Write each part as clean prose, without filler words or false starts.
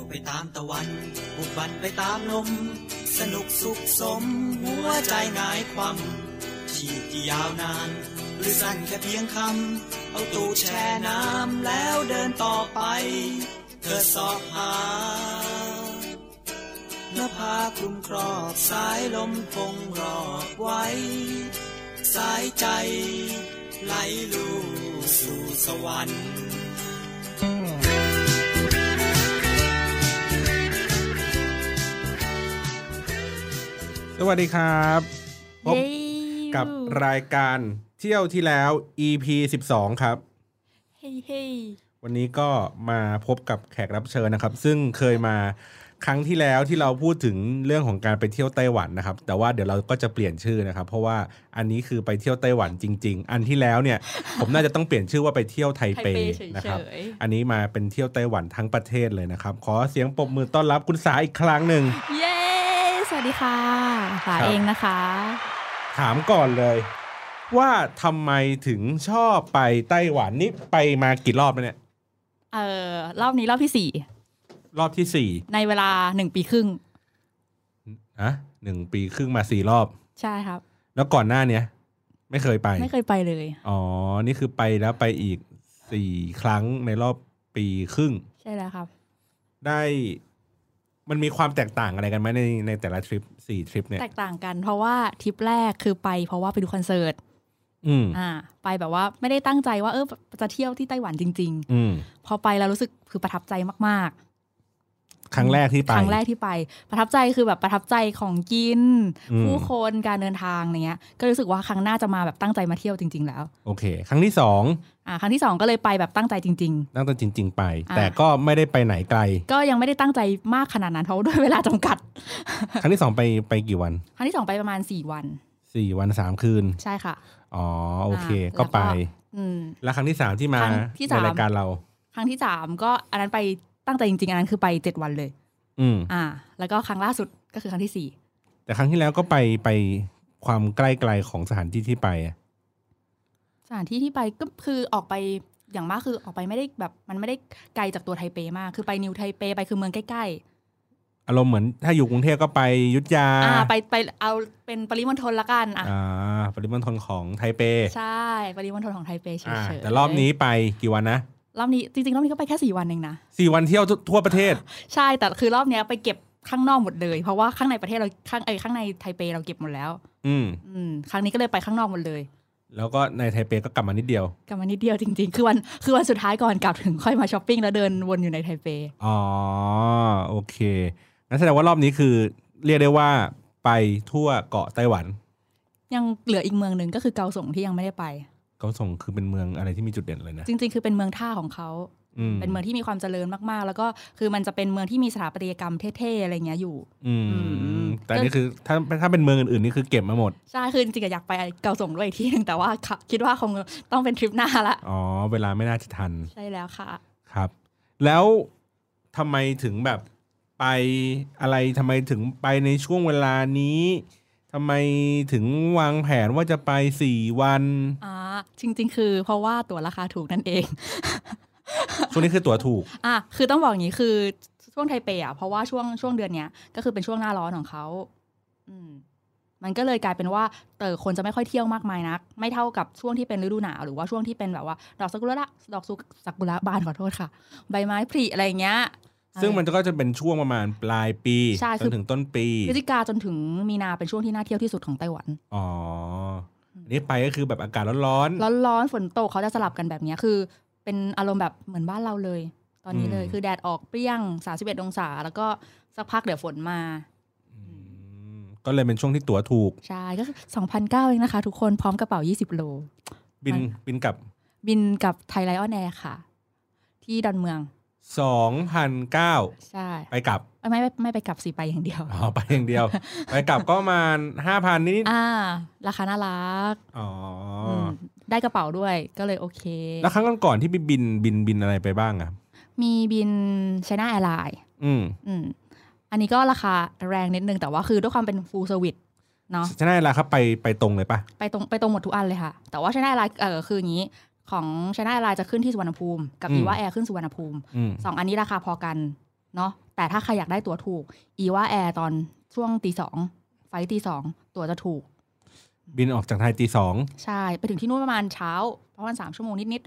ไปตามตะวันบุกบันไปตามลมสนุกสุขสมหัวใจหงายความชีพที่ยาวนานหรือสั้นแค่เพียงคำเอาตู้แช่น้ำแล้วเดินต่อไปเธอสอบหาหน้าผาคลุมครอบสายลมคงรอบไว้สายใจไหลลู่สู่สวรรค์สวัสดีครับพบกับรายการเที่ยวที่แล้ว EP 12ครับเฮ้ยวันนี้ก็มาพบกับแขกรับเชิญนะครับซึ่งเคยมาครั้งที่แล้วที่เราพูดถึงเรื่องของการไปเที่ยวไต้หวันนะครับแต่ว่าเดี๋ยวเราก็จะเปลี่ยนชื่อนะครับเพราะว่าอันนี้คือไปเที่ยวไต้หวันจริงๆอันที่แล้วเนี่ย ผมน่าจะต้องเปลี่ยนชื่อว่าไปเที่ยวไทเปนะครับอันนี้มาเป็นเที่ยวไต้หวันทั้งประเทศเลยนะครับขอเสียงปรบมือต้อนรับคุณสาอีกครั้งหนึ่งเย้สวัสดีค่ะสาเองนะคะถามก่อนเลยว่าทำไมถึงชอบไปไต้หวันนี่ไปมากี่รอบแล้วเนี่ยรอบนี้รอบที่4รอบที่4 ในเวลา1ปีครึ่ง 1ปีครึ่งมา4รอบใช่ครับแล้วก่อนหน้าเนี้ยไม่เคยไปเลยอ๋อนี่คือไปแล้วไปอีก4ครั้งในรอบปีครึ่งใช่แล้วครับได้มันมีความแตกต่างอะไรกันไหมในแต่ละทริป4ทริปเนี่ยแตกต่างกันเพราะว่าทริปแรกคือไปเพราะว่าไปดูคอนเสิร์ตไปแบบว่าไม่ได้ตั้งใจว่าจะเที่ยวที่ไต้หวันจริงๆพอไปแล้วรู้สึกคือประทับใจมากๆครั้งแรกที่ไปประทับใจคือแบบประทับใจของกินผู้คนการเดินทางเนี้ยก็รู้สึกว่าครั้งหน้าจะมาแบบตั้งใจมาเที่ยวจริงๆแล้วโอเคครั้งที่2 ครั้งที่2ก็เลยไปแบบตั้งใจจริงๆตั้งใจจริงๆไปแต่ก็ไม่ได้ไปไหนไกลก็ยังไม่ได้ตั้งใจมากขนาดนั้นเพราะด้วยเวลาจำกัดครั้งที่2ไปกี่วันครั้งที่2ไปประมาณ4 วัน 3 คืนใช่ค่ะอ๋อโอเคก็ไปแล้วครั้งที่3ที่มาในรายการเราครั้งที่3ก็อันนั้นไปตั้งใจจริงๆอันนั้นคือไป7 วันเลยแล้วก็ครั้งล่าสุดก็คือครั้งที่4 แต่ครั้งที่แล้วก็ไปความใกล้ๆของสถานที่ที่ไปสถานที่ที่ไปก็คือออกไปอย่างมากคือออกไปไม่ได้แบบมันไม่ได้ไกลจากตัวไทเปมากคือไปนิวไทเปไปคือเมืองใกล้ๆอารมณ์เหมือนถ้าอยู่กรุงเทพก็ไปอยุธยาไปเอาเป็นปริมณฑลละกันปริมณฑลของไทเปใช่ปริมณฑลของไทเปเฉยๆแต่รอบนี้ไปกี่วันนะรอบนี้จริงๆรอบนี้ก็ไปแค่4 วันเองนะ 4 วันเที่ยวทั่วประเทศใช่แต่คือรอบนี้ไปเก็บข้างนอกหมดเลยเพราะว่าข้างในประเทศเราข้างในไทเปเราเก็บหมดแล้วครั้งนี้ก็เลยไปข้างนอกหมดเลยแล้วก็ในไทเปก็กลับมานิดเดียวจริงๆคือวันสุดท้ายก่อนกลับถึงค่อยมาช้อปปิ้งแล้วเดินวนอยู่ในไทเปอ๋อโอเคงั้นแสดงว่ารอบนี้คือเรียกได้ว่าไปทั่วเกาะไต้หวันยังเหลืออีกเมืองนึงก็คือเกาสงที่ยังไม่ได้ไปเกาสงคือเป็นเมืองอะไรที่มีจุดเด่นเลยนะจริงๆคือเป็นเมืองท่าของเขาเป็นเมืองที่มีความเจริญมากๆแล้วก็คือมันจะเป็นเมืองที่มีสถาปัตยกรรมเท่ๆอะไรเงี้ยอยู่แต่นี่คือถ้าเป็นเมืองอื่นๆนี่คือเก็บมาหมดใช่คือจริงๆอยากไปเกาสงด้วยอีกทีนึงแต่ว่าคิดว่าคงต้องเป็นทริปหน้าละอ๋อเวลาไม่น่าจะทันใช่แล้วค่ะครับแล้วทำไมถึงแบบไปอะไรทำไมถึงไปในช่วงเวลานี้ทำไมถึงวางแผนว่าจะไป4 วันจริงๆคือเพราะว่าตั๋วราคาถูกนั่นเองช่วงนี้คือตั๋วถูกคือต้องบอกอย่างนี้คือช่วงไทเปเพราะว่าช่วงเดือนเนี้ยก็คือเป็นช่วงหน้าร้อนของเขามันก็เลยกลายเป็นว่าคนจะไม่ค่อยเที่ยวมากมายนักไม่เท่ากับช่วงที่เป็นฤดูหนาวหรือว่าช่วงที่เป็นแบบว่าดอกซากุระบานขอโทษค่ะใบไม้ผลิอะไรเงี้ยซึ่งมันก็จะเป็นช่วงประมาณปลายปีจนถึงต้นปีพฤศจิกาจนถึงมีนาเป็นช่วงที่น่าเที่ยวที่สุดของไต้หวันอ๋อนี่ไปก็คือแบบอากาศร้อนฝนตกเขาจะสลับกันแบบนี้คือเป็นอารมณ์แบบเหมือนบ้านเราเลยตอนนี้เลยคือแดดออกเปรี้ยง31 องศาแล้วก็สักพักเดี๋ยวฝนมาก็เลยเป็นช่วงที่ตั๋วถูกใช่ก็ 2,900 เองนะคะทุกคนพร้อมกระเป๋า20 โลบินกับไทยไลออนแอร์ค่ะที่ดอนเมือง 2,900 ใช่ไปกลับไม่ไปกลับสิไปอย่างเดียวไปอย่างเดียว ไปกลับก็ประมาณ 5,000 นิดราคาน่ารักได้กระเป๋าด้วยก็เลยโอเคแล้วครั้งก่อนๆที่บินอะไรไปบ้างอ่ะมีบิน China Airlines อันนี้ก็ราคาแรงนิดนึงแต่ว่าคือด้วยความเป็น full service เนาะ China Airlines ครับไปตรงเลยปะไปตรงหมดทุกอันเลยค่ะแต่ว่า China Airlines คืออย่างนี้ของ China Airlines จะขึ้นที่สุวรรณภูมิกับ Viva Air ขึ้นสุวรรณภูมิ2อันนี้ราคาพอกันเนาะแต่ถ้าใครอยากได้ตั๋วถูกอีว่าแอร์ตอนช่วงตีสองไฟล์ตีสองตั๋วจะถูกบินออกจากไทยตีสองใช่ไปถึงที่นู่นประมาณเช้าประมาณ3 ชั่วโมงนิด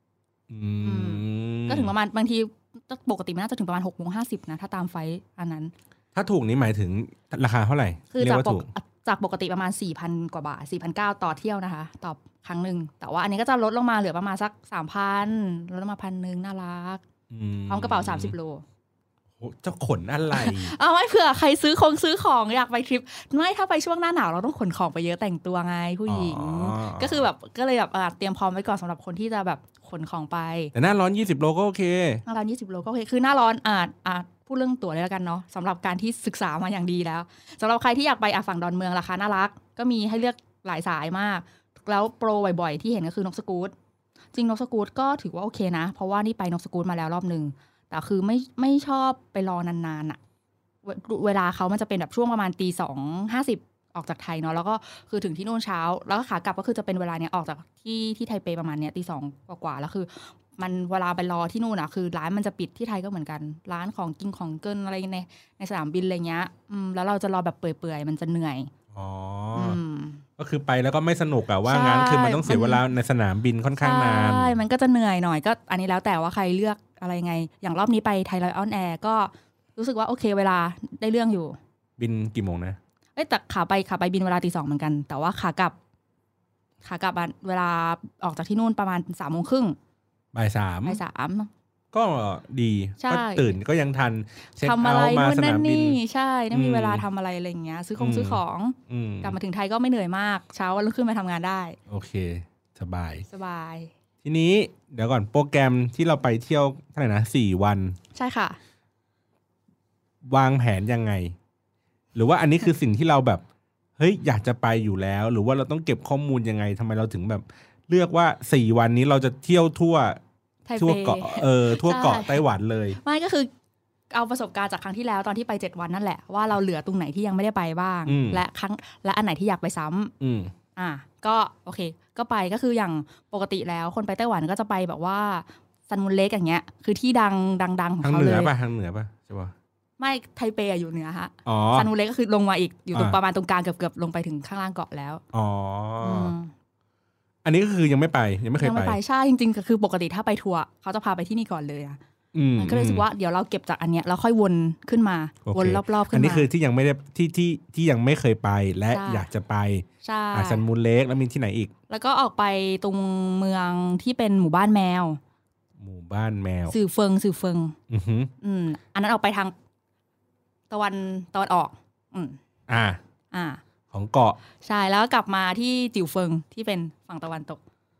ๆก็ถึงประมาณบางทีปกติมันน่าจะถึงประมาณ6:50นะถ้าตามไฟล์อันนั้นถ้าถูกนี้หมายถึงราคาเท่าไหร่คือจากปกติประมาณ 4,000 กว่าบาท 4,900 ต่อเที่ยวนะคะต่อครั้งหนึ่งแต่ว่าอันนี้ก็จะลดลงมาเหลือประมาณสัก 3,000 ลดลงมา 1,000 น่ารักพร้อมกระเป๋า30 โลจะขนอะไรเอาไว้เผื่อใครซื้อของอยากไปทริปไม่ถ้าไปช่วงหน้าหนาวเราต้องขนของไปเยอะแต่งตัวไงผู้หญิงก็คือแบบก็เลยแบบเตรียมพร้อมไว้ก่อนสำหรับคนที่จะแบบขนของไปแต่หน้าร้อน20 โลก็โอเคหน้าร้อน20 โลก็โอเคคือหน้าร้อนพูดเรื่องตั๋วเลยแล้วกันเนาะสำหรับการที่ศึกษามาอย่างดีแล้วสำหรับใครที่อยากไปฝั่งดอนเมืองราคาน่ารักก็มีให้เลือกหลายสายมากแล้วโปรบ่อยๆที่เห็นก็คือนกสกู๊ตจริงนกสกู๊ตก็ถือว่าโอเคนะเพราะว่านี่ไปนกสกู๊ตมาแล้วรอบนึงแต่คือไม่ชอบไปรอนานๆอะเวลาเขามันจะเป็นแบบช่วงประมาณ2:50ออกจากไทยเนาะแล้วก็คือถึงที่นู่นเช้าแล้วก็ขากลับก็คือจะเป็นเวลาเนี้ยออกจากที่ไทเปประมาณเนี้ย2:00กว่าแล้วคือมันเวลาไปรอที่นู่นอะคือร้านมันจะปิดที่ไทยก็เหมือนกันร้านของกินของเกินอะไรในสนามบินอะไรเงี้ยแล้วเราจะรอแบบเปื่อยๆมันจะเหนื่อยก็คือไปแล้วก็ไม่สนุกอะว่างั้นคือมันต้องเสียเวลาในสนามบินค่อนข้างนานใช่มันก็จะเหนื่อยหน่อยก็อันนี้แล้วแต่ว่าใครเลือกอะไรไงอย่างรอบนี้ไปไทยไลออนแอร์ก็รู้สึกว่าโอเคเวลาได้เรื่องอยู่บินกี่โมงนะแต่ขาไปบินเวลา 2:00 เหมือนกันแต่ว่าขากลับเวลาออกจากที่นู่นประมาณ 3:30 บ่าย 3ก็ดีก็ตื่นก็ยังทันเช็คเอาท์มาสนามบินใช่ได้มีเวลาทำอะไรอะไรอย่างเงี้ยซื้อของกลับมาถึงไทยก็ไม่เหนื่อยมากเช้าวันรุ่งขึ้นมาทำงานได้โอเคสบายทีนี้เดี๋ยวก่อนโปรแกรมที่เราไปเที่ยวเท่าไหร่นะ4 วันใช่ค่ะวางแผนยังไงหรือว่าอันนี้คือสิ่งที่เราแบบเฮ้ยอยากจะไปอยู่แล้วหรือว่าเราต้องเก็บข้อมูลยังไงทำไมเราถึงแบบเลือกว่า4 วันนี้เราจะเที่ยวทั่วเกาะทั่วเกาะไต้หวันเลยไม่ก็คือเอาประสบการณ์จากครั้งที่แล้วตอนที่ไป7 วันนั่นแหละว่าเราเหลือตรงไหนที่ยังไม่ได้ไปบ้างและอันไหนที่อยากไปซ้ำก็โอเคก็ไปก็คืออย่างปกติแล้วคนไปไต้หวันก็จะไปแบบว่าซันมูนเล็กอย่างเงี้ยคือที่ดังของเขาเลยทางเหนือป่ะใช่ป่ะไม่ไทเปอยู่เหนือฮะซันมูนเล็กก็คือลงมาอีกอยู่ตรงประมาณตรงกลางเกือบลงไปถึงข้างล่างเกาะแล้วอันนี้ก็คือยังไม่ไปยังไม่เคยไปใช่จริงๆคือปกติถ้าไปทัวร์เขาจะพาไปที่นี่ก่อนเลยอะก็เลยรู้สึกว่าเดี๋ยวเราเก็บจากอันเนี้ยแล้วค่อยวนขึ้นมาวนรอบๆขึ้นมาอันนี้คือที่ยังไม่ได้ที่ยังไม่เคยไปและอยากจะไปซันมูนเล็กแล้วมีที่ไหนอีกแล้วก็ออกไปตรงเมืองที่เป็นหมู่บ้านแมวสื่อเฟิงอันนั้นออกไปทางตะวันออกของเกาะใช่แล้วก็กลับมาที่จิ๋วเฟิงที่เป็นฝั่งตะวันตก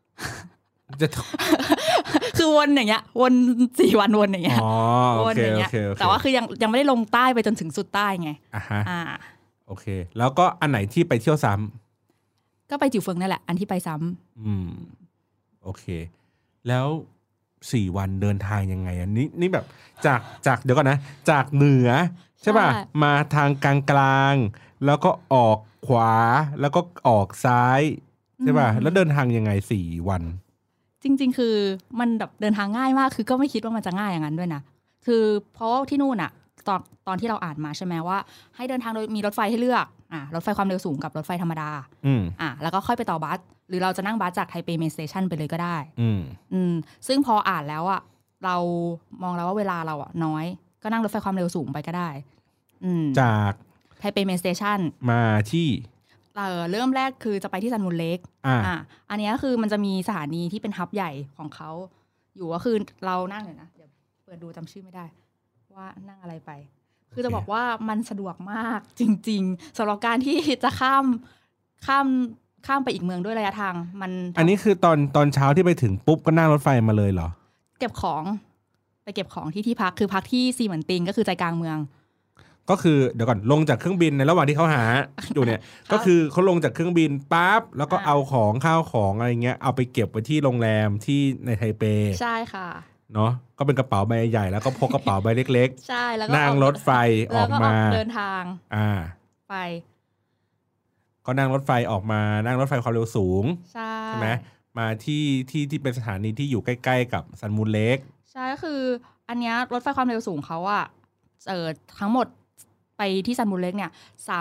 คือวนอย่างเงี้ยวน4 วันวนอย่างเงี้ยวนอย่างเงี้ยแต่ว่าคือยังไม่ได้ลงใต้ไปจนถึงสุดใต้ไงโอเคแล้วก็อันไหนที่ไปเที่ยวซ้ำก็ไปจิ๋วเฟิงนั่นแหละอันที่ไปซ้ำโอเคแล้ว4 วันเดินทางยังไงอันนี้แบบจากเดี๋ยวก่อนนะจากเหนือใช่ป่ะมาทางกลางแล้วก็ออกขวาแล้วก็ออกซ้ายใช่ป่ะแล้วเดินทางยังไง4 วันจริงๆคือมันแบบเดินทางง่ายมากคือก็ไม่คิดว่ามันจะง่ายอย่างนั้นด้วยนะคือเพราะที่นู่นอะตอนที่เราอ่านมาใช่ไหมว่าให้เดินทางโดยมีรถไฟให้เลือกรถไฟความเร็วสูงกับรถไฟธรรมดาแล้วก็ค่อยไปต่อบัสหรือเราจะนั่งบัสจากไทเปเมนสเตชันไปเลยก็ได้ซึ่งพออ่านแล้วอะเรามองแล้วว่าเวลาเราอะน้อยก็นั่งรถไฟความเร็วสูงไปก็ได้จากไทเปเมนสเตชันมาที่เริ่มแรกคือจะไปที่ซันมูนเล็กอันนี้คือมันจะมีสถานีที่เป็นฮับใหญ่ของเขาอยู่ก็คือเรานั่งเดี๋ยวเปิดดูจำชื่อไม่ได้ว่านั่งอะไรไปคือจะบอกว่ามันสะดวกมากจริงๆสำหรับการที่จะข้ามไปอีกเมืองด้วยระยะทางมันอันนี้คือตอนเช้าที่ไปถึงปุ๊บก็นั่งรถไฟมาเลยเหรอไปเก็บของที่พักคือพักที่ซีเหมือนติงก็คือใจกลางเมืองก็คือเดี๋ยวก่อนลงจากเครื่องบินในระหว่างที่เขาหาอยู่เนี่ยก็คือเขาลงจากเครื่องบินปั๊บแล้วก็เอาของข้าวของอะไรเงี้ยเอาไปเก็บไว้ที่โรงแรมที่ในไทเปใช่ค่ะเนาะก็เป็นกระเป๋าใบใหญ่แล้วก็พกกระเป๋าใบเล็กๆใช่แล้วก็นั่งรถไฟออกมาเดินทางไปก็นั่งรถไฟออกมานั่งรถไฟความเร็วสูงใช่ไหมมาที่เป็นสถานีที่อยู่ใกล้ๆกับซันมูนเล็กใช่ก็คืออันเนี้ยรถไฟความเร็วสูงเขาอะทั้งหมดไปที่ซันมูนเล็กเนี่ย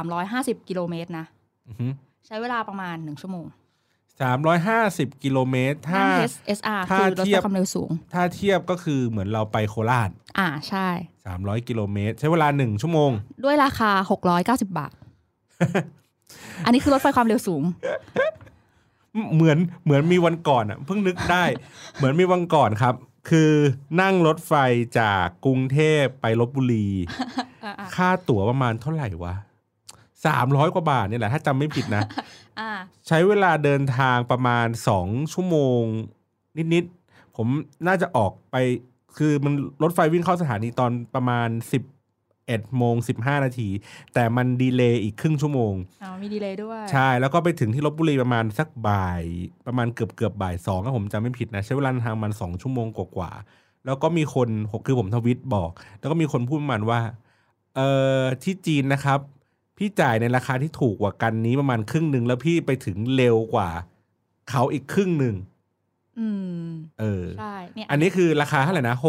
350กิโลเมตรนะใช้เวลาประมาณ1ชั่วโมง 350กิโลเมตรถ้า SR คือรถไฟความเร็วสูงถ้าเทียบก็คือเหมือนเราไปโคราชใช่ 300กิโลเมตรใช้เวลา1ชั่วโมงด้วยราคา690 บาท อันนี้คือรถไฟความเร็วสูงเหมือนมีวันก่อนเพิ่งนึกได้ เหมือนมีวันก่อนครับคือนั่งรถไฟจากกรุงเทพไปลพบุรี ค่าตั๋วประมาณเท่าไหร่วะ300กว่าบาทนี่แหละถ้าจำไม่ผิดนะ ใช้เวลาเดินทางประมาณ2ชั่วโมงนิดๆผมน่าจะออกไปคือมันรถไฟวิ่งเข้าสถานีตอนประมาณ11:15 นาทีแต่มันดีเลย์อีกครึ่งชั่วโมงมีดีเลย์ด้วยใช่แล้วก็ไปถึงที่ลพบุรีประมาณสักบ่ายประมาณเกือบบ่าย2ถ้าผมจำไม่ผิดนะใช้เวลาทางมัน2ชั่วโมงกว่าๆแล้วก็มีคนคือผมทวิตบอกแล้วก็มีคนพูดประมาณว่าที่จีนนะครับพี่จ่ายในราคาที่ถูกกว่ากันนี้ประมาณครึ่งนึงแล้วพี่ไปถึงเร็วกว่าเขาอีกครึ่งนึงใช่เนี่ยอันนี้คือราคาเท่าไหร่นะ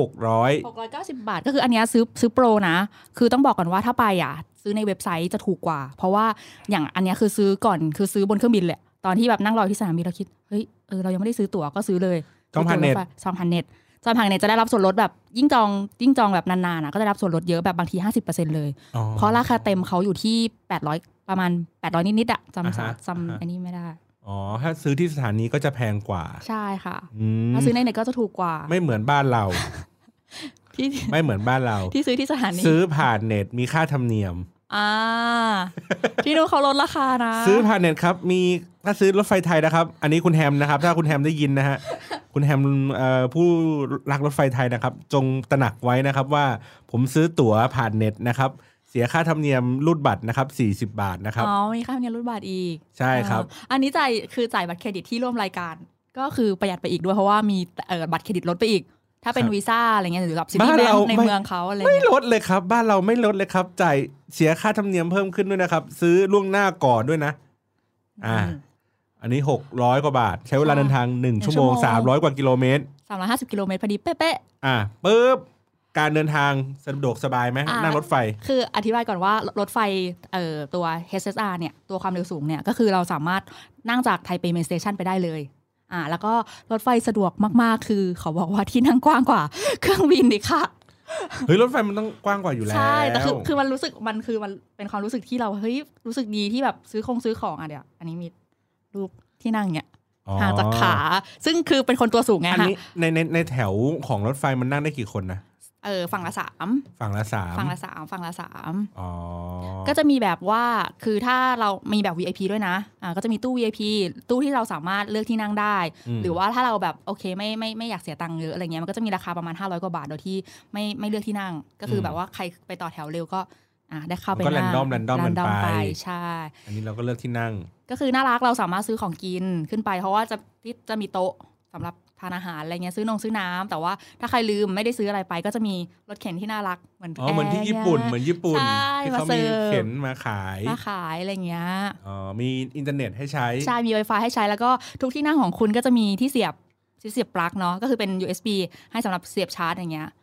690 บาทก็คืออันนี้ซื้อโปรนะคือต้องบอกก่อนว่าถ้าไปซื้อในเว็บไซต์จะถูกกว่าเพราะว่าอย่างอันนี้คือซื้อก่อนคือซื้อบนเครื่องบินแหละตอนที่แบบนั่งรอที่สนามบินเราคิดเฮ้ยเรายังไม่ได้ซื้อตั๋วก็ซื้อเลยจองผ่านเน็ตจะได้รับส่วนลดแบบยิ่งจองแบบนานๆก็ได้รับส่วนลดเยอะแบบบางที 50% เลยเพราะราคาเต็มเขาอยู่ที่800ประมาณ800นิดๆจำอันนี้ไม่ได้ถ้าซื้อที่สถานีก็จะแพงกว่าใช่ค่ะถ้าซื้อในเน็ตก็จะถูกกว่าไม่เหมือนบ้านเราไม่เหมือนบ้านเราที่ซื้อที่สถานีซื้อผ่านเน็ตมีค่าธรรมเนียมที่นู้นเขาลดราคานะซื้อผ่านเน็ตครับมีถ้าซื้อรถไฟไทยนะครับอันนี้คุณแฮมนะครับถ้าคุณแฮมได้ยินนะฮะคุณแฮมผู้รักรถไฟไทยนะครับจงตระหนักไว้นะครับว่าผมซื้อตั๋วผ่านเน็ตนะครับเสียค่าธรรมเนียมรูดบัตรนะครับ40 บาทนะครับมีค่าธรรมเนียมรูดบัตรอีกใช่ครับอันนี้จ่ายบัตรเครดิตที่ร่วมรายการก็คือประหยัดไปอีกด้วยเพราะว่ามีบัตรเครดิตลดไปอีกถ้าเป็นวีซ่าอะไรเงี้ยหรือกับซิตี้แบงค์ในเมืองเขาอะไรไม่ลดเลยครับบ้านเราไม่ลดเลยครับจ่ายเสียค่าธรรมเนียมเพิ่มขึ้นด้วยนะครับซื้อล่วงหน้าก่อนด้วยนะอันนี้600 กว่าบาทใช้เวลาเดินทาง1ชั่วโมง300 กว่ากิโลเมตร 350กิโลเมตรพอดีเป๊ะๆปึ๊บการเดินทางสะดวกสบายไหมนั่งรถไฟคืออธิบายก่อนว่ารถไฟตัว HSR เนี่ยตัวความเร็วสูงเนี่ยก็คือเราสามารถนั่งจากไทเปเมนสเตชันไปได้เลยแล้วก็รถไฟสะดวกมากๆคือเขาบอกว่าที่นั่งกว้างกว่าเครื่องบินดิค่ะเฮ้ยรถไฟมันต้องกว้างกว่าอยู่แล้วใช่แต่คือมันรู้สึกมันเป็นความรู้สึกที่เราเฮ้ยรู้สึกดีที่แบบซื้อของเดี๋ยวอันนี้มีรูปที่นั่งเนี่ยห่างจากขาซึ่งคือเป็นคนตัวสูงไงค่ะอันนี้ในแถวของรถไฟมันนั่งได้กี่คนนะฝั่งละ3ฝั่งละ3ก็จะมีแบบว่าคือถ้าเรามีแบบ VIP ด้วยนะก็จะมีตู้ VIP ตู้ที่เราสามารถเลือกที่นั่งได้หรือว่าถ้าเราแบบโอเคไม่อยากเสียตังค์เยอะอะไรเงี้ยมันก็จะมีราคาประมาณ500 กว่าบาทโดยที่ไม่เลือกที่นั่งก็คือแบบว่าใครไปต่อแถวเร็วก็ได้เข้าไปนั่งก็แรนดอมกันไปใช่อันนี้เราก็เลือกที่นั่งก็คือน่ารักเราสามารถซื้อของกินขึ้นไปเพราะว่าจะมีโต๊ะสำหรับทานอาหารอะไรเงี้ยซื้อน้ำแต่ว่าถ้าใครลืมไม่ได้ซื้ออะไรไปก็จะมีรถเข็นที่น่ารักเหมือนที่ญี่ปุ่นที่เขามีเข็นมาขายอะไรเงี้ยมีอินเทอร์เน็ตให้ใช้ใช่มี Wi-Fi ให้ใช้แล้วก็ทุกที่นั่งของคุณก็จะมีที่เสียบปลั๊กเนาะก็คือเป็น USB ให้สำหรับเสียบชาร์จอย่างเงี้ย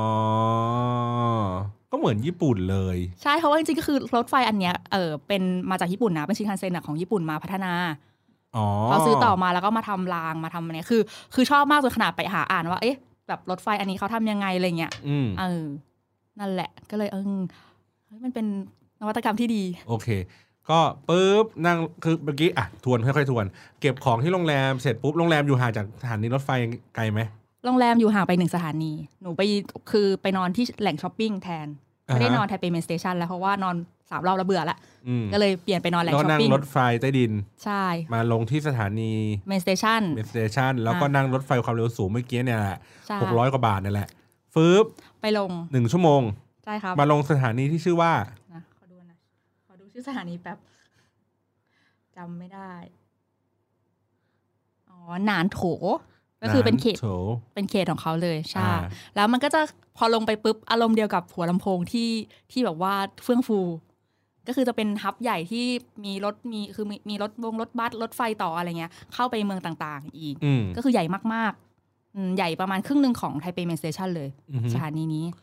ก็เหมือนญี่ปุ่นเลยใช่เพราะว่าจริงๆก็คือรถไฟอันเนี้ยเป็นมาจากญี่ปุ่นนะเป็นชินคันเซ็นของญี่ปุ่นมาพัฒนาเขาซื้อต่อมาแล้วก็มาทำรางมาทำอะไรคือชอบมากจนขนาดไปหาอ่านว่าเอ๊ะแบบรถไฟอันนี้เขาทำยังไงอะไรเงี้ยนั่นแหละก็เลยมันเป็นนวัตกรรมที่ดีโอเคก็ปุ๊บนั่งคือเมื่อกี้ทวนค่อยๆทวนเก็บของที่โรงแรมเสร็จปุ๊บโรงแรมอยู่ห่างจากสถานีรถไฟไกลไหมโรงแรมอยู่ห่างไป1สถานีหนูไปนอนที่แหล่งช้อปปิ้งแทนไม่ได้นอนไทเปเมนสเตชันแล้วเพราะว่านอน3 รอบแล้วเบื่อละก็เลยเปลี่ยนไปนอนแหล่งช้อปปิ้งแล้วนั่งรถไฟใต้ดินใช่มาลงที่สถานีเมนสเตชันแล้วก็นั่งรถไฟความเร็วสูงเมื่อกี้เนี่ยแหละ600 กว่าบาทนี่แหละฟืบไปลง 1ชั่วโมงใช่ครับมาลงสถานีที่ชื่อว่าขอดูชื่อสถานีแป๊บจำไม่ได้หนานโถก็คือเป็นเขตของเขาเลยใช่แล้วมันก็จะพอลงไปปุ๊บอารมณ์เดียวกับหัวลำโพงที่แบบว่าเฟื่องฟูก็คือจะเป็นฮับใหญ่ที่มีรถมีรถบัสรถไฟต่ออะไรเงี้ยเข้าไปเมืองต่างๆอีกก็คือใหญ่มากๆใหญ่ประมาณครึ่งนึงของไทเปเมนสเตชันเลยสถานีนี้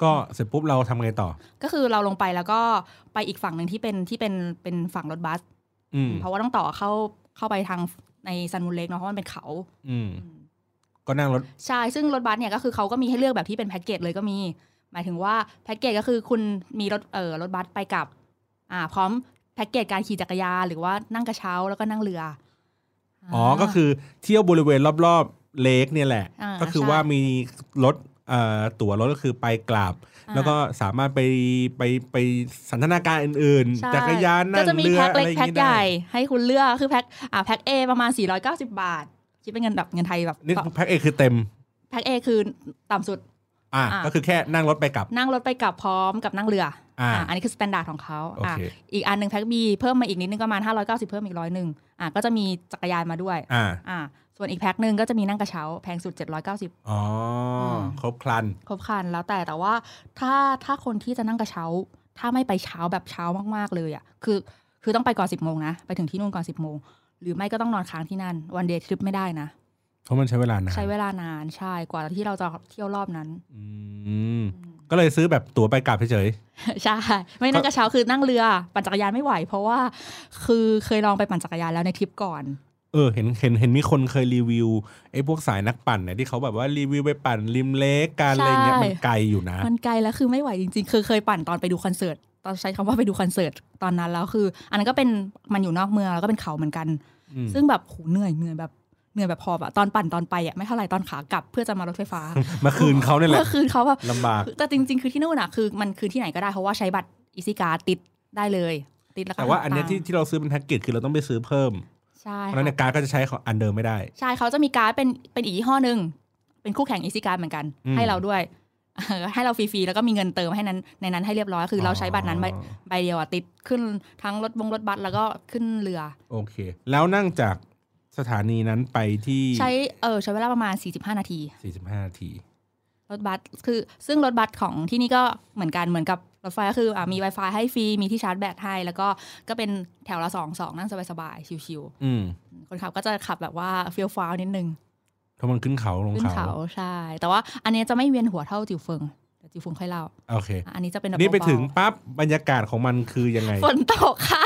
ก็เสร็จปุ๊บเราทำไงต่อก็คือเราลงไปแล้วก็ไปอีกฝั่งหนึ่งที่เป็นฝั่งรถบัสเพราะว่าต้องต่อเข้าไปทางในซันมูนเลคเนาะเพราะมันเป็นเขาก็นั่งรถใช่ซึ่งรถบัสเนี่ยก็คือเขาก็มีให้เลือกแบบที่เป็นแพ็กเกจเลยก็มีหมายถึงว่าแพ็กเกจก็คือคุณมีรถบัสไปกับพร้อมแพ็กเกจการขี่จักรยานหรือว่านั่งกระเช้าแล้วก็นั่งเรือก็คือเที่ยวบริเวณรอบๆเลคเนี่ยแหละก็คือว่ามีรถตั๋วรถก็คือไปกลับแล้วก็สามารถไปสันทนาการอื่นๆจักรยานนั่งเรืออะไรอย่างเงี้ยก็จะมีแพ็คเล็กแพ็คใหญ่ให้คุณเลือกคือแพ็ค A ประมาณ490 บาทคิดเป็นเงินไทยแบบนี่แพ็ค A คือเต็มแพ็ค A คือต่ำสุดก็คือแค่นั่งรถไปกลับพร้อมกับนั่งเรืออันนี้คือสแตนดาร์ดของเขาอีกอันนึงแพ็ค B เพิ่มมาอีกนิดนึงประมาณ590เพิ่มอีก100นึงก็จะมีจักรยานมาด้วยส่วนอีกแพ็คนึงก็จะมีนั่งกระเช้าแพงสุด790 ครบครันแล้วแต่ว่าถ้าคนที่จะนั่งกระเช้าถ้าไม่ไปเช้าแบบเช้ามากๆเลยคือต้องไปก่อน 10 โมงนะไปถึงที่นู่นก่อน 10 โมงหรือไม่ก็ต้องนอนค้างที่นั่นวันเดย์ทริปไม่ได้นะเพราะมันใช้เวลานานใช่กว่าที่เราจะเที่ยวรอบนั้นก็เลยซื้อแบบตั๋วไปกลับเฉยใช่ไม่นั่งกระเช้าคือนั่งเรือปั่นจักรยานไม่ไหวเพราะว่าคือเคยลองไปปั่นจักรยานแล้วในทริปก่อนเห็นมีคนเคยรีวิวไอ้พวกสายนักปั่นเนี่ยที่เขาแบบว่ารีวิวไปปั่นริมเลคกันอะไรเงี้ยมันไกลอยู่นะมันไกลแล้วคือไม่ไหวจริงๆคือเคยปั่นตอนไปดูคอนเสิร์ตตอนใช้คำว่าไปดูคอนเสิร์ตตอนนั้นแล้วคืออันนั้นก็เป็นมันอยู่นอกเมืองแล้วก็เป็นเขาเหมือนกันซึ่งแบบโหเหนื่อยแบบพอแบบตอนปั่นตอนไปไม่เท่าไหร่ตอนขากลับเพื่อจะมารถไฟฟ้ามาคืนเขาเนี่ยแหละมาคืนเขาแบบลำบากแต่จริงๆคือที่นู่นคือมันคือที่ไหนก็ได้เพราะว่าใช้บัตรอีซี่การ์ดติดได้เลยติดแล้วแต่ว่าอันนี้ที่เราซื้อเป็นแพ็กเกจคือเราต้องไปซื้อเพิ่มใช่เพราะในการ์ดก็จะใช้ของอันเดิมไม่ได้ใช่เขาจะมีการ์ดเป็นอีกยี่ห้อนึงเป็นคู่แข่งอีซี่การ์ดเหมือนกันให้เราด้วยให้เราฟรีๆแล้วก็มีเงินเติมให้นั้นในนั้นให้เรียบร้อยคือเราใช้บัตรนั้นใบเดียวติดขึ้นทั้งรถบัสแล้วก็ขึ้นเรือโอเคแล้วนั่งจากสถานีนั้นไปที่ใช้เวลาประมาณ45 นาทีรถบัสคือซึ่งรถบัสของที่นี่ก็เหมือนกับรถไฟก็คือมี Wi-Fi ให้ฟรีมีที่ชาร์จแบตให้แล้วก็เป็นแถวละ2นั่งสบายๆชิวๆคนขับก็จะขับแบบว่าเฟี้ยวฟ้าวนิดนึงเพราะมันขึ้นเขาลงเขาใช่แต่ว่าอันนี้จะไม่เวียนหัวเท่าจิวเฟิงแต่จิวเฟิงค่อยเล่าโอเคอันนี้จะเป็นนี่ไปถึงปั๊บบรรยากาศของมันคือยังไงฝนตกค่ะ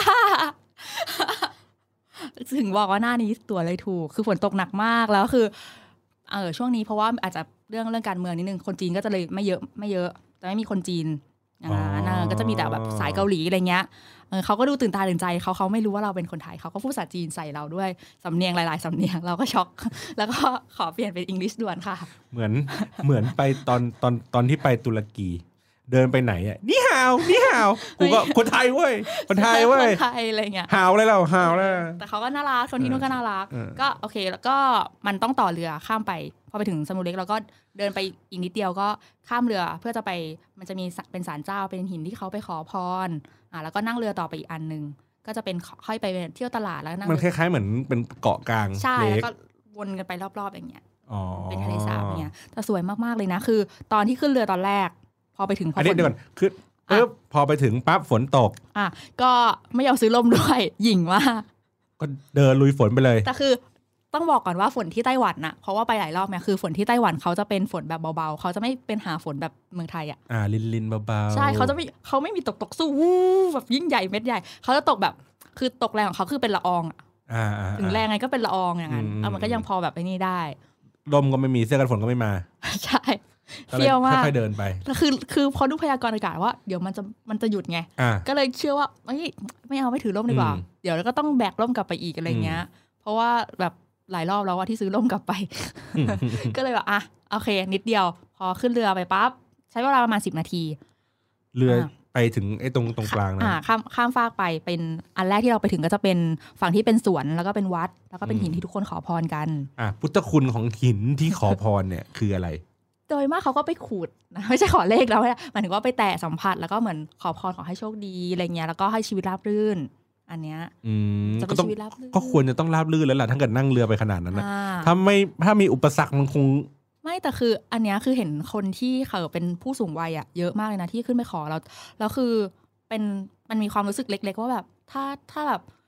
ถึงบอกว่าหน้านี้ตั๋วเลยถูกคือฝนตกหนักมากแล้วคือช่วงนี้เพราะว่าอาจจะเรื่องการเมืองนิดนึงคนจีนก็จะเลยไม่เยอะแต่ไม่มีคนจีนก็จะมีแต่แบบสายเกาหลีอะไรเงี้ยเขาก็ดูตื่นตาตื่นใจเขาไม่รู้ว่าเราเป็นคนไทยเขาก็พูดภาษาจีนใส่เราด้วยสำเนียงหลายๆสำเนียงเราก็ช็อกแล้วก็ขอเปลี่ยนเป็นอังกฤษด่วนค่ะเหมือนไปตอนที่ไปตุรกีเดินไปไหนนี่ฮาวกูก็คนไทยเว้ยคนไทยอะไรเงี้ยฮาวเลยเราฮาวแล้วแต่เขาก็น่ารักคนที่นู่นก็น่ารักก็โอเคแล้วก็มันต้องต่อเรือข้ามไปพอไปถึงซันมูนเลคเราก็เดินไปอีกนิดเดียวก็ข้ามเรือเพื่อจะไปมันจะมีเป็นศาลเจ้าเป็นหินที่เขาไปขอพรแล้วก็นั่งเรือต่อไปอีกอันนึงก็จะเป็นค่อยไปเที่ยวตลาดแล้วนั่งมันคล้ายๆเหมือนเป็นเกาะกลางใช่แล้วก็วนกันไปรอบๆอย่างเงี้ยเป็นทะเลสาบอย่างเงี้ยแต่สวยมากๆเลยนะคือตอนที่ขึ้นเรือตอนแรกพอไปถึงอันนี้เดี๋ยวก่อนคือพอไปถึงปั๊บฝนตกก็ไม่ยอมซื้อร่มด้วยหยิ่งมากก็เดินลุยฝนไปเลยแต่คือต้องบอกก่อนว่าฝนที่ไต้หวันน่ะเพราะว่าไปหลายรอบเนี่ยคือฝนที่ไต้หวันเขาจะเป็นฝนแบบเบาๆเขาจะไม่เป็นหาฝนแบบเมืองไทยลินเบาๆใช่เขาไม่มีตกสู้แบบยิ่งใหญ่เม็ดใหญ่เขาจะตกแบบคือตกแรงของเขาคือเป็นละอองถึงแรงไงก็เป็นละอองอย่างนั้นมันก็ยังพอแบบไอ้นี่ได้ลมก็ไม่มีเสื้อกันฝนก็ไม่มาใช่เที่ยวมากค่อยๆเดินไปคือพอดูพยากรณ์อากาศว่าเดี๋ยวมันจะหยุดไงก็เลยเชื่อว่าไม่ถือร่มดีกว่าเดี๋ยวก็ต้องแบกร่มกลับไปอีกอะไรเงี้ยเพราะว่าแบบหลายรอบแล้วว่าที่ซื้อร่มกลับไป ก็เลยแบบโอเคนิดเดียวพอขึ้นเรือไปปั๊บใช้เวลาประมาณ10 นาทีเรือไปถึงไอ้ตรงกลางนะข้ามฟากไปเป็นอันแรกที่เราไปถึงก็จะเป็นฝั่งที่เป็นสวนแล้วก็เป็นวัดแล้วก็เป็นหินที่ทุกคนขอพรกันพุทธคุณของหินที่ขอพรเนี่ยคืออะไรโดยมากเขาก็ไปขูดนะไม่ใช่ขอเลขแล้วหมายถึงว่าไปแตะสัมผัสแล้วก็เหมือนขอพรขอให้โชคดีอะไรเงี้ยแล้วก็ให้ชีวิตราบรื่นอันเนี้ยจะเป็นชีวิตราบรื่นก็ควรจะต้องราบรื่นแล้วล่ะถ้าเกิดนั่งเรือไปขนาดนั้นนะถ้ามีอุปสรรคมันคงไม่แต่คืออันเนี้ยคือเห็นคนที่เขาเป็นผู้สูงวัยเยอะมากเลยนะที่ขึ้นไปขอแล้วคือมันมีความรู้สึกเล็กๆว่าแบบถ้าแบบ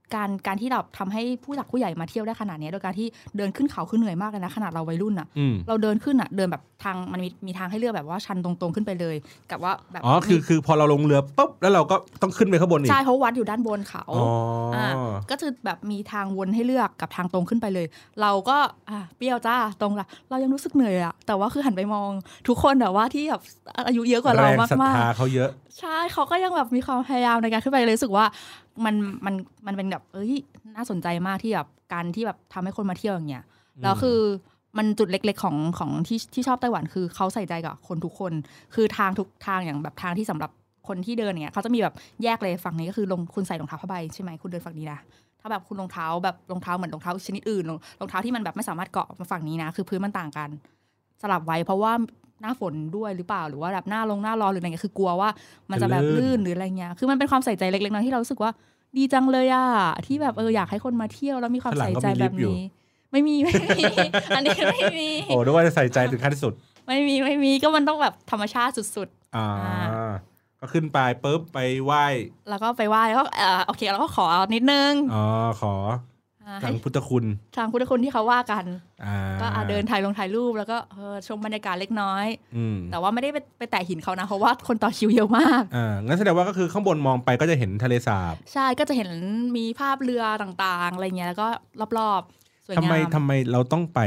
การที่เราทำให้ผู้หลักผู้ใหญ่มาเที่ยวได้ขนาดนี้โดยการที่เดินขึ้นเขาคือเหนื่อยมากเลยนะขนาดเราวัยรุ่นอ่ะเราเดินขึ้นอ่ะเดินแบบทางมันมีทางให้เลือกแบบว่าชันตรงๆขึ้นไปเลยกับว่าแบบคือพอเราลงเรือปุ๊บแล้วเราก็ต้องขึ้นไปข้างบนอีกใช่เพราะวัดอยู่ด้านบนเขาก็จะแบบมีทางวนให้เลือกกับทางตรงขึ้นไปเลยเราก็เปรี้ยวจ้าตรงละเรายังรู้สึกเหนื่อยอ่ะแต่ว่าคือหันไปมองทุกคนแบบว่าที่แบบอายุเยอะกว่าเรามากๆแรงศรัทธาเขาเยอะใช่เขาก็ยังแบบมีความพยายามในการขึ้นไปเลยรู้สึกว่ามันเป็นแบบน่าสนใจมากที่แบบการที่แบบทำให้คนมาเที่ยวอย่างเงี้ยแล้วคือมันจุดเล็กๆของที่ชอบไต้หวันคือเขาใส่ใจกับคนทุกคนคือทางทุกทางอย่างแบบทางที่สำหรับคนที่เดินเนี่ยเขาจะมีแบบแยกเลยฝั่งนี้ก็คือคุณใส่รองเท้าผ้าใบใช่ไหมคุณเดินฝั่งนี้นะถ้าแบบคุณรองเท้าแบบรองเท้าเหมือนรองเท้าชนิดอื่นรองเท้าที่มันแบบไม่สามารถเกาะมาฝั่งนี้นะคือพื้นมันต่างกันสลับไว้เพราะว่าหน้าฝนด้วยหรือเปล่าหรือว่าแบบหน้าร้อนหรืออะไรเงี้ยคือกลัวว่ามันจะแบบลื่นหรืออะไรเงี้ยคือมันเป็นความใส่ใจเล็กๆน้อยที่เรารู้สึกว่าดีจังเลยอ่ะที่แบบอยากให้คนมาเที่ยวแล้วมีความใส่ใจแบบนี้ไม่มีอันนี้ไม่มีโอ้ด้วยว่าจะใส่ใจถึงขั้นที่สุดไม่มีก็มันต้องแบบธรรมชาติสุดก็ขึ้นไปปุ๊บไปไหว้แล้วก็ไปไหว้ก็โอเคแล้วก็ขอนิดนึงขอทางพุทธคุณที่เขาว่ากันก็เดินถ่ายรูปแล้วก็ชมบรรยากาศเล็กน้อยแต่ว่าไม่ได้ไปแตะหินเขานะเพราะว่าคนต่อคิวเยอะมากงั้นแสดงว่าก็คือข้างบนมองไปก็จะเห็นทะเลสาบใช่ก็จะเห็นมีภาพเรือต่างๆอะไรเงี้ยแล้วก็รอบๆสวยงามทำไมเราต้องไป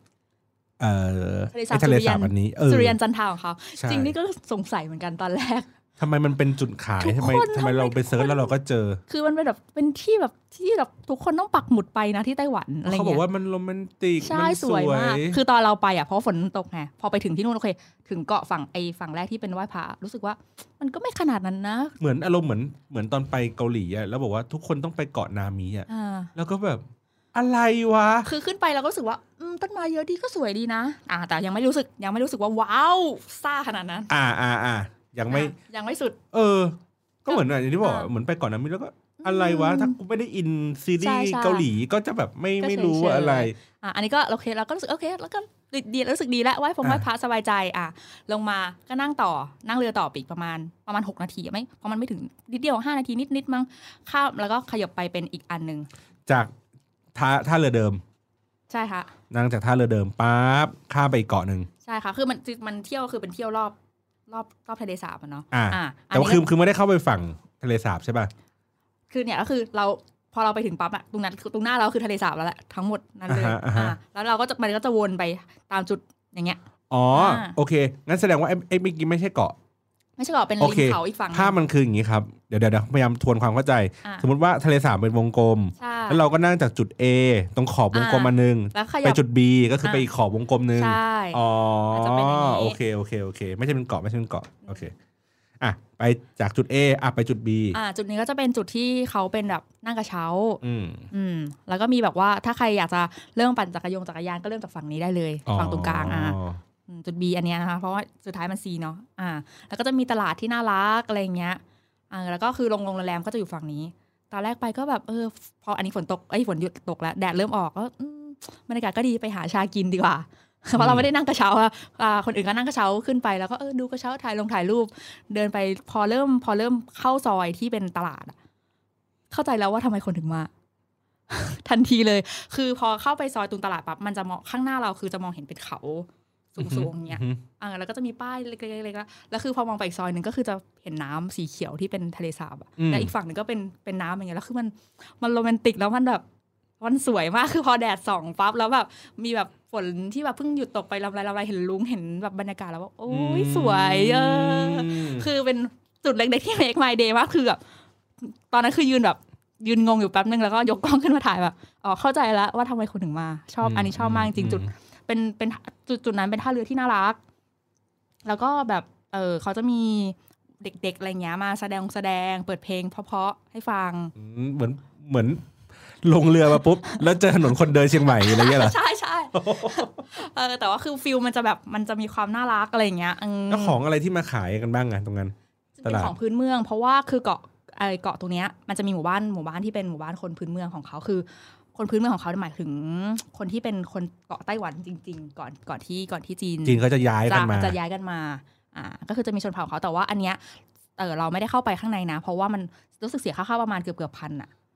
ทะเลสาบอันนี้สุริยันจันทราของเขาจริงนี่ก็สงสัยเหมือนกันตอนแรกทำไมมันเป็นจุดขายทำไมเราไปเซิร์ชแล้วเราก็เจอคือมันเป็นแบบเป็นที่แบบทุกคนต้องปักหมุดไปนะที่ไต้หวันอะไรเงี้ยเขาบอกว่ามันโรแมนติกมันสวยมากคือตอนเราไปเพราะฝนตกไงพอไปถึงที่นู่นโอเคถึงเกาะฝั่งแรกที่เป็นไหว้พระรู้สึกว่ามันก็ไม่ขนาดนั้นนะเหมือนอารมณ์เหมือนตอนไปเกาหลีแล้วบอกว่าทุกคนต้องไปเกาะนามิแล้วก็แบบอะไรวะคือขึ้นไปเราก็รู้สึกว่าต้นไม้เยอะดีก็สวยดีนะแต่ยังไม่รู้สึกว่าว้าวซ่าขนาดนั้นยังไม่สุดก็เหมือนอย่างที่บอกเหมือนไปก่อนนะมิแล้วก็อะไรวะถ้ากูไม่ได้อินซีรีส์เกาหลีก็จะแบบไม่รู้ว่าอะไรอันนี้ก็โอเคเราก็รู้สึกโอเคแล้วก็ดีรู้สึกดีแล้วไหว้พระสบายใจลงมาก็นั่งเรือต่อปีกประมาณ6 นาทีไม่เพราะมันไม่ถึงนิดเดียว5 นาทีนิดมั้งข้ามแล้วก็ขยับไปเป็นอีกอันนึงจากท่าเรือเดิมใช่ค่ะนั่งจากท่าเรือเดิมปั๊บข้ามไปอีกเกาะนึงใช่ค่ะคือมันเที่ยวคือเป็นเที่ยวรอบทะเลสาบเนาะแต่คือไม่ได้เข้าไปฝั่งทะเลสาบใช่ป่ะคือเนี่ยก็คือเราพอเราไปถึงปั๊บตรงหน้าเราคือทะเลสาบแล้วแหละทั้งหมดนั้นเลยแล้วเราก็มันก็จะวนไปตามจุดอย่างเงี้ยโอเคงั้นแสดงว่าไอ้เมื่อกี้ไม่ใช่เกาะเป็นริมเขาอีกฝั่งภาพมันคืออย่างนี้ครับเดี๋ยวพยายามทวนความเข้าใจสมมติว่าทะเลสาบเป็นวงกลมแล้วเราก็นั่งจากจุด A ตรงขอบวงกลมมานึงไปจุด B ก็คือไปอีกขอบวงกลมนึงโอเคไม่ใช่เป็นเกาะโอเคไปจากจุด A ไปจุด B จุดนี้ก็จะเป็นจุดที่เขาเป็นแบบนั่งกระเช้าแล้วก็มีแบบว่าถ้าใครอยากจะเริ่มปั่นจักรยานก็เริ่มจากฝั่งนี้ได้เลยฝั่งตรงกลางจุด B อันนี้นะคะเพราะว่าสุดท้ายมัน C เนาะแล้วก็จะมีตลาดที่น่ารักอะไรเงี้ยแล้วก็คือโรงแรมก็จะอยู่ฝั่งนี้ตอนแรกไปก็แบบพออันนี้ฝนหยุดตกแล้วแดดเริ่มออกก็บรรยากาศก็ดีไปหาชากินดีกว่าเพราะเราไม่ได้นั่งกระเช้าคนอื่นก็นั่งกระเช้าขึ้นไปแล้วก็ดูกระเช้าถ่ายรูปเดินไปพอเริ่มเข้าซอยที่เป็นตลาดเข้าใจแล้วว่าทำไมคนถึงมา ทันทีเลยคือพอเข้าไปซอยตรงตลาดปั๊บมันจะมองข้างหน้าเราคือจะมองเห็นเป็นเขาสูงๆอย่างเงี้ยแล้วก็จะมีป้ายเล็กๆแล้วคือพอมองไปอีกซอยนึงก็คือจะเห็นน้ำสีเขียวที่เป็นทะเลสาบและอีกฝั่งนึงก็เป็นน้ำอย่างเงี้ยแล้วคือมันโรแมนติกแล้วมันแบบมันสวยมากคือพอแดดส่องปั๊บแล้วแบบมีแบบฝนที่แบบเพิ่งหยุดตกไปลำไรเห็นลุงเห็นแบบบรรยากาศแล้วว่าโอ้ยสวยคือเป็นจุดเล็กๆที่ make my day มากคือแบบตอนนั้นคือยืนงงอยู่แป๊บนึงแล้วก็ยกกล้องขึ้นมาถ่ายแบบเข้าใจแล้วว่าทำไมคนถึงมาชอบอันนี้ชอบมากจริงจุดเป็นจุดนั้นเป็นท่าเรือที่น่ารักแล้วก็แบบเขาจะมีเด็กๆอะไรเงี้ยมาแสดงเปิดเพลงเพราะๆให้ฟังเหมือนลงเรือมาปุ๊บแล้วเจอถนนคนเดินเชียงใหม่อะไรเงี้ยเหรอใช่แต่ว่าคือฟิลมันจะแบบมันจะมีความน่ารักอะไรเงี้ยแล้วของอะไรที่มาขายกันบ้างตรงนั้นเป็นของพื้นเมืองเพราะว่าคือเกาะตรงเนี้ยมันจะมีหมู่บ้านที่เป็นหมู่บ้านคนพื้นเมืองของเขาคือคนพื้นเมืองของเขาหมายถึงคนที่เป็นคนเกาะไต้หวันจริงๆก่อนที่จีนเขาจะย้ายกันมาก็คือจะมีชนเผ่าเขาแต่ว่าอันเนี้ยเราไม่ได้เข้าไปข้างในนะเพราะว่ามันรู้สึกเสียค่าเข้าประมาณเกือบพัน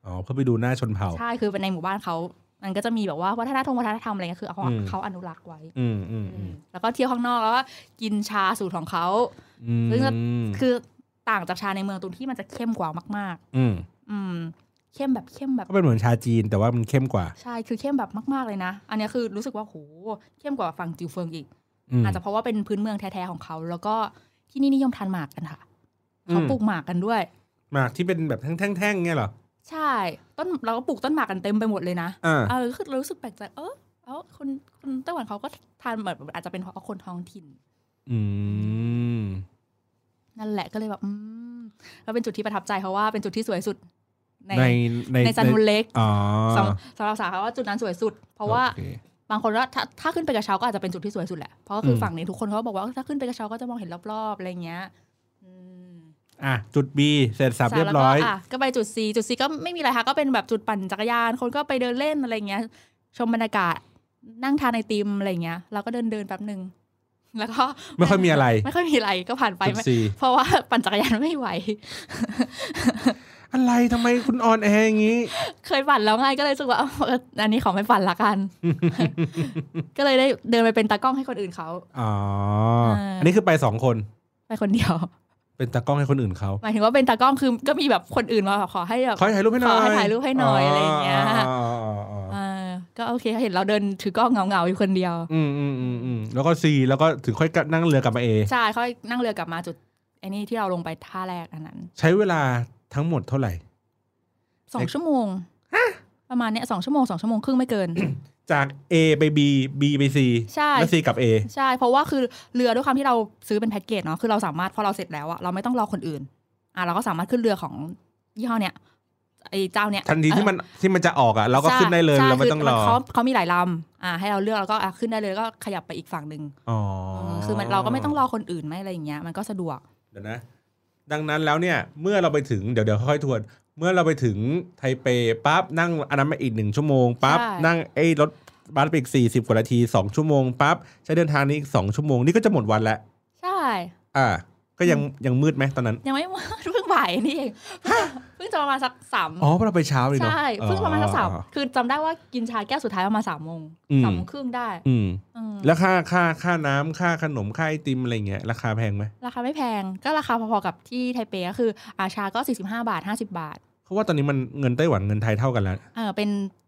อ๋อเพื่อไปดูหน้าชนเผ่าใช่คือในหมู่บ้านเขามันก็จะมีแบบว่าวัฒนธรรมอะไรเงี้ยคือเขาอนุรักษ์ไว้แล้วก็เที่ยวข้างนอกแล้วก็กินชาสูตรของเขาซึ่งคือต่างจากชาในเมืองตรงที่มันจะเข้มกว่ามากๆเข้มแบบก็เป็นเหมือนชาจีนแต่ว่ามันเข้มกว่าใช่คือเข้มแบบมากๆเลยนะอันนี้คือรู้สึกว่าโหเข้มกว่าฝั่งจิวเฟิงอีกอาจจะเพราะว่าเป็นพื้นเมืองแท้ๆของเขาแล้วก็ที่นี่นิยมทานหมากกันค่ะเขาปลูกหมากกันด้วยหมากที่เป็นแบบแท่งๆเงี้ยเหรอใช่ต้นเราก็ปลูกต้นหมากกันเต็มไปหมดเลยนะคือเรารู้สึกแปลกใจแล้วคนไต้หวันเขาก็ทานแบบอาจจะเป็นเพราะคนท้องถิ่นนั่นแหละก็เลยแบบแล้วเป็นจุดที่ประทับใจเพราะว่าเป็นจุดที่สวยสุดในซันมูนเล็กสำหรับสาวว่าจุดนั้นสวยสุดเพราะว่าบางคนว่าถ้าขึ้นไปกระเช้าก็อาจจะเป็นจุดที่สวยสุดแหละเพราะคือฝั่งนี้ทุกคนเขาบอกว่าถ้าขึ้นไปกระเช้าก็จะมองเห็นรอบๆอะไรเงี้ยจุด B เสร็จสับเรียบร้อยก็ไปจุด C จุด C ก็ไม่มีอะไรค่ะก็เป็นแบบจุดปั่นจักรยานคนก็ไปเดินเล่นอะไรเงี้ยชมบรรยากาศนั่งทานไอติมอะไรเงี้ยเราก็เดินแป๊บนึงแล้วก็ไม่ค่อยมีอะไรก็ผ่านไปเพราะว่าปั่นจักรยานไม่ไหวอะไรทำไมคุณออนแอร์อย่างงี้เคยปั่นแล้วไงก็เลยรู้สึกว่าอันนี้ขอไม่ปั่นละกัน ก็เลยได้เดินไปเป็นตากล้องให้คนอื่นเขาอันนี้คือไป2คนไปคนเดียวเป็นตากล้องให้คนอื่นเขาหมายถึงว่าเป็นตากล้องคือก็มีแบบคนอื่นมาขอให้แบบขอถ่ายรูปให้หน่อยอะไรอย่างเงี้ยก็โอเคเห็นเราเดินถือกล้องเงาๆอยู่คนเดียวแล้วก็ C แล้วก็ถึงค่อยนั่งเรือกลับมา A ใช่ค่อยนั่งเรือกลับมาจุดไอ้นี่ที่เราลงไปท่าแรกอันนั้นใช้เวลาทั้งหมดเท่าไหร่ 2 ชั่วโมงประมาณเนี้ย2 ชั่วโมง2 ชั่วโมงครึ่งไม่เกินจาก A ไป B B ไป C แล้ว C กลับ A ใช่เพราะว่าคือเรือด้วยความที่เราซื้อเป็นแพ็คเกจเนาะคือเราสามารถพอเราเสร็จแล้วอะเราไม่ต้องรอคนอื่นเราก็สามารถขึ้นเรือของยี่ห้อเนี้ยไอ้เจ้าเนี้ยทันทีที่มันจะออกอะเราก็ขึ้นได้เลยเราไม่ต้องรอเขามีหลายลำให้เราเลือกแล้วก็ขึ้นได้เลยก็ขยับไปอีกฝั่งนึงคือเราก็ไม่ต้องรอคนอื่นไม่อะไรอย่างเงี้ยมันก็สะดวกเดี๋ยวนะดังนั้นแล้วเนี่ยเมื่อเราไปถึงเดี๋ยวค่อยๆทวนเมื่อเราไปถึงไทเปปั๊บนั่งอันนั้นมาอีก1 ชั่วโมงปั๊บนั่งรถบัสไปอีก40 กว่านาที2 ชั่วโมงปั๊บใช้เดินทางนี้อีก2 ชั่วโมงนี่ก็จะหมดวันแล้วใช่ก็ยังมืดไหมตอนนั้นยังไม่มืดเพิ่งบ่ายนี่เองเพิ่งจะประมาณสัก3 เพราะเราไปเช้าเลยเนาะใช่เพิ่งประมาณสัก3คือจำได้ว่ากินชาแก้วสุดท้ายประมาณ3 โมง3 โมงครึ่งได้แล้วค่าน้ำค่าขนมค่าไอติมอะไรเงี้ยราคาแพงไหมราคาไม่แพงก็ราคาพอๆกับที่ไทเปก็คือชาก็45 บาท50 บาทเพราะว่าตอนนี้มันเงินไต้หวันเงินไทยเท่ากันแล้วเป็น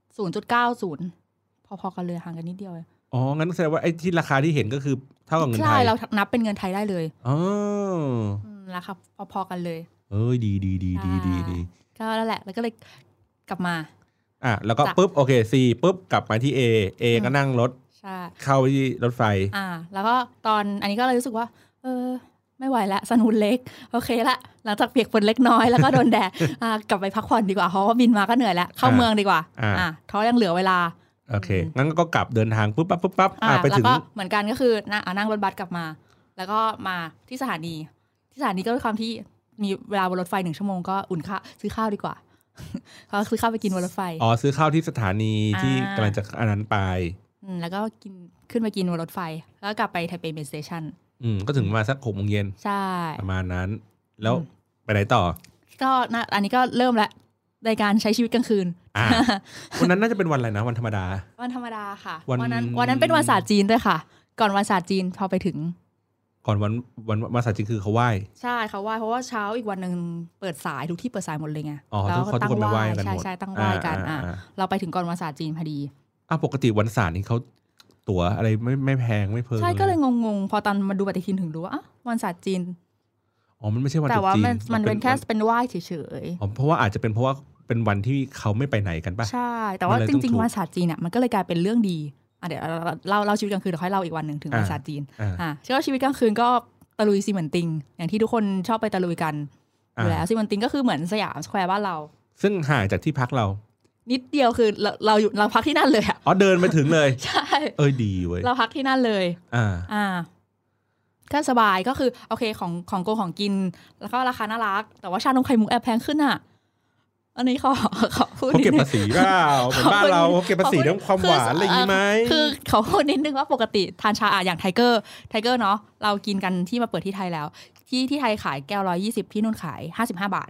0.90 พอๆกันเลยห่างกันนิดเดียวงั้นแสดงว่าไอ้ที่ราคาที่เห็นก็คือเท่ากับเงินไทยใช่เรานับเป็นเงินไทยได้เลยราคาพอๆกันเลยดีก็นั่นแหละแล้วก็เลยกลับมาแล้วก็ปุ๊บโอเค C ปุ๊บกลับมาที่ A ก็นั่งรถเข้าที่รถไฟแล้วก็ตอนอันนี้ก็เลยรู้สึกว่าไม่ไหวละสนุนเล็กโอเคละหลังจากเปียกฝนเล็กน้อยแล้วก็โดนแดดกลับไปพักผ่อนดีกว่าเพราะว่าบินมาก็เหนื่อยแล้วเข้าเมืองดีกว่าเพราะยังเหลือเวลาโอเคงั้นก็กลับเดินทางปุ๊บปั๊บไปถึงแล้วก็เหมือนกันก็คือนั่งรถบัสกลับมาแล้วก็มาที่สถานีก็ด้วยความที่มีเวลาบนรถไฟ1 ชั่วโมงก็อุ่นข้าวซื้อข้าวดีกว่าเขาซื้อข้าวไปกินบนรถไฟซื้อข้าวที่สถานีที่กำลังจะอันนั้นไปแล้วก็กินขึ้นไปกินบนรถไฟแล้วกลับไปไทเปเมนสเตชันก็ถึงมาสัก6 โมงเย็นใช่ประมาณนั้นแล้วไปไหนต่อก็อันนี้ก็เริ่มแล้วในการใช้ชีวิตกลางคืนวันนั้นน่าจะเป็นวันอะไรนะวันธรรมดาค่ะวันนั้นเป็นวันศาสตร์จีนด้วยค่ะก่อนวันศาสตร์จีนพอไปถึงก่อนวันศาสตร์จีนคือเขาไหว้ใช่เขาไหว้เพราะว่าเช้าอีกวันนึงเปิดสายทุกที่เปิดสายหมดเลยไงแล้วเขาตั้งไหว้กันหมดใช่ตั้งไหว้กันเราไปถึงก่อนวันศาสตร์จีนพอดีปกติวันศาสตร์นี่เขาตั๋วอะไรไม่แพงไม่เพิ่มใช่ก็เลยงงพอตอนมาดูปฏิทินถึงรู้ว่าวันศาสตร์จีนมันไม่ใช่วันแต่ว่ามันเป็นแค่เป็นไหว้เฉยๆเพราะว่าอาจจะเป็นเพราะว่าเป็นวันที่เขาไม่ไปไหนกันป่ะใช่แต่ว่าจริงๆวันศาสตร์จีนเนี่ยมันก็เลยกลายเป็นเรื่องดีเดี๋ยวเราชีวิตกลางคืนเดี๋ยวค่อยเล่าอีกวันนึงถึงวันศาสตร์จีนก็ชีวิตกลางคืนก็ตะลุยซีเหมือนติงอย่างที่ทุกคนชอบไปตะลุยกันอยู่แล้วซีเหมือนติงก็คือเหมือนสยามสแควร์บ้านเราซึ่งห่างจากที่พักเรานิดเดียวคือเราพักที่นั่นเลยเดินไปถึงเลยใช่ดีเว้ยเราพักที่นั่นเลยก็สบายก็คือโอเคของโกของกินแล้วก็ราคาน่ารักแต่ว่าชานมไข่มุกแอบแพงขึ้นอันนี้เขาพูดเขาเก็บภาษีเปล่าเหมือนบ้านเราเขาเก็บภาษีเรื่องความหวานอะไรอย่างนี้ไหมคือเขาพูดนิดนึงว่าปกติทานชาอย่างไทเกอร์เนาะเรากินกันที่มาเปิดที่ไทยแล้วที่ไทยขายแก้ว120ที่นู่นขาย55 บาท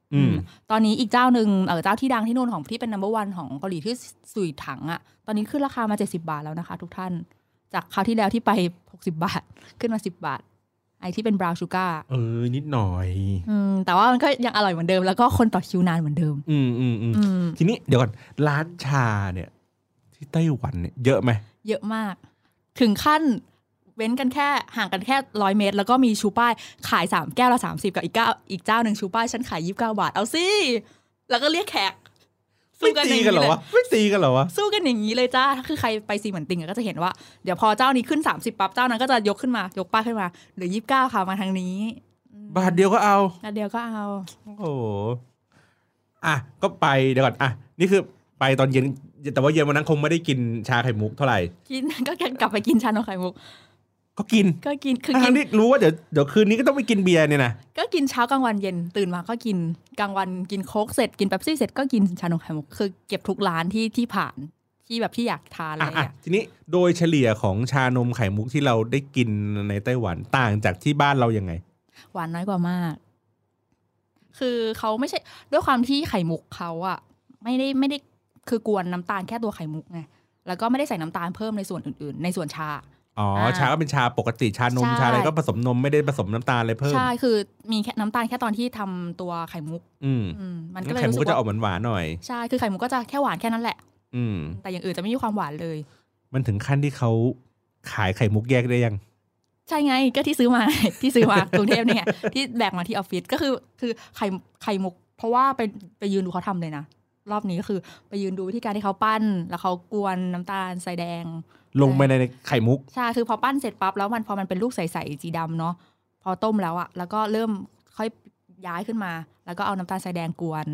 ตอนนี้อีกเจ้านึงเจ้าที่ดังที่นู่นของที่เป็น number 1 ของเกาหลีที่สุยถังอ่ะตอนนี้ขึ้นราคามา70 บาทแล้วนะคะทุกท่านจากคราวที่แล้วที่ไป60 บาทขึ้นมา10 บาทไอที่เป็นบราวน์ชูการ์นิดหน่อยแต่ว่ามันก็ยังอร่อยเหมือนเดิมแล้วก็คนต่อคิวนานเหมือนเดิมทีนี้เดี๋ยวก่อนร้านชาเนี่ยที่ไต้หวันเนี่ยเยอะไหมเยอะมากถึงขั้นเว้นกันแค่ห่างกันแค่100 เมตรแล้วก็มีชูป้ายขาย3แก้วละ30กับอีกเจ้านึงชูป้ายฉันขาย29 บาทเอาสิแล้วก็เรียกแขกสู้กันอย่างนี้เหรอวะไม่ตีกันเหรอวะสู้กันอย่างนี้เลยจ้าคือใครไปซีเหมือนติงก็จะเห็นว่าเดี๋ยวพอเจ้านี้ขึ้น30ปั๊บเจ้านั้นก็จะยกป้ายขึ้นมาเหลือ29ค่ะมาทางนี้บาทเดียวก็เอาโอ้โหก็ไปเดี๋ยวก่อนนี่คือไปตอนเย็นแต่ว่าเย็นวันนั้นคงไม่ได้กินชาไข่มุกเท่าไหร่กินก็กลับไปกินชานมไข่มุกก็กินคือกินนี่รู้ว่าเดี๋ยวคืนนี้ก็ต้องไปกินเบียร์เนี่ยนะก็กินเช้ากลางวันเย็นตื่นมาก็กินกลางวันกินโค้กเสร็จกินเป๊ปซี่เสร็จก็กินชานมไข่มุกคือเก็บทุกร้านที่ผ่านที่แบบที่อยากทานอะไรอย่างเงี้ยทีนี้โดยเฉลี่ยของชานมไข่มุกที่เราได้กินในไต้หวันต่างจากที่บ้านเรายังไงหวานน้อยกว่ามากคือเขาไม่ใช่ด้วยความที่ไข่มุกเขาอะไม่ได้คือกวนน้ำตาลแค่ตัวไข่มุกไงแล้วก็ไม่ได้ใส่น้ำตาลเพิ่มในส่วนอื่นๆในส่วนชาชาก็เป็นชาปกติชานมชาอะไรก็ผสมนมไม่ได้ผสมน้ำตาลอะไรเพิ่มใช่คือมีแค่น้ำตาลแค่ตอนที่ทำตัวไข่มุกมันก็เลยไข่มุกก็จะออกหวานๆหน่อยใช่คือไข่มุกก็จะแค่หวานแค่นั้นแหละแต่อย่างอื่นจะไม่มีความหวานเลยมันถึงขั้นที่เขาขายไข่มุกแยกได้ยังใช่ไงก็ที่ซื้อมากรุงเทพเนี่ยที่แบกมาที่ออฟฟิศก็คือไข่มุกเพราะว่าไปยืนดูเขาทำเลยนะรอบนี้ก็คือไปยืนดูวิธีการที่เขาปั้นแล้วเขากวนน้ำตาลทรายแดงลงไปในไข่มุกใช่คือพอปั้นเสร็จปั๊บแล้วพอมันเป็นลูกใสๆสีดำเนาะพอต้มแล้วอะแล้วก็เริ่มค่อยย้ายขึ้นมาแล้วก็เอาน้ำตาลทรายแดงกวน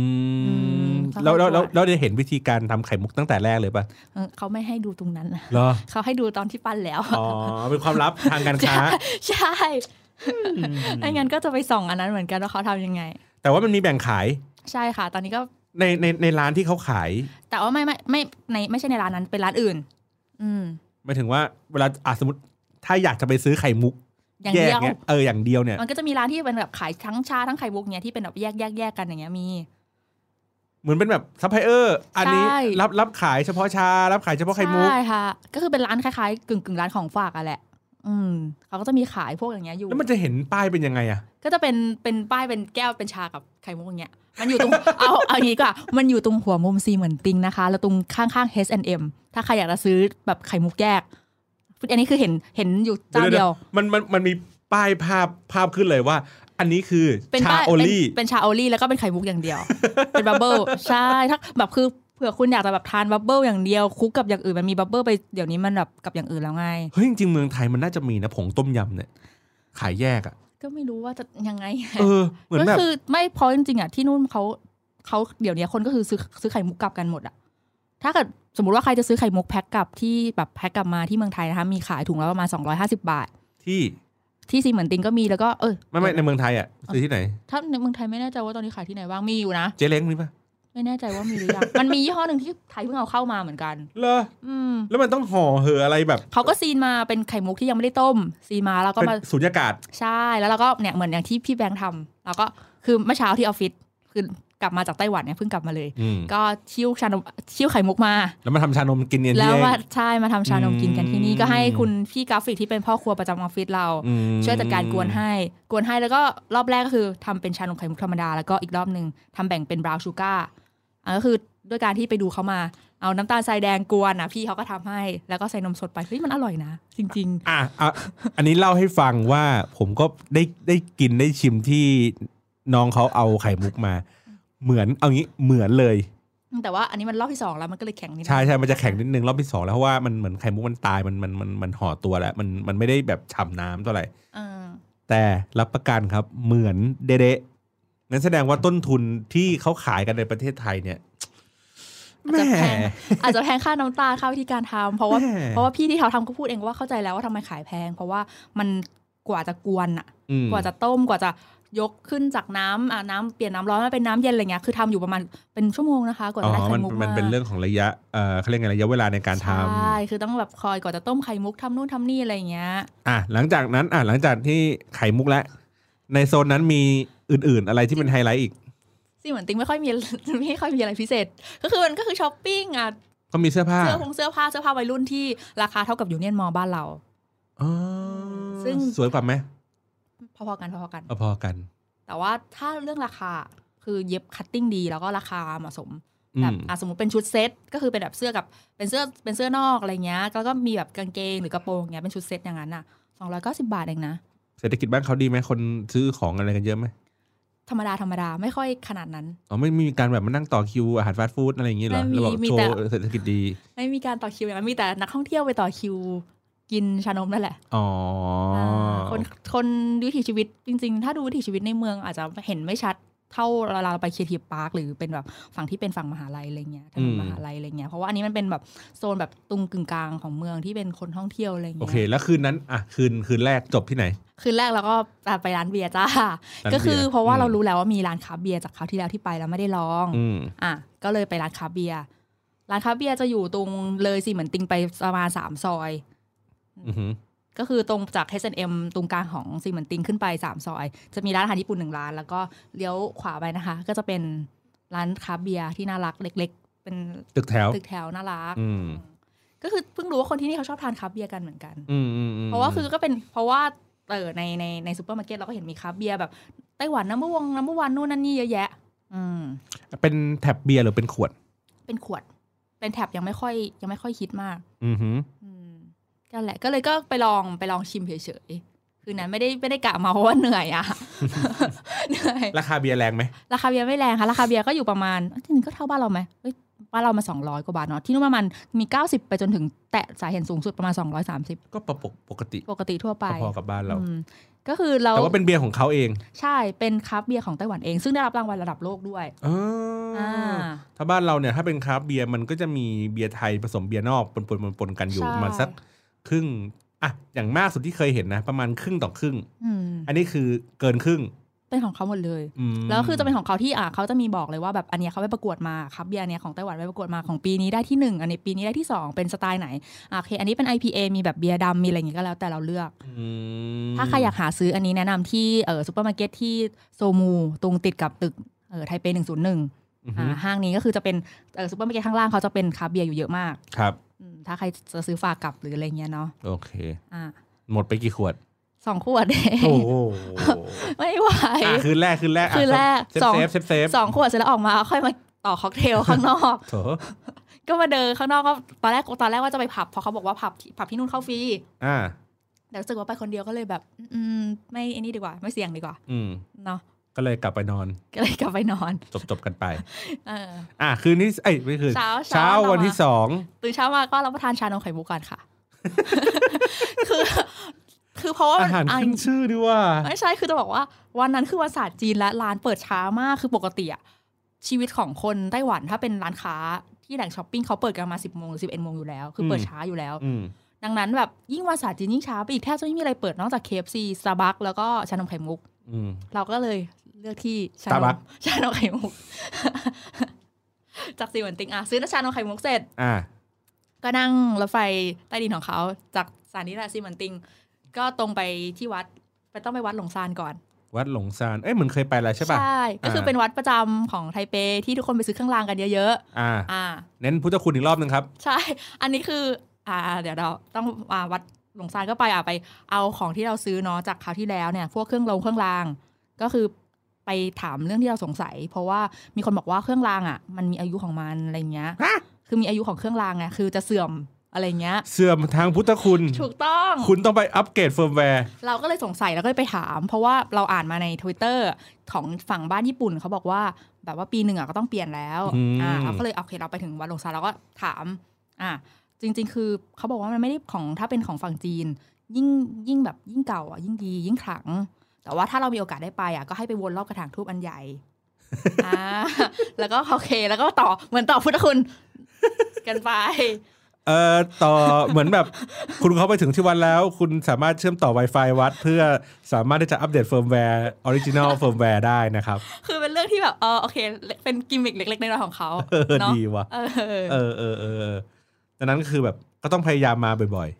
แล้วได้เห็นวิธีการทำไข่มุกตั้งแต่แรกเลยป่ะเขาไม่ให้ดูตรงนั้นเหรอเขาให้ดูตอนที่ปั้นแล้วเป็นความลับทางการค้าใช่ไม่งั้นก็จะไปส่องอันนั้นเหมือนกันว่าเขาทำยังไงแต่ว่ามันมีแบ่งขายใช่ค่ะตอนนี้ก็ในร้านที่เขาขายแต่ว่าไม่ใช่ในร้านนั้นเป็นร้านอื่นหมายถึงว่าเวลาสมมติถ้าอยากจะไปซื้อไข่มุกอย่างเดียวอย่างเดียวเนี่ยมันก็จะมีร้านที่เป็นแบบขายทั้งชาทั้งไข่มุกเนี่ยที่เป็นแบบแยกกันอย่างเงี้ยมีเหมือนเป็นแบบซัพพลายเออร์อันนี้รับขายเฉพาะชารับขายเฉพาะไข่มุกใช่ค่ะก็คือเป็นร้านคล้ายๆกึ่งร้านของฝากอะแหละเขาก็จะมีขายพวกอย่างเงี้ยอยู่แล้วมันจะเห็นป้ายเป็นยังไงอะก็จะเป็นป้ายเป็นแก้วเป็นชากับไข่มุกอย่างเงี้ยมันอยู่ตรงเอาอย่างงี้ก่อนมันอยู่ตรงหัวมุมซีเหมือนติงนะคะแล้วตรงข้างๆ H&M ถ้าใครอยากจะซื้อแบบไข่มุกแยกอันนี้คือเห็นอยู่เจ้าเดียวมันมีป้ายภาพขึ้นเลยว่าอันนี้คือชาโอลี่เป็นชาโอลี่แล้วก็เป็นไข่มุกอย่างเดียวเป็นบับเบิ้ลใช่ถ้าแบบคือเผื่อคุณอยากจะแบบทานบับเบิ้ลอย่างเดียวคุกกับอย่างอื่นมันมีบับเบิ้ลไปเดี๋ยวนี้มันแบบกับอย่างอื่นแล้วไงเฮ้ยจริงๆเมืองไทยมันน่าจะมีนะผงต้มยำเนี่ยขายแยกอ่ะก็ไม่รู้ว่าจะยังไงเหมือนแบบก็คือไม่พอจริงๆอ่ะที่นู่นเขาเดี๋ยวนี้คนก็คือซื้อไข่มุกกลับกันหมดอ่ะถ้าเกิดสมมติว่าใครจะซื้อไข่มุกแพ็คกลับที่แบบแพ็คกลับมาที่เมืองไทยนะคะมีขายถุงละประมาณ250 บาทที่ซีเหมือนติงก็มีแล้วก็ไม่ในเมืองไทยอ่ะซื้อที่ไหนถ้าในเมืองไทยไม่แน่ใจว่าตอนนี้ขายที่ไหนบ้างมีอยู่นะเจ๊เล้งมีป่ะไม่แน่ใจว่ามีหรือยังมันมียี่ห้อหนึ่งที่ไทยเพิ่งเอาเข้ามาเหมือนกันเหรอแล้วมันต้องห่อเหอะอะไรแบบเขาก็ซีนมาเป็นไข่มุกที่ยังไม่ได้ต้มซีนมาแล้วก็มาสุญญากาศใช่แล้วเราก็เนี่ยเหมือนอย่างที่พี่แบงค์ทำแล้วก็คือเมื่อเช้าที่ออฟฟิศคือกลับมาจากไต้หวันเนี่ยเพิ่งกลับมาเลยก็ชิ่วไข่มุกมาแล้วมาทำชานมกินกันแล้วใช่มาทำชานมกินกันที่นี่ก็ให้คุณพี่กราฟิกที่เป็นพ่อครัวประจำออฟฟิศเราช่วยจัดการกวนให้แล้วก็รอบแรกก็คือทำเป็นชานมไข่มุกธรรมดาแล้วก็อีกรอบนึงทำแบ่งเป็นบราวน์ชูการ์ก็คือด้วยการที่ไปดูเขามาเอาน้ำตาลทรายแดงกวนพี่เขาก็ทำให้แล้วก็ใส่นมสดไปเฮ้ยมันอร่อยนะจริงๆอันนี้เล่าให้ฟังว่าผมก็ได้กินได้ชิมที่น้องเขาเอาไข่มุกมาเหมือนเอางี้เหมือนเลยแต่ว่าอันนี้มันรอบที่2แล้วมันก็เลยแข็งนิดนึงใช่มันจะแข็งนิดนึงรอบที่2แล้วเพราะว่ามันเหมือนไข่มุกมันตายมันห่อตัวแล้วมันไม่ได้แบบฉ่ำน้ำเท่าไหร่แต่รับประกันครับเหมือนเดะงั้นแสดงว่าต้นทุนที่เขาขายกันในประเทศไทยเนี่ยอาจจะแพงค่าน้ำตาลค่าวิธีการทำเพราะว่าพี่ที่เขาทำก็พูดเองว่าเข้าใจแล้วว่าทำไมขายแพงเพราะว่ามันกว่าจะกวนกว่าจะต้มกว่าจะยกขึ้นจากน้ำเปลี่ยนน้ำร้อนมาเป็นน้ำเย็นอะไรเงี้ยคือทำอยู่ประมาณเป็นชั่วโมงนะคะกว่าจะได้ไข่มุกมันเป็นเรื่องของระยะเขาเรียกไงระยะเวลาในการทำใช่คือต้องแบบคอยกว่าจะต้มไข่มุกทำนู่นทำนี่อะไรเงี้ยหลังจากที่ไข่มุกแล้วในโซนนั้นมีอื่นๆอะไรที่เป็นไฮไลท์อีกซีเหมือนติงไม่ค่อยมีอะไรพิเศษก็คือมันก็คือช้อปปิ้งอ่ะก็มีเสื้อผ้าวัยรุ่นที่ราคาเท่ากับยูเนียนมอลล์บ้านเราซึ่งสวยกว่าไหมพอๆกันแต่ว่าถ้าเรื่องราคาคือเย็บคัตติ้งดีแล้วก็ราคาเหมาะสมแบบสมมุติเป็นชุดเซ็ตก็คือเป็นแบบเสื้อกับเป็นเสื้อนอกอะไรเงี้ยแล้วก็มีแบบกางเกงหรือกระโปรงเงี้ยเป็นชุดเซ็ตอย่างนั้นน่ะ290 บาทเองนะเศรษฐกิจบ้านเขาดีไหมคนซื้อของอะไรกันเยอะไหมธรรมดาไม่ค่อยขนาดนั้นไม่มีการแบบมานั่งต่อคิวอาหารฟาสต์ฟู้ดอะไรอย่างงี้เหรอแล้วบอกโชว์เศรษฐกิจดีไม่มีการต่อคิวอย่างนั้นมีแต่นักท่องเที่ยวไปต่อคิวกินชานมนั่นแหละคนวิถีชีวิตจริงๆถ้าดูวิถีชีวิตในเมืองอาจจะเห็นไม่ชัดเท่าเราไปครีเอทีฟพาร์คหรือเป็นแบบฝั่งที่เป็นฝั่งมหาลัยอะไรเงี้ยถนนมหาลัยอะไรเงี้ยเพราะว่าอันนี้มันเป็นแบบโซนแบบตรงกึ่งกลางของเมืองที่เป็นคนท่องเที่ยวอะไรเงี้ยโอเคแล้วคืนนั้นคืนแรกจบที่ไหนคืนแรกเราก็ไปร้านเบียร์จ้าก็คือเพราะว่าเรารู้แล้วว่ามีร้านคราฟต์เบียร์จากคราวที่แล้วที่ไปแล้วไม่ได้ลองก็เลยไปร้านคราฟต์เบียร์จะอยู่ตรงเลยสิเหมือนติงไปประมาณ3 ซอยก็คือตรงจาก H&M ตรงกลางของซีเหมือนติงขึ้นไป3 ซอยจะมีร้านอาหารญี่ปุ่น1 ร้านแล้วก็เลี้ยวขวาไปนะคะก็จะเป็นร้านคราฟต์เบียร์ที่น่ารักเล็กๆเป็นตึกแถวน่ารักก็คือเพิ่งรู้ว่าคนที่นี่เขาชอบทานคราฟต์เบียร์กันเหมือนกันเพราะว่าคือก็เป็นเพราะว่าในซูเปอร์มาร์เก็ตเราก็เห็นมีคราฟต์เบียร์แบบไต้หวันน้ำมันนู่นนั่นนี่เยอะแยะเป็นแท็บเบียร์หรือเป็นขวดเป็นขวดเป็นแท็บยังไม่ค่อยฮิตมากนั่นแหละก็เลยก็ไปลองชิมเฉยๆคือนั้นไม่ได้กะมาเพราะว่าเหนื่อยอะเหนื่อยราคาเบียร์แรงไหมราคาเบียร์ไม่แรงค่ะราคาเบียร์ก็อยู่ประมาณที่นี่ก็เท่าบ้านเราไหมบ้านเรามา200 กว่าบาทเนาะที่นู่นประมาณมี90ไปจนถึงแตะสายเห็นสูงสุดประมาณ230 ก็ปกติทั่วไปพอกับบ้านเราก็คือเราแต่ว่าเป็นเบียร์ของเขาเองใช่เป็นคราฟต์เบียร์ของไต้หวันเองซึ่งได้รับรางวัลระดับโลกด้วยถ้าบ้านเราเนี่ยถ้าเป็นคราฟต์เบียร์มันก็จะมีเบียร์ไทยผสมเบียร์นอกปนกันอยู่มาสักครึ่งอย่างมากสุดที่เคยเห็นนะประมาณครึ่งต่อครึ่งอันนี้คือเกินครึ่งเป็นของเขาหมดเลยแล้วคือจะเป็นของเขาที่เขาจะมีบอกเลยว่าแบบอันนี้เขาไปประกวดมาครับเบียร์เนี้ยของไต้หวันไปประกวดมาของปีนี้ได้ที่1อันนี้ปีนี้ได้ที่2เป็นสไตล์ไหนโอเคอันนี้เป็น IPA มีแบบเบียร์ดำมีอะไรอย่างงี้ก็แล้วแต่เราเลือกถ้าใครอยากหาซื้ออันนี้แนะนำที่ซุปเปอร์มาร์เก็ตที่โซมูตรงติดกับตึกไทเป101ห้างนี้ก็คือจะเป็นซุปเปอร์มาร์เก็ตข้างล่างเขาจะเป็นคราฟต์เบียร์อยู่เยอะมากครับถ้าใครจะซื้อฝากกลับหรืออะไรเงี้ยเนาะโอเคหมดไปกี่ขวด 2 ขวดเองโอ้โหไม่ไหวคืนแรก 2 ขวดเสร็จแล้วออกมาค่อยมาต่อค็อกเทลข้างนอกก็มาเดินข้างนอกก็ตอนแรกว่าจะไปผับเพราะเขาบอกว่าผับที่นู่นเข้าฟรีแต่รู้สึกว่าไปคนเดียวก็เลยแบบไม่ไอ้นี่ดีกว่าไม่เสี่ยงดีกว่าเนาะก็เลยกลับไปนอนจบกันไปคืนนี้ไม่คืนเช้าวันที่2 ตื่นเช้ามาก็รับประทานชานมไข่มุกกันค่ะคือเพราะว่าอาหารขึ้นชื่อด้วยว่าไม่ใช่คือจะบอกว่าวันนั้นคือวันศาสตร์จีนและร้านเปิดช้ามากคือปกติอะชีวิตของคนไต้หวันถ้าเป็นร้านค้าที่แหล่งช้อปปิ้งเขาเปิดกันมา 10 โมงหรือ 11 โมงอยู่แล้วคือเปิดช้าอยู่แล้วดังนั้นแบบยิ่งวันศาสตร์จีนยิ่งช้าไปอีกแทบจะไม่มีอะไรเปิดนอกจาก KFC Starbucks แล้วก็ชานมไข่มุกเราก็เลยเลือกที่ชานมไข่มุกจากซีเหมือนติงซื้อชานมไข่มุกเสร็จก็นั่งรถไฟใต้ดินของเขาจากสถานีซีเหมือนติงก็ตรงไปที่วัดต้องไปวัดหลงซานก่อนวัดหลงซานเหมือนเคยไปแล้วใช่ป่ะใช่ก็คือเป็นวัดประจำของไทเปที่ทุกคนไปซื้อเครื่องรางกันเยอะๆเน้นพุทธคุณอีกรอบนึงครับใช่อันนี้คือเดี๋ยวเราต้องวัดหลงซานก็ไปเอาของที่เราซื้อเนาะจากคราวที่แล้วเนี่ยพวกเครื่องรางก็คือไปถามเรื่องที่เราสงสัยเพราะว่ามีคนบอกว่าเครื่องรางมันมีอายุของมันอะไรเงี้ยคือมีอายุของเครื่องรางไงคือจะเสื่อมอะไรเงี้ยเสื่อมทางพุทธคุณถูกต้องคุณต้องไปอัปเกรดเฟิร์มแวร์เราก็เลยสงสัยแล้วก็เลยไปถามเพราะว่าเราอ่านมาใน Twitter ของฝั่งบ้านญี่ปุ่นเขาบอกว่าแบบว่าปีนึงก็ต้องเปลี่ยนแล้วเราก็เลยโอเคเราไปถึงวัดหลงซานเราก็ถามจริงๆคือเขาบอกว่ามันไม่ได้ของถ้าเป็นของฝั่งจีนยิ่งแบบยิ่งเก่ายิ่งดียิ่งขลังแต่ว่าถ้าเรามีโอกาสได้ไปก็ให้ไปวนรอบกระถางทูบอันใหญ่แล้วก็โอเคแล้วก็ต่อเหมือนต่อพุทธคุณกันไปต่อเหมือนแบบคุณเข้าไปถึงที่วัดแล้วคุณสามารถเชื่อมต่อ Wi-Fi วัดเพื่อสามารถที่จะอัปเดตเฟิร์มแวร์ออริจินัลเฟิร์มแวร์ได้นะครับคือเป็นเรื่องที่แบบโอเคเป็นกิมมิคเล็กๆน้อยๆของเขาเนาะดีว่ะดังนั้นคือแบบก็ต้องพยายามมาบ่อย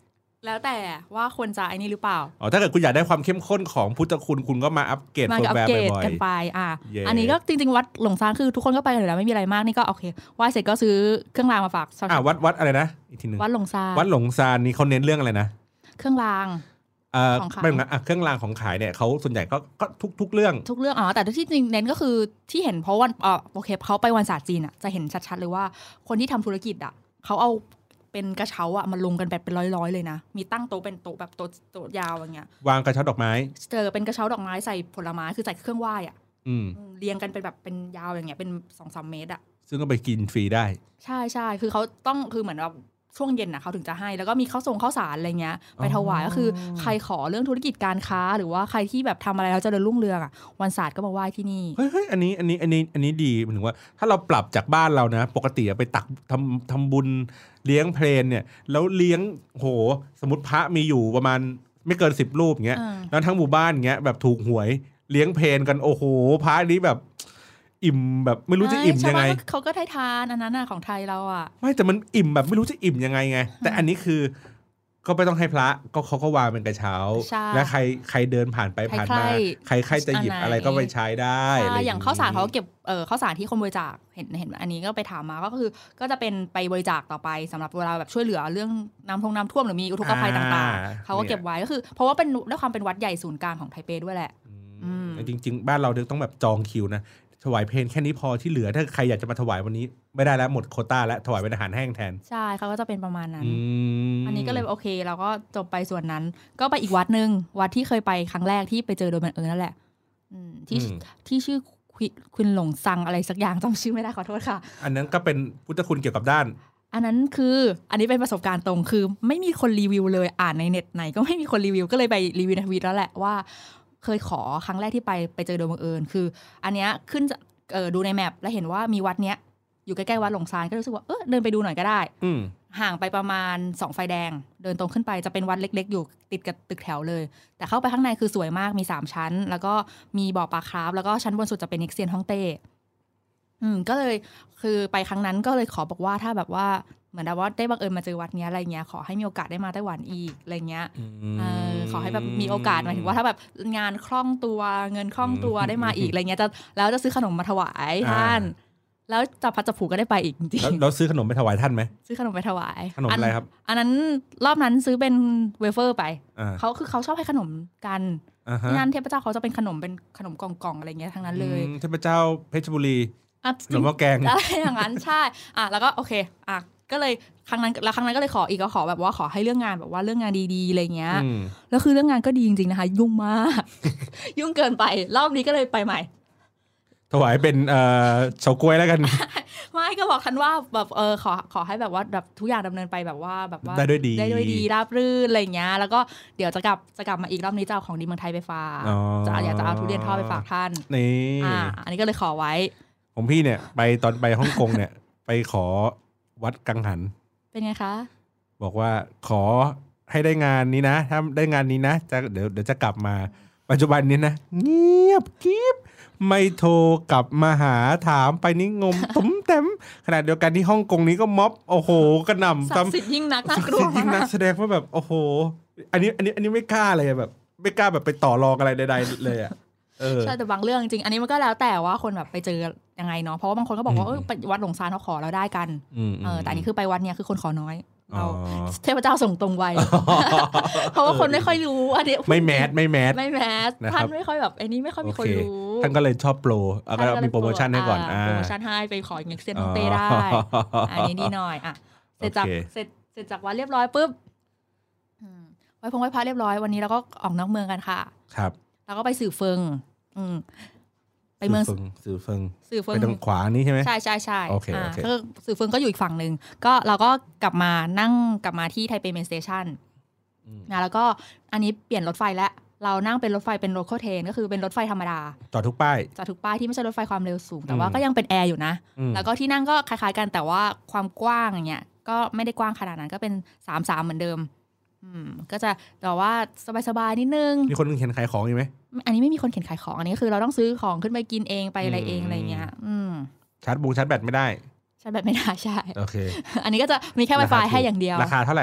แล้วแต่ว่าควรจะไอ้นี่หรือเปล่าถ้าเกิดคุณอยากได้ความเข้มข้นของพุทธคุณก็มาอัปเกรดเฟิร์มแวร์บ่อยๆกันไปอันนี้ก็จริงๆวัดหลงซานคือทุกคนก็ไปกันอยู่แล้วไม่มีอะไรมากนี่ก็โอเคไหว้เสร็จก็ซื้อเครื่องรางมาฝากวัดอะไรนะอีกทีนึงวัดหลงซานนี่เขาเน้นเรื่องอะไรนะเครื่องรางของขายไม่เหมือนเครื่องรางของขายเนี่ยเขาส่วนใหญ่ก็ทุกเรื่องแต่ที่จริงเน้นก็คือที่เห็นเพราะวันโอเคเขาไปวันศาสตร์จีนอ่ะจะเห็นชัดๆเลยว่าคนที่ทำธุรกิจอ่ะเขาเอาเป็นกระเช้าอ่ะมันลงกันแบบเป็นร้อยๆเลยนะมีตั้งโต๊ะเป็นโต๊ะแบบโต๊ะยาวอย่างเงี้ยวางกระเช้าดอกไม้เป็นกระเช้าดอกไม้ใส่ผลไม้คือใส่เครื่องไหว้อ่ะเรียงกันเป็นแบบเป็นยาวอย่างเงี้ยเป็น 2-3 เมตรอ่ะซึ่งก็ไปกินฟรีได้ใช่คือเขาต้องคือเหมือนแบบช่วงเย็นน่ะเขาถึงจะให้แล้วก็มีข้าวสารอะไรเงี้ยไปถวายก็คือใครขอเรื่องธุรกิจการค้าหรือว่าใครที่แบบทำอะไรแล้วเจริญรุ่งเรืองอ่ะวันศาสตร์ก็มาไหว้ที่นี่เฮ้ยอันนี้ดีหมายถึงว่าถ้าเราปรับจากบ้านเรานะปกติไปตักทำบุญเลี้ยงเพลนเนี่ยแล้วเลี้ยงโหสมมติพระมีอยู่ประมาณไม่เกิน10 รูปเงี้ยแล้วทั้งหมู่บ้านเงี้ยแบบถูกหวยเลี้ยงเพลนกันโอ้โหพระนี้แบบอิ่มแบบไม่รู้จะอิ่มยังไงเขาก็ทานอันนั้นของไทยเราอ่ะไม่แต่มันอิ่มแบบไม่รู้จะอิ่มยังไงไงแต่อันนี้คือก็ไม่ต้องให้พระก็เขาก็วางเป็นกระเช้าและใครเดินผ่านไปผ่านมาใครจะหยิบอะไรก็ไปใช้ได้อย่างข้าวสารเขาเก็บข้าวสารที่คนบริจาคเห็นอันนี้ก็ไปถามมาก็คือก็จะเป็นไปบริจาคต่อไปสำหรับเวลาแบบช่วยเหลือเรื่องน้ำท่วมหรือมีอุทกภัยต่างๆเขาก็เก็บไว้ก็คือเพราะว่าเป็นด้วยความเป็นวัดใหญ่ศูนย์กลางของไทเปด้วยแหละจริงๆบ้านเราต้องแบบจองคิวนะถวายเพลแค่นี้พอที่เหลือถ้าใครอยากจะมาถวายวันนี้ไม่ได้แล้วหมดโควต้าแล้วถวายเป็นอาหารแห้งแทนใช่เขาก็จะเป็นประมาณนั้นอันนี้ก็เลยโอเคเราก็จบไปส่วนนั้นก็ไปอีกวัดนึงวัดที่เคยไปครั้งแรกที่ไปเจอโดยบังเอิญนั่นแหละที่ชื่อคุณหลงซังอะไรสักอย่างจำชื่อไม่ได้ขอโทษค่ะอันนั้นก็เป็นพุทธคุณเกี่ยวกับด้านอันนั้นคืออันนี้เป็นประสบการณ์ตรงคือไม่มีคนรีวิวเลยอ่านในเน็ตไหนก็ไม่มีคนรีวิวก็เลยไปรีวิวในทวิตแล้วแหละว่าเคยขอครั้งแรกที่ไปเจอโดยบังเอิญคืออันเนี้ยขึ้นดูในแมปแล้วเห็นว่ามีวัดเนี้ยอยู่ใกล้ๆวัดหลงซานก็รู้สึกว่าเดินไปดูหน่อยก็ได้ห่างไปประมาณ2ไฟแดงเดินตรงขึ้นไปจะเป็นวัดเล็กๆอยู่ติดกับตึกแถวเลยแต่เข้าไปข้างในคือสวยมากมี3ชั้นแล้วก็มีบ่อปลาคราฟแล้วก็ชั้นบนสุดจะเป็นเน็กเซียนฮ่องเต้ก็เลยคือไปครั้งนั้นก็เลยขอบอกว่าถ้าแบบว่าเหมือนว่าได้บังเอิญมาเจอวัดนี้อะไรเงี้ยขอให้มีโอกาสได้มาไต้หวันอีกอะไรเงี้ยขอให้แบบมีโอกาสหมายถึงว่าถ้าแบบงานคล่องตัวเงินคล่องตัวได้มาอีกอะไรเงี้ยจะซื้อขนมมาถวายท่านแล้วจะพัดจะผูกก็ได้ไปอีกจริงๆแล้วซื้อขนมไปถวายท่านไหมซื้อขนมไปถวายขนมอะไรครับอันนั้นรอบนั้นซื้อเป็นเวเฟอร์ไปเขาชอบให้ขนมกันงานเทพเจ้าเขาจะเป็นขนมกล่องๆอะไรเงี้ยทั้งนั้นเลยเทพเจ้าเพชรบุรีขนมหม้อแกงอะไรอย่างนั้นใช่แล้วก็โอเคก็เลยครั้งนั้นก็เลยขออีกก็ขอแบบว่าขอให้เรื่องงานแบบว่าเรื่องงานดีๆอะไรเงี้ยแล้วคือเรื่องงานก็ดีจริงๆนะคะยุ่งมาก ยุ่งเกินไปรอบนี้ก็เลยไปใหม่ถวายเป็นเฉาก๊วยแล้วกันไม่ก็บอกท่านว่าแบบขอให้แบบว่าแบบทุกอย่างดำเนินไปแบบว่าได้ด้วยดีราบรื่นอะไรเงี้ยแล้วก็เดี๋ยวจะกลับมาอีกรอบนี้จะเอาของดีเมืองไทยไปฝากอยากจะเอาทุเรียนทอดไปฝากท่านนี่อันนี้ก็เลยขอไว้ผมพี่เนี่ยไปตอนไปฮ่องกงเนี่ยไปขอวัดกังหันเป็นไงคะบอกว่าขอให้ได้งานนี้นะถ้าได้งานนี้นะจะเดี๋ยวจะกลับมาปัจจุบันนี้นะเงียบกิ๊บไม่โทรกลับมาหาถามไปนี่งมตุ้มเต็มขนาดเดียวกันที่ฮ่องกงนี้ก็ม็อบโอ้โหกระหน่ำศักดิ์สิทธิ์ยิ่งนักน่ากลัวยิ่งนักแสดงว่าแบบโอ้โหอันนี้ไม่กล้าเลยแบบไม่กล้าแบบไปต่อรองอะไรใดๆเลยอ่ะใช่แต่บางเรื่องจริงอันนี้มันก็แล้วแต่ว่าคนแบบไปเจอยังไงเนาะเพราะว่าบางคนก็บอกว่าวัดหลงซานเขาขอแล้วได้กันแต่อันนี้คือไปวัดเนี้ยคือคนขอน้อยเราเทพเจ้าส่งตรงไวเพราะว่าคนไม่ค่อยรู้อันนี้ไม่แมสท่านไม่ค่อยแบบอันนี้ไม่ค่อยมีคนรู้ท่านก็เลยชอบโปรแล้วก็มีโปรโมชั่นให้ก่อนโปรโมชั่นให้ไปขออย่างเซียนฮ่องเต้ได้อันนี้ดีหน่อยเสร็จจากวัดเรียบร้อยปุ๊บไหว้พระเรียบร้อยวันนี้เราก็ออกนอกเมืองกันค่ะครับแล้วก็ไปสื่อเฟิงไปเมืองสื่อเฟิงไปทางขวานี้ใช่ไหมใช่โอเคก็สื่อเฟิงก็อยู่อีกฝั่งนึงก็เราก็กลับมาที่ไทเปเมนสเตชันนะแล้วก็อันนี้เปลี่ยนรถไฟแล้วเรานั่งเป็นรถไฟเป็นโลคอลเทรนก็คือเป็นรถไฟธรรมดาจอดทุกป้ายที่ไม่ใช่รถไฟความเร็วสูงแต่ว่าก็ยังเป็นแอร์อยู่นะแล้วก็ที่นั่งก็คล้ายๆกันแต่ว่าความกว้างอย่างเงี้ยก็ไม่ได้กว้างขนาดนั้นก็เป็น3-3เหมือนเดิมก็จะแต่ว่าสบายๆนิดนึงมีคนเข็นขายของอยู่ไหมอันนี้ไม่มีคนเข็นขายของอันนี้คือเราต้องซื้อของขึ้นไปกินเองไปอะไรเองอะไรเงี้ยชาร์จแบตไม่ได้ชาร์จแบตไม่ได้ใช่โอเคอันนี้ก็จะมีแค่ Wi-Fi ให้อย่างเดียวราคาเท่าไหร่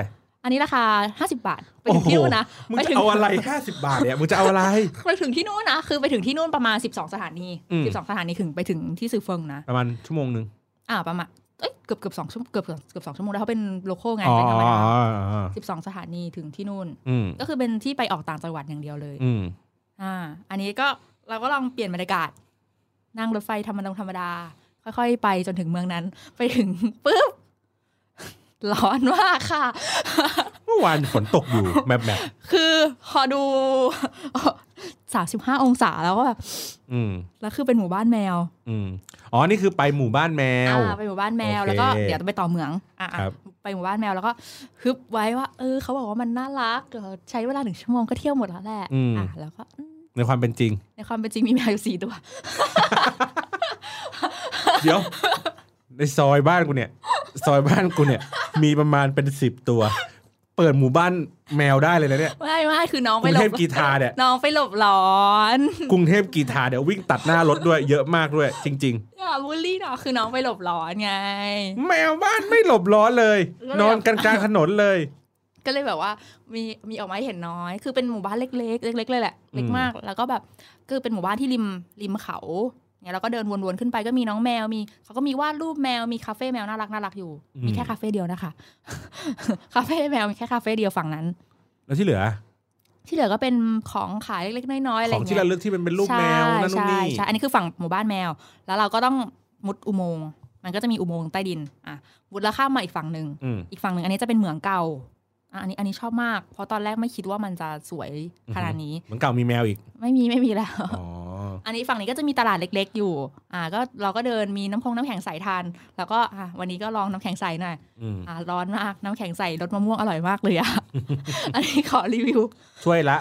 อันนี้ราคา50 บาทไปถึงที่นู่นนะมึงจะเอาอะไร50 บาทเนี่ยมึงจะเอาอะไรไปถึงที่นู่นนะคือไปถึงที่นู่นประมาณ12 สถานี12 สถานีถึงไปถึงที่ซือเฟิงนะประมาณชั่วโมงนึงประมาณเกือบ2 ชั่วโมงเกือบ2 ชั่วโมงแล้วเขาเป็นโลคอลไงเป็นธรรมดา12 สถานีถึงที่นู่นก็คือเป็นที่ไปออกต่างจังหวัดอย่างเดียวเลยอันนี้ก็เราก็ลองเปลี่ยนบรรยากาศนั่งรถไฟธรรมดาค่อยๆไปจนถึงเมืองนั้นไปถึงปุ๊บร้อนมากค่ะเมื่อวานฝนตกอยู่แบบคือพอดู35 องศาแล้วก็แบบแล้วคือเป็นหมู่บ้านแมวอ๋อนี่คือไปหมู่บ้านแมวไปหมู่บ้านแมวแล้วก็เดี๋ยวจะไปต่อเหมืองไปหมู่บ้านแมวแล้วก็ฮึบไว้ว่าเขาบอกว่ามันน่ารักใช้เวลา1 ชั่วโมงก็เที่ยวหมดแล้วแหละแล้วก็ในความเป็นจริงมีแมวอยู่4 ตัวเดี๋ยวในซอยบ้านกูเนี่ยมีประมาณเป็น10 ตัวเปิดหมู่บ้านแมวได้เลยนะเนี่ยไม่คือน้องไปหลบกรุงเทพกีฬาเนี่ยน้องไปหลบร้อนกรุงเทพกีฬาเดี๋ยววิ่งตัดหน้ารถด้วยเยอะมากด้วยจริงๆอย่าบูลลี่น้องคือน้องไปหลบร้อนไงแมวบ้านไม่หลบร้อนเลยนอนกันกลางถนนเลยก็เลยแบบว่ามีออกมาให้เห็นน้อยคือเป็นหมู่บ้านเล็กๆเลยแหละเล็กมากแล้วก็แบบคือเป็นหมู่บ้านที่ริมเขาเนี่ยเราก็เดินวนๆขึ้นไปก็มีน้องแมวเขาก็มีวาดรูปแมวมีคาเฟ่แมวน่ารักอยู่มีแค่คาเฟ่เดียวนะคะคาเฟ่แมวมีแค่คาเฟ่เดียวฝั่งนั้นแล้วที่เหลือก็เป็นของขายเล็กๆน้อยๆอะไรของที่ระลึกที่เป็นรูปแมวนั่นนู่นนี่ใช่อันนี้คือฝั่งหมู่บ้านแมวแล้วเราก็ต้องมุดอุโมงค์มันก็จะมีอุโมงค์ใต้ดินมุดแล้วข้ามมาอีกฝั่งนึงอันนี้จะเป็นเหมืองเก่าอันนี้ชอบมากเพราะตอนแรกไม่คิดว่ามันจะสวยขนาดนี้เหมือนเก่ามีแมวอีกไม่มีแล้วอันนี้ฝั่งนี้ก็จะมีตลาดเล็กๆอยู่ก็เราก็เดินมีน้ำแข็งใสทานแล้วก็วันนี้ก็ลองน้ำแข็งใสหน่อยร้อนมากน้ำแข็งใสรสมะม่วงอร่อยมากเลยอันนี้ขอรีวิวถ้วยละ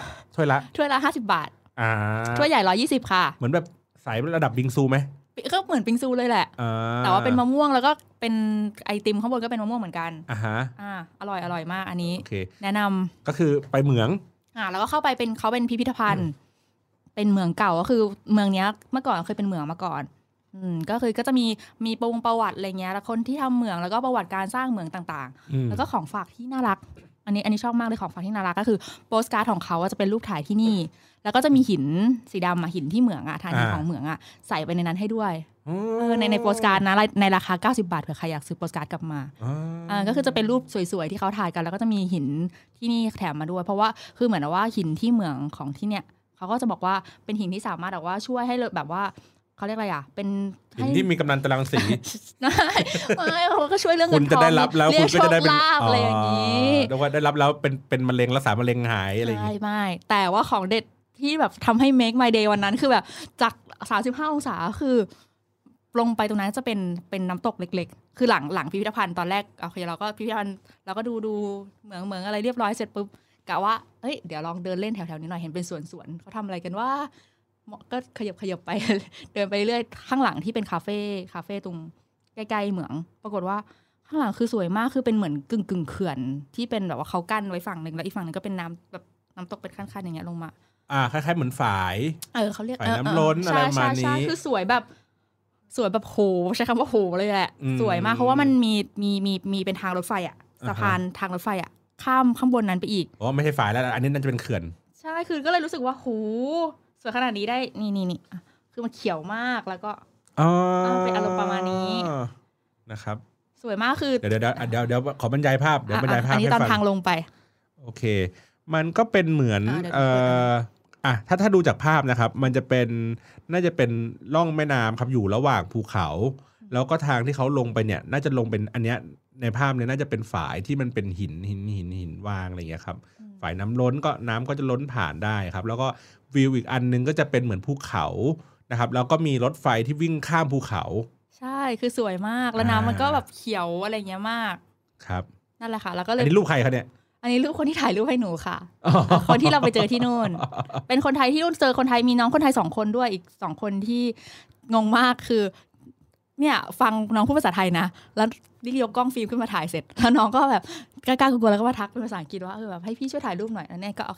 50 บาทถ้วยใหญ่120ค่ะเหมือนแบบใสระดับบิงซูไหมก็เหมือนปิงซูเลยแหละแต่ว่าเป็นมะม่วงแล้วก็เป็นไอติมข้างบนก็เป็นมะม่วงเหมือนกันอร่อยมากอันนี้แนะนำก็คือไปเหมืองแล้วก็เข้าไปเขาเป็นพิพิธภัณฑ์เป็นเมืองเก่าก็คือเมืองนี้เมื่อก่อนเคยเป็นเมืองมาก่อนก็จะมีประวัติอะไรเงี้ยแล้วคนที่ทำเมืองแล้วก็ประวัติการสร้างเมืองต่างๆแล้วก็ของฝากที่น่ารักอันนี้ชอบมากเลยของฝากที่น่ารักก็คือโปสการ์ดของเขาจะเป็นรูปถ่ายที่นี่แล้วก็จะมีหินสีดำหินที่เหมืองฐานหินของเหมืองใส่ไปในนั้นให้ด้วยในโปสการ์ดนะในราคา90 บาทเผื่อใครอยากซื้อโปสการ์ดกลับมาก็คือจะเป็นรูปสวยๆที่เขาถ่ายกันแล้วก็จะมีหินที่นี่แถมมาด้วยเพราะว่าคือเหมือนว่าหินที่เหมืองของที่เนี่ยเขาก็จะบอกว่าเป็นหินที่สามารถแบบว่าช่วยให้แบบว่าเขาเรียกอะไรเป็นหินที่มีกำลังตรังสีเขาก็ช่วยเรื่องเงินทองคุณจะได้รับแล้วคุณก็จะได้เป็นอะไรอย่างนี้แล้วว่าได้รับแล้วเป็นมะเร็งรักษามะเร็งหายอะไรอย่างนี้ไม่แต่ว่าของเด็ดที่แบบทำให้ make my day วันนั้นคือแบบจาก35 องศาคือลงไปตรงนั้นจะเป็นน้ำตกเล็กๆคือหลังพิพิธภัณฑ์ตอนแรกโอเคเราก็พิพิธภัณฑ์เราก็ดูเหมืองอะไรเรียบร้อยเสร็จปุ๊บกะว่าเดี๋ยวลองเดินเล่นแถวๆนี้หน่อยเห็นเป็นสวนเขาทำอะไรกันว่าก็ขยับไปเดินไปเรื่อยข้างหลังที่เป็นคาเฟ่ตรงใกล้ๆเหมืองปรากฏว่าข้างหลังคือสวยมากคือเป็นเหมือนกึ่งเขื่อนที่เป็นแบบว่าเขากั้นไว้ฝั่งนึงแล้วอีกฝั่งนึงก็เป็นน้ำแบบน้ำตกเป็นขั้นๆอย่างเงี้ยลงมาคล้ายๆเหมือนฝายเขาเรียกฝายน้ำล้นอะไรประมาณนี้คือสวยแบบโหใช้คำว่าโหเลยแหละสวยมากเพราะว่ามันมีเป็นทางรถไฟสะพานทางรถไฟข้ามข้างบนนั้นไปอีกไม่ใช่ฝายแล้วอันนี้น่าจะเป็นเขื่อนใช่คือก็เลยรู้สึกว่าโหสวยขนาดนี้ได้นี่คือมันเขียวมากแล้วก็เป็นอารมณ์ประมาณนี้นะครับสวยมากคือเดี๋ยวขอบรรยายภาพอันนี้ตอนทางลงไปโอเคมันก็เป็นเหมือนถ้าดูจากภาพนะครับมันจะเป็นน่าจะเป็นร่องแม่น้ำครับอยู่ระหว่างภูเขาแล้วก็ทางที่เขาลงไปเนี่ยน่าจะลงเป็นอันเนี้ยในภาพเนี่ยน่าจะเป็นฝายที่มันเป็นหินวางอะไรอย่างเงี้ยครับฝายน้ำล้นก็น้ำก็จะล้นผ่านได้ครับแล้วก็วิวอีกอันนึงก็จะเป็นเหมือนภูเขานะครับแล้วก็มีรถไฟที่วิ่งข้ามภูเขาใช่คือสวยมากแล้วน้ำมันก็แบบเขียวอะไรเงี้ยมากครับนั่นแหละค่ะแล้วก็เลยอันนี้รูปใครคะเนี่ยอันนี้รูปคนที่ถ่ายรูปให้หนูค่ะคนที่เราไปเจอที่นู่นเป็นคนไทยที่นู่นเจอคนไทยมีน้องคนไทย2 คนด้วยอีก2 คนที่งงมากคือเนี่ยฟังน้องพูดภาษาไทยนะแล้วนี่ยกกล้องฟิล์มขึ้นมาถ่ายเสร็จแล้วน้องก็แบบกล้ากลัวแล้วก็มาทักเป็นภาษาอังกฤษว่าแบบให้พี่ช่วยถ่ายรูปหน่อยแล้วเนี่ยก็โอเค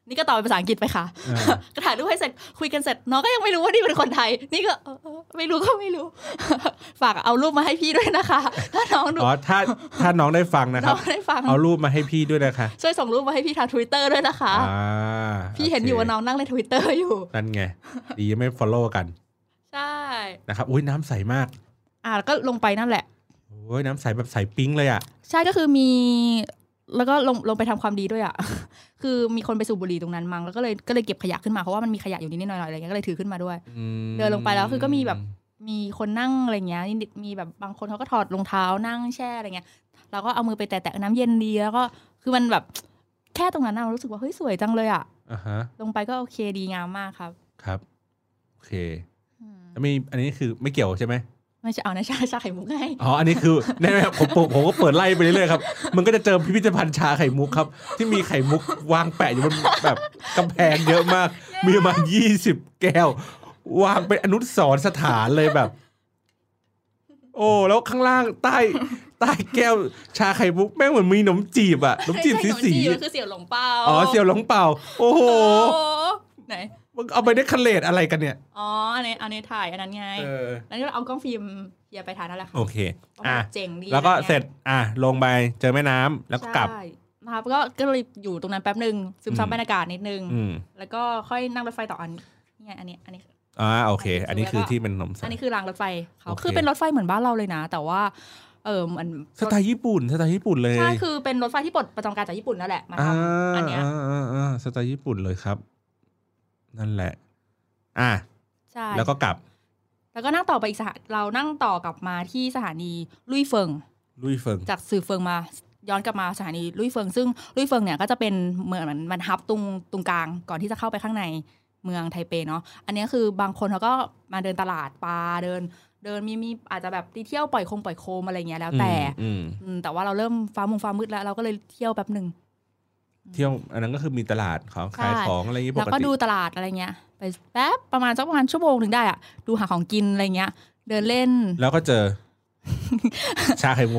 นี่ก็ตอบเป็นภาษาอังกฤษไปค่ะก็ถ่ายรูปให้เสร็จคุยกันเสร็จน้องก็ยังไม่รู้ว่านี่เป็นคนไทยนี่ก็ไม่รู้ก็ไม่รู้ฝากเอารูปมาให้พี่ด้วยนะคะถ้าน้องดูถ้าน้องได้ฟังนะครับเอารูปมาให้พี่ด้วยนะคะช่วยส่งรูปมาให้พี่ทาง Twitter ด้วยนะคะพี่เห็นอยู่ว่าน้องนั่งใน Twitter อยู่นั่นไงดีไม่ follow กันใช่นะครับอุ้ยน้ำใสมากแล้วก็ลงไปนั่นแหละโอ้ยน้ำใสแบบใสปิ๊งเลยอ่ะใช่ก็คือมีแล้วก็ลงไปทำความดีด้วยอ่ะคือมีคนไปสูบบุหรี่ตรงนั้นมั้งแล้วก็เลยเก็บขยะขึ้นมาเพราะว่ามันมีขยะอยู่นิดๆหน่อยๆอะไรเงี้ยก็เลยถือขึ้นมาด้วยเดินลงไปแล้วคือก็มีแบบมีคนนั่งอะไรเงี้ยมีแบบบางคนเขาก็ถอดรองเท้านั่งแช่อะไรเงี้ยเราก็เอามือไปแตะๆน้ำเย็นดีแล้วก็คือมันแบบแค่ตรงนั้นเรารู้สึกว่าเฮ้ยสวยจังเลยอ่ะลงไปก็โอเคดีงามมากครับครับโอเคแล้วมีอันนี้คือไม่เกี่ยวใช่ไหมไม่ใช่เอานะชาไข่มุกให้อันนี้คือเนี่ยผมก็เปิดไล่ไปเรื่อยๆครับมันก็จะเจอพิพิธภัณฑ์ชาไข่มุกครับที่มีไข่มุกวางแปะอยู่บนแบบกำแพงเยอะมากมีประมาณ20แก้ววางเป็นอนุสรณ์สถานเลยแบบโอ้แล้วข้างล่างใต้แก้วชาไข่มุกแม่งเหมือนมีขนมจีบอะขนมจีบสีมันคือเสี่ยวหลงเปาเสี่ยวหลงเปาโอ้โหไหนเอาไปได้คันเลดอะไรกันเนี่ยอันนี้ถ่ายอันนั้นไงแล้วก็เอากล้องฟิล์มเฮียไปถ่ายนั่นแหละค่ะโอเคเจ๋งดีแล้วก็เสร็จลงไปเจอแม่น้ำแล้วก็กลับนะครับก็เลยอยู่ตรงนั้นแป๊บนึงซึมซับบรรยากาศนิดนึงแล้วก็ค่อยนั่งรถไฟต่ออันนี้โอเคอันนี้คือที่เป็นขนมอันนี้คือรางรถไฟเขาคือเป็นรถไฟเหมือนบ้านเราเลยนะแต่ว่ามันสไตล์ญี่ปุ่นเลยใช่คือเป็นรถไฟที่ปลดประจำการจากญี่ปุ่นนั่นแหละมาทำอันเนี้ยสไตล์ญี่ปุ่นเลยครับนั่นแหละใช่แล้วก็กลับแล้วก็นั่งต่อไปอีกเรานั่งต่อกลับมาที่สถานีลุยเฟิงจากซือเฟิงมาย้อนกลับมาสถานีลุยเฟิงซึ่งลุยเฟิงเนี่ยก็จะเป็นเหมือนมันฮับตรงกลางก่อนที่จะเข้าไปข้างในเมืองไทเปเนาะอันนี้คือบางคนเขาก็มาเดินตลาดปลาเดินมีอาจจะแบบเที่ยวปล่อยโคมอะไรเงี้ยแล้วแต่ว่าเราเริ่มฟ้ามืดแล้วเราก็เลยเที่ยวแป๊บนึงเที่ยวอันนั้นก็คือมีตลาดของขายของอะไรอย่างเงี้ยปกติแล้วก็ดูตลาดอะไรเงี้ยไปแป๊บประมาณชั่วโมงถึงได้อ่ะดูหาของกินอะไรเงี้ยเดินเล่นแล้วก็เจอชาไข่มุก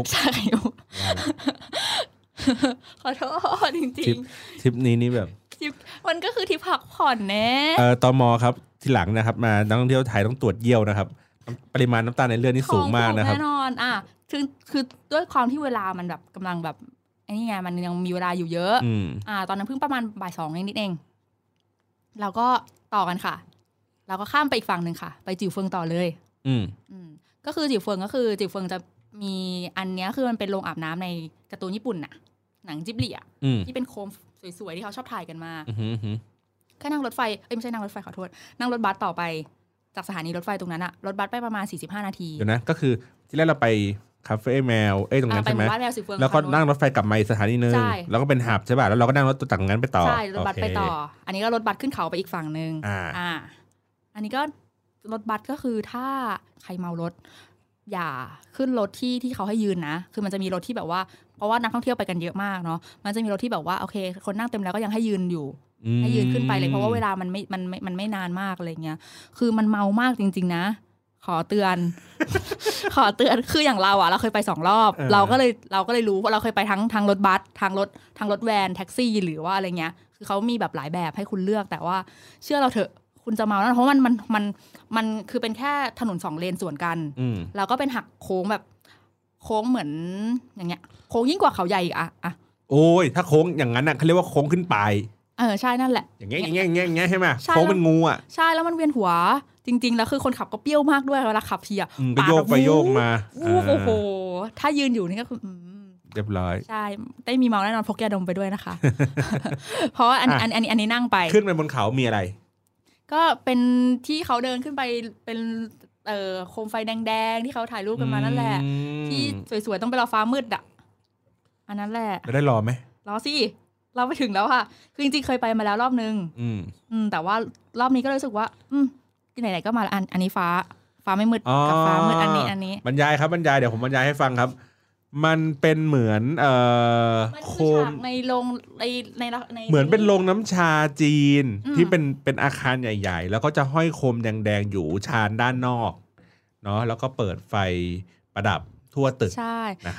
ขอโทษจริงๆทริปนี้นี่แบบมันก็คือทริปพักผ่อนแน่ตม.ครับทีหลังนะครับมานักท่องเที่ยวไทยต้องตรวจเยี่ยวนะครับปริมาณน้ำตาลในเลือดนี่สูงมากนะครับแน่นอนคือด้วยความที่เวลามันแบบกำลังแบบไอ้นี่ไงมันยังมีเวลาอยู่เยอะตอนนั้นเพิ่งประมาณบ่าย 2นิดเองเราก็ต่อกันค่ะเราก็ข้ามไปอีกฝั่งนึงค่ะไปจิ๋วเฟิงต่อเลยก็คือจิ๋วเฟิงจะมีอันเนี้ยคือมันเป็นโรงอาบน้ำในการ์ตูนญี่ปุ่นน่ะหนังจิบลิอ่ะที่เป็นโคมสวยๆที่เขาชอบถ่ายกันมาก็นั่งรถไฟไม่ใช่นั่งรถไฟขอโทษนั่งรถบัสต่อไปจากสถานีรถไฟตรงนั้นอะรถบัสไปประมาณ45นาทีเดี๋ยวนะก็คือที่แรกเราไปคาเฟ่แมวตรงนั้นใช่ไหมแล้วก็นั่งรถไฟกลับมาสถานีนึงแล้วก็เป็นหับใช่ป่ะแล้วเราก็นั่งรถจากนั้นไปต่อใช่รถบัสไปต่ออันนี้ก็รถบัสขึ้นเขาไปอีกฝั่งนึงอันนี้ก็รถบัสก็คือถ้าใครเมารถอย่าขึ้นรถที่เขาให้ยืนนะคือมันจะมีรถที่แบบว่าเพราะว่านักท่องเที่ยวไปกันเยอะมากเนาะมันจะมีรถที่แบบว่าโอเคคนนั่งเต็มแล้วก็ยังให้ยืนอยู่ให้ยืนขึ้นไปเลยเพราะว่าเวลามันไม่นานมากอะไรเงี้ยคือมันเมามากจริงๆนะขอเตือนคืออย่างเราอะเราเคยไป2รอบเราก็เลยรู้เพราะเราเคยไปทั้งรถบัสทางรถแวนแท็กซี่หรือว่าอะไรเงี้ยคือเขามีแบบหลายแบบให้คุณเลือกแต่ว่าเชื่อเราเถอะคุณจะเมาแล้วเพราะมันคือเป็นแค่ถนน2เลนสวนกันแล้วก็เป็นหักโค้งแบบโค้งเหมือนอย่างเงี้ยโค้งยิ่งกว่าเขาใหญ่อะโอ้ยถ้าโค้งอย่างนั้นน่ะเขาเรียกว่าโค้งขึ้นไปใช่นั่นแหละอย่างเงี้ยใช่ไหมโค้งเป็นงูอ่ะใช่แล้วมันเวียนหัวจริงๆแล้วคือคนขับก็เปรี้ยวมากด้วยเวลาขับทีอ่ะไปโยกไปโยกมาโอ้โหถ้ายืนอยู่นี่ก็คือเรียบร้อยใช่ได้มีเมาแน่นอนพกยาดมไปด้วยนะคะเพราะว่าอันนี้นั่งไปขึ้นไปบนเขามีอะไรก็เป็นที่เขาเดินขึ้นไปเป็นโคมไฟแดงๆที่เขาถ่ายรูปกันมานั่นแหละที่สวยๆต้องไปรอฟ้ามืดอ่ะอันนั้นแหละได้รอไหมรอสิเราไปถึงแล้วค่ะคือจริงๆเคยไปมาแล้วรอบนึงแต่ว่ารอบนี้ก็รู้สึกว่าไหนๆก็มาแล้วอันนี้ฟ้าไม่มืดกับฟ้ามืดอันนี้บรรยายครับบรรยายเดี๋ยวผมบรรยายให้ฟังครับมันเป็นเหมือนโคมในโรงในเหมือนเป็นโรงน้ำชาจีนที่เป็นอาคารใหญ่ๆแล้วก็จะห้อยโคมแดงๆอยู่ชานด้านนอกเนาะแล้วก็เปิดไฟประดับทั่วตึกนะครับ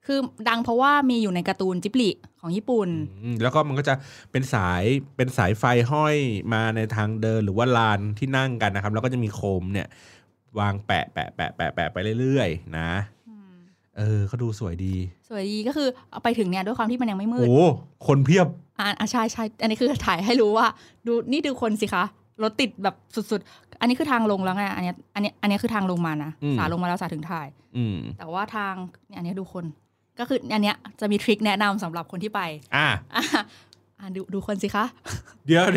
คือดังเพราะว่ามีอยู่ในการ์ตูนจิบลิของญี่ปุ่นแล้วก็มันก็จะเป็นสายไฟห้อยมาในทางเดินหรือว่าลานที่นั่งกันนะครับแล้วก็จะมีโคมเนี่ยวางแปะไปเรื่อยๆนะเขาดูสวยดีก็คือเอาไปถึงเนี่ยด้วยความที่มันยังไม่มืดโอ้คนเพียบใช่อันนี้คือถ่ายให้รู้ว่าดูคนสิคะรถติดแบบสุดๆอันนี้คือทางลงแล้วไงอันนี้คือทางลงมานะสาลงมาแล้วสาถึงถ่ายแต่ว่าทางเนี่ยอันนี้ดูคนก็คืออันเนี้ยจะมีทริคแนะนำสำหรับคนที่ไปดูคนสิคะเดี๋ยว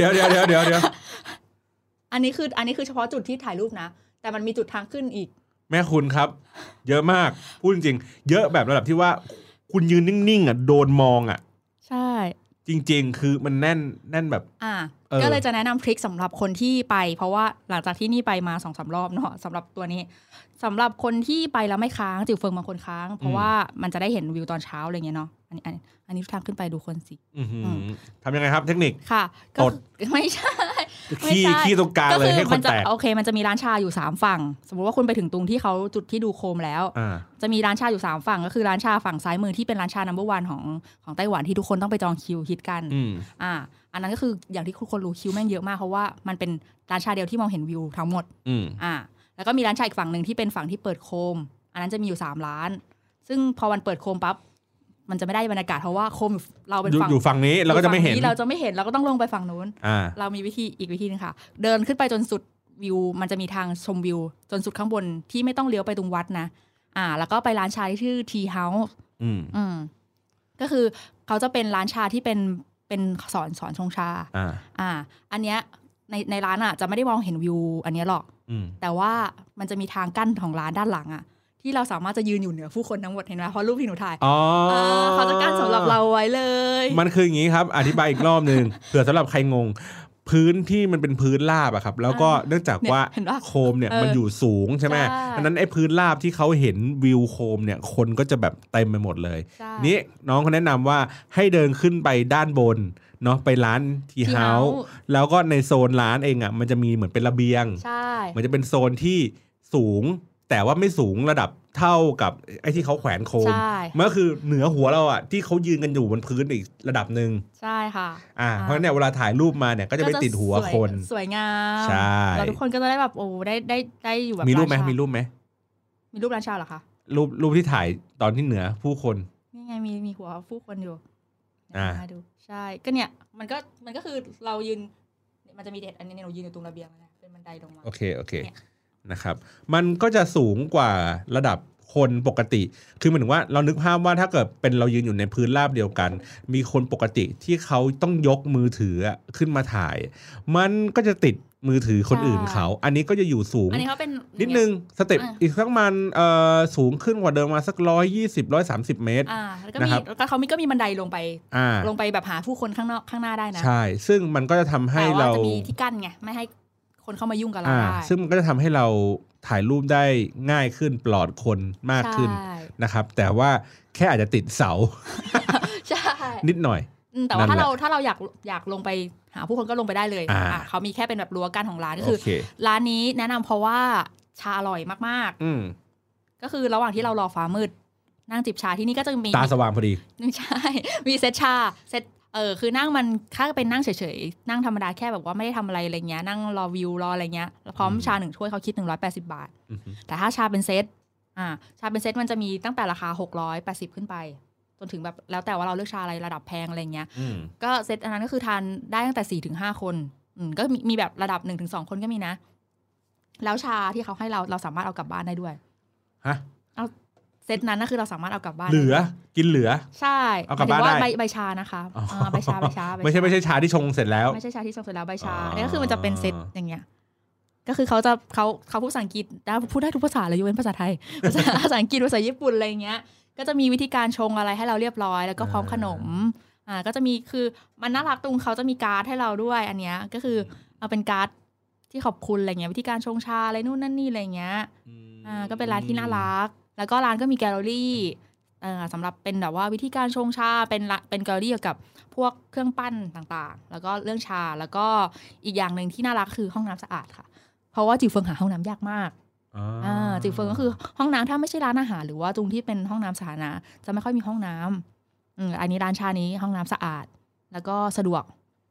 อันนี้คือเฉพาะจุดที่ถ่ายรูปนะแต่มันมีจุดทางขึ้นอีกแม่คุณครับเยอะมากพูดจริงๆเยอะแบบระดับที่ว่าคุณยืนนิ่งๆโดนมองใช่จริงๆคือมันแน่นแบบก็เลยจะแนะนำทริคสำหรับคนที่ไปเพราะว่าหลังจากที่นี่ไปมา 2-3 รอบเนาะสำหรับตัวนี้สำหรับคนที่ไปแล้วไม่ค้างจิ๋วเฟิงบางคนค้างเพราะว่ามันจะได้เห็นวิวตอนเช้าอะไรเงี้ยเนาะอันนี้ทางขึ้นไปดูคนสิทำยังไงครับเทคนิคค่ะกดไม่ใช่ขี้ตรงกลางเลยให้คนแตกโอเคมันจะมีร้านชาอยู่3ฝั่งสมมุติว่าคุณไปถึงตรงที่เขาจุดที่ดูโคมแล้วจะมีร้านชาอยู่3ฝั่งก็คือร้านชาฝั่งซ้ายมือที่เป็นร้านชา No. 1ของไต้หวันที่ทุกคนต้องไปจองคิวฮิตกันอันนั้นก็คืออย่างที่ทุกคนรู้คิวแม่งเยอะมากเพราะว่ามันเป็นร้านชาเดียวที่มองเห็นวิวทั้งหมดแล้วก็มีร้านชาอีกฝั่งนึงที่เป็นฝั่งที่เปิดโคมอันนั้นจะมีอยู่3ร้านซึ่งพอวันเปิดโคมปั๊บมันจะไม่ได้บรรยากาศเพราะว่าโคมเราเป็นอยู่ฝั่งนี้เราก็จะไม่เห็นเราจะไม่เห็นเราก็ต้องลงไปฝั่งนู้นเรามีอีกวิธีนึงค่ะเดินขึ้นไปจนสุดวิวมันจะมีทางชมวิวจนสุดข้างบนที่ไม่ต้องเลี้ยวไปตรงวัดนะแล้วก็ไปร้านชาที่ชื่อ Tea House ก็คือเขาจะเป็นร้านชาที่เป็นสอนชงชาอันเนี้ยในร้านจะไม่ได้มองเห็นวิวอันนี้หรอกแต่ว่ามันจะมีทางกั้นของร้านด้านหลังที่เราสามารถจะยืนอยู่เหนือผู้คนทั้งหมดเห็นไหมเพราะรูปที่หนูถ่ายเขาจะกั้นสำหรับเราไว้เลยมันคืออย่างนี้ครับอธิบายอีกรอบนึง เผื่อสำหรับใครงงพื้นที่มันเป็นพื้นราบครับแล้วก็เนื่องจากว่าโคมเนี่ยมันอยู่สูงใช่ไหมดังนั้นไอ้พื้นราบที่เขาเห็นวิวโคมเนี่ยคนก็จะแบบเต็มไปหมดเลยนี่น้องเขาแนะนำว่าให้เดินขึ้นไปด้านบนเนาะไปร้านทีเฮาส์แล้วก็ในโซนร้านเองมันจะมีเหมือนเป็นระเบียงมันจะเป็นโซนที่สูงแต่ว่าไม่สูงระดับเท่ากับไอ้ที่เขาแขวนโคมมันก็คือเหนือหัวเราที่เขายืนกันอยู่บนพื้นอีกระดับนึงใช่ค่ะเพราะเนี่ยเวลาถ่ายรูปมาเนี่ยก็จะไม่ติดหัวคนสวยงามใช่แล้วทุกคนก็จะได้แบบโอ้ได้อยู่แบบมีรูปไหมมีรูปร้านชาเหรอคะรูปที่ถ่ายตอนที่เหนือผู้คนนี่ไงมีหัวผู้คนอยู่ดูใช่ก็เนี่ยมันก็คือเรายืนมันจะมีเด็ดอันนี้เรายืนอยู่ตรงระเบียงนะเป็นบันไดลงมาโอเคนะครับมันก็จะสูงกว่าระดับคนปกติคือหมายถึงว่าเรานึกภาพว่าถ้าเกิดเป็นเรายืนอยู่ในพื้นราบเดียวกันมีคนปกติที่เขาต้องยกมือถือขึ้นมาถ่ายมันก็จะติดมือถือคนอื่นเขาอันนี้ก็จะอยู่สูงนิดนึงสเต็ปอีกสักมันสูงขึ้นกว่าเดิมมาสัก120-130 เมตรนะครับแล้วเขาก็มีบันไดลงไปแบบหาผู้คนข้างหน้าได้นะใช่ซึ่งมันก็จะทำให้เราจะมีที่กั้นไงไม่ให้คนเข้ามายุ่งกับเราได้ซึ่งมันก็จะทำให้เราถ่ายรูปได้ง่ายขึ้นปลอดคนมากขึ้นนะครับแต่ว่าแค่อาจจะติดเสาใช่นิดหน่อยแต่ว่าถ้าเราอยากลงไปหาผู้คนก็ลงไปได้เลยเขามีแค่เป็นแบบรั้วกั้นของร้านก็คือร้านนี้แนะนำเพราะว่าชาอร่อยมากๆก็คือระหว่างที่เรารอฟ้ามืดนั่งจิบชาที่นี่ก็จะมีตาสว่างพอดีใช่มีเซตชาเซตคือนั่งมันถ้าเป็นนั่งเฉยๆนั่งธรรมดาแค่แบบว่าไม่ได้ทำอะไรเงี้ยนั่งรอวิวรออะไรเงี้ยพร้อมชา1ถ้วยเขาคิด180 บาทแต่ถ้าชาเป็นเซตชาเป็นเซตมันจะมีตั้งแต่ราคา680ขึ้นไปจนถึงแบบแล้วแต่ว่าเราเลือกชาอะไรระดับแพงอะไรเงี้ยก็เซตอันนั้นก็คือทานได้ตั้งแต่ 4-5 คนก็มีแบบระดับ 1-2 คนก็มีนะแล้วชาที่เขาให้เราสามารถเอากลับบ้านได้ด้วยฮะเอาเซตนั้นก็คือเราสามารถเอากลับบ้านเหลือกินเหลือใช่เอากลับบ้านได้ใบชานะคะใบชาไม่ใช่ชาที่ชงเสร็จแล้วไม่ใช่ชาที่ชงเสร็จแล้วใบชาเนี่ยก็คือมันจะเป็นเซตอย่างเงี้ยก็คือเขาพูดภาษาอังกฤษได้พูดได้ทุกภาษาเลยยกเว้นภาษาไทยภาษาอังกฤษภาษาญี่ปุ่นอะไรเงี้ยก็จะมีวิธีการชงอะไรให้เราเรียบร้อยแล้วก็พร้อมขนมก็จะมีคือมันน่ารักตรงเขาจะมีการ์ดให้เราด้วยอันเนี้ยก็คือเอาเป็นการ์ดที่ขอบคุณอะไรเงี้ยวิธีการชงชาอะไรนู่นนั่นนี่อะไรเงี้ยก็เป็นร้านที่น่ารักแล้วก็ร้านก็มีแกลเลอรี่สำหรับเป็นแบบว่าวิธีการชงชาเป็นแกลเลอรี่เกี่ยวกับพวกเครื่องปั้นต่างๆแล้วก็เรื่องชาแล้วก็อีกอย่างนึงที่น่ารักคือห้องน้ำสะอาดค่ะเพราะว่าจิ๋วเฟิงหาห้องน้ำยากมากจิวเฟิงก็คือห้องน้ำถ้าไม่ใช่ร้านอาหารหรือว่าตรงที่เป็นห้องน้ำสาธารณะจะไม่ค่อยมีห้องน้ำอันนี้ร้านชานี้ห้องน้ำสะอาดแล้วก็สะดวก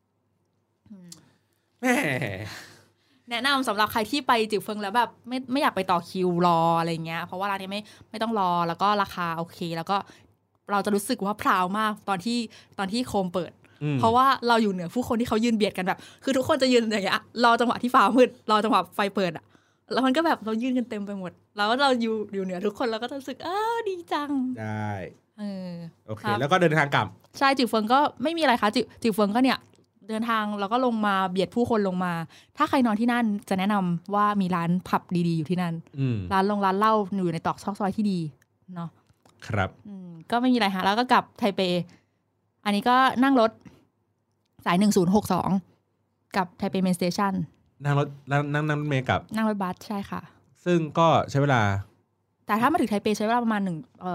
แนะนำสำหรับใครที่ไปจิวเฟิงแล้วแบบไม่อยากไปต่อคิวรออะไรเงี้ยเพราะว่าร้านนี้ไม่ต้องรอแล้วก็ราคาโอเคแล้วก็เราจะรู้สึกว่าพราวมากตอนที่โคมเปิดเพราะว่าเราอยู่เหนือผู้คนที่เขายืนเบียดกันแบบคือทุกคนจะยืนอย่างเงี้ยรอจังหวะที่ฟ้ามืดรอจังหวะไฟเปิดอ่ะแล้วมันก็แบบเรายืนกันเต็มไปหมดแล้วเราอยู่เหนือทุกคนเราก็จะรู้สึกดีจังได้โอเคแล้วก็เดินทางกลับใช่จิวเฟิงก็ไม่มีอะไรคะจิวเฟิงก็เนี่ยเดินทางแล้วก็ลงมาเบียดผู้คนลงมาถ้าใครนอนที่นั่นจะแนะนำว่ามีร้านผับดีๆอยู่ที่นั่นร้านเหล้าอยู่ในตอกซอกซอยที่ดีเนาะครับก็ไม่มีอะไรฮะแล้วก็กลับไทเปอันนี้ก็นั่งรถสาย1062กับไทเปเมนสเตชันนั่งรถเมล์กับนั่งรถบัสใช่ค่ะซึ่งก็ใช้เวลาแต่ถ้ามาถึงไทเปใช้เวลาประมาณ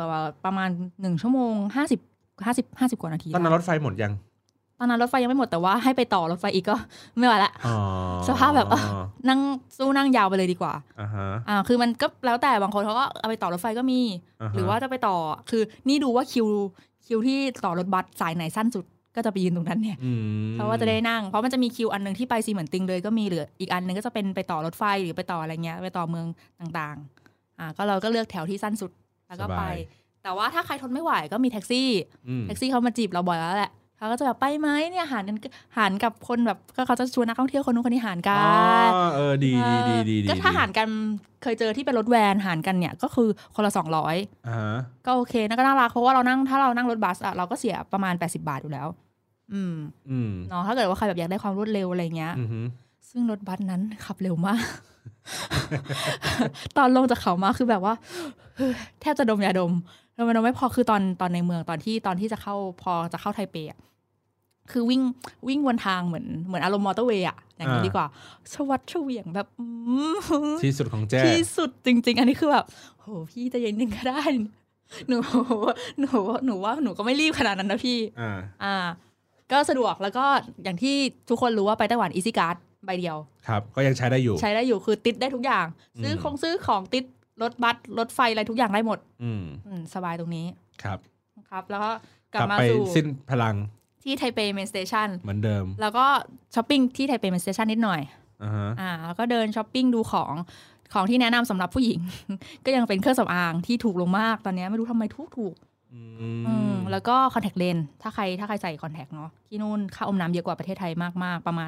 1 ชั่วโมง50กว่านาทีตอนนั้นรถไฟหมดยังตอนนั้นรถไฟยังไม่หมดแต่ว่าให้ไปต่อรถไฟอีกก็ไม่ไหวละสภาพแบบนั่งยาวไปเลยดีกว่าคือมันก็แล้วแต่บางคนเขาก็เอาไปต่อรถไฟก็มีหรือว่าจะไปต่อคือนี่ดูว่าคิวที่ต่อรถบัสสายไหนสั้นสุดก็จะไปยืนตรงนั้นเนี่ยเพราะว่าจะได้นั่งเพราะมันจะมีคิวอันนึงที่ไปซีเหมือนติงเลยก็มีหรืออีกอันนึงก็จะเป็นไปต่อรถไฟหรือไปต่ออะไรเงี้ยไปต่อเมืองต่างๆก็เราก็เลือกแถวที่สั้นสุดแล้วก็ไปแต่ว่าถ้าใครทนไม่ไหวก็มีแท็กซี่เขามาจีบเราบ่อยแล้วแหละเขาก็จะแบบไปไหมเนี่ยหารกับคนแบบก็เขาจะชวนนักท่องเที่ยวคนนู้นคนนี้หารกันดีก็ถ้าหารกันเคยเจอที่เป็นรถแวนหารกันเนี่ยก็คือคนละ200ก็โอเคนะก็น่ารักเพราะว่าถ้าเรานั่งรถบัสอ่ะเราก็เสียประมาณ80 บาทอยู่แล้วเนาะถ้าเกิดว่าใครแบบอยากได้ความรวดเร็วอะไรเงี้ยซึ่งรถบัสนั้นขับเร็วมาก ตอนลงจากเขามาคือแบบว่าแทบจะดมยาดมแล้วมันไม่พอคือตอนในเมืองตอนที่จะเข้าพอจะเข้าไทเปอ่ะคือวิ่งบนทางเหมือนอารมณ์มอเตอร์เวย์อ่ะอย่างนี้ดีกว่าชวัดเฉวียงแบบที่สุดของแจ้ที่สุดจริงๆอันนี้คือแบบโหพี่จะเย็นนึงก็ได้หนูว่าหนูก็ไม่รีบขนาดนั้นนะพี่ก็สะดวกแล้วก็อย่างที่ทุกคนรู้ว่าไปไต้หวัน Easy Card ใบเดียวครับก็ยังใช้ได้อยู่คือติดได้ทุกอย่างซื้อของติดรถบัสรถไฟอะไรทุกอย่างได้หมดสบายตรงนี้ครับแล้วก็กลับมาสู่สิ้นพลังที่ไทเปเมนสเตชันเหมือนเดิมแล้วก็ช้อปปิ้งที่ไทเปเมนสเตชันนิดหน่อยแล้วก็เดินช้อปปิ้งดูของที่แนะนำสำหรับผู้หญิง ก็ยังเป็นเครื่องสำอางที่ถูกลงมากตอนนี้ไม่รู้ทำไมถูกแล้วก็คอนแทคเลนส์ถ้าใครใส่คอนแทคเนาะที่นู่นค่าอมน้ำเยอะกว่าประเทศไทยมากๆประมาณ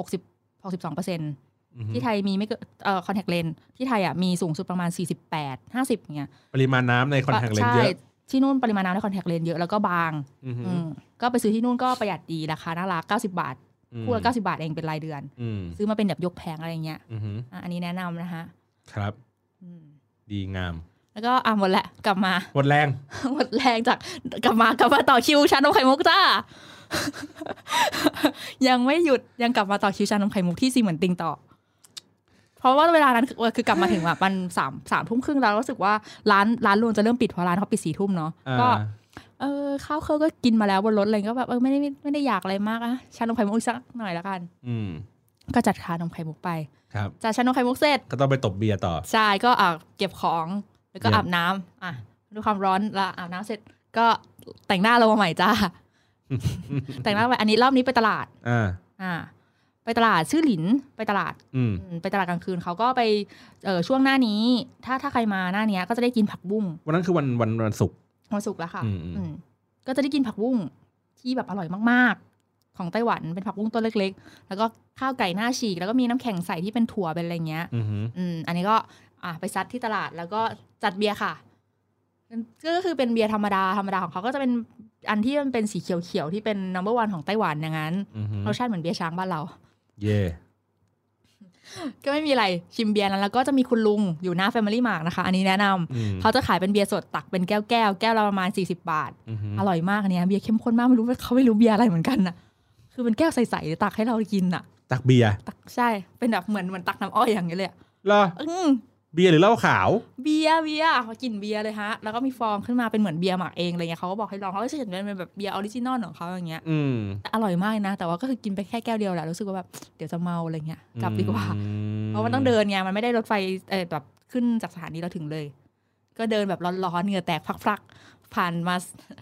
62%ที่ไทยมีไม่คอนแทคเลนส์ที่ไทยอ่ะมีสูงสุดประมาณ48-50อย่างเงี้ยปริมาณน้ำในคอนแทคเลนส์เยอะที่นู่นปริมาณน้ำในคอนแทคเลนส์เยอะแล้วก็บางก็ไปซื้อที่นู่นก็ประหยัดดีราคาน่ารัก90 บาทคู่ละ90 บาทเองเป็นรายเดือนซื้อมาเป็นแบบยกแผงอะไรเงี้ยอันนี้แนะนำนะคะครับดีงามแล้วก็หมดแหละกลับมาหมดแรงจากกลับมาต่อคิวชานมไข่มุกจ้า ยังไม่หยุดยังกลับมาต่อคิวชานมไข่มุกที่ซีเหมือนติงต่อเพราะว่าเวลานั้นคือกลับมาถึงแบบมัน3 ทุ่มครึ่งแล้วรู้สึกว่าร้านรวมจะเริ่มปิดเพราะร้านเขาปิด4 ทุ่มเนาะก็ข้าวก็กินมาแล้วบนรถเลยก็แบบไม่ได้อยากอะไรมากอะชานมไข่มุกสักหน่อยละกันก็จัดชานมไข่มุกไปจัดชานมไข่มุกเสร็จก็ต้องไปตบเบียร์ต่อใช่ก็เก็บของแล้วก็อาบน้ำด้วยความร้อนแล้วอาบน้ำเสร็จก็แต่งหน้าเรามาใหม่จ้า แต่งหน้าไปอันนี้รอบนี้ไปตลาดไปตลาดชื่อหลินไปตลาดกลางคืนเขาก็ไปช่วงหน้านี้ถ้าใครมาหน้านี้ก็จะได้กินผักบุ้งวันนั้นคือวันศุกร์แล้วค่ะก็จะได้กินผักบุ้งที่แบบอร่อยมากๆของไต้หวันเป็นผักบุ้งตัวเล็กๆแล้วก็ข้าวไก่หน้าฉีกแล้วก็มีน้ำแข็งใส่ที่เป็นถั่วเป็นอะไรเงี้ยอันนี้ก็ไปซัดที่ตลาดแล้วก็จัดเบียร์ค่ะก็คือเป็นเบียร์ธรรมดาของเขาก็จะเป็นอันที่มันเป็นสีเขียวๆที่เป็น number 1 ของไต้หวันอย่างนั้นรสชาติเหมือนเบียร์ช้างบ้านเราก็ไม่มีอะไรชิมเบียร์นั้นแล้วก็จะมีคุณลุงอยู่หน้า Family Mart นะคะอันนี้แนะนำเขาจะขายเป็นเบียร์สดตักเป็นแก้วละประมาณ40 บาทอร่อยมากอันนี้เบียร์เข้มข้นมากไม่รู้เขาไม่รู้เบียร์อะไรเหมือนกันน่ะคือเป็นแก้วใสๆตักให้เรากินน่ะตักเบียร์ใช่เป็นแบบเหมือนตักน้ำอ้อยอย่างนี้เลยเหรอเบียร์หรือเหล้าขาวเบียร์เขากินเบียร์เลยฮะแล้วก็มีฟองขึ้นมาเป็นเหมือนเบียร์หมักเองอะไรเงี้ยเขาก็บอกให้ลองเขาก็จะเห็นเป็นแบบเบียร์ออริจินอลของเขาอย่างเงี้ยแต่อร่อยมากนะแต่ว่าก็คือกินไปแค่แก้วเดียวแหละรู้สึกว่าแบบเดี๋ยวจะเมาอะไรเงี้ยกลับดีกว่าเพราะมันต้องเดินไงมันไม่ได้รถไฟแบบขึ้นจากสถานีเราถึงเลยก็เดินแบบร้อนๆเหงื่อแตกพลักๆผ่านมา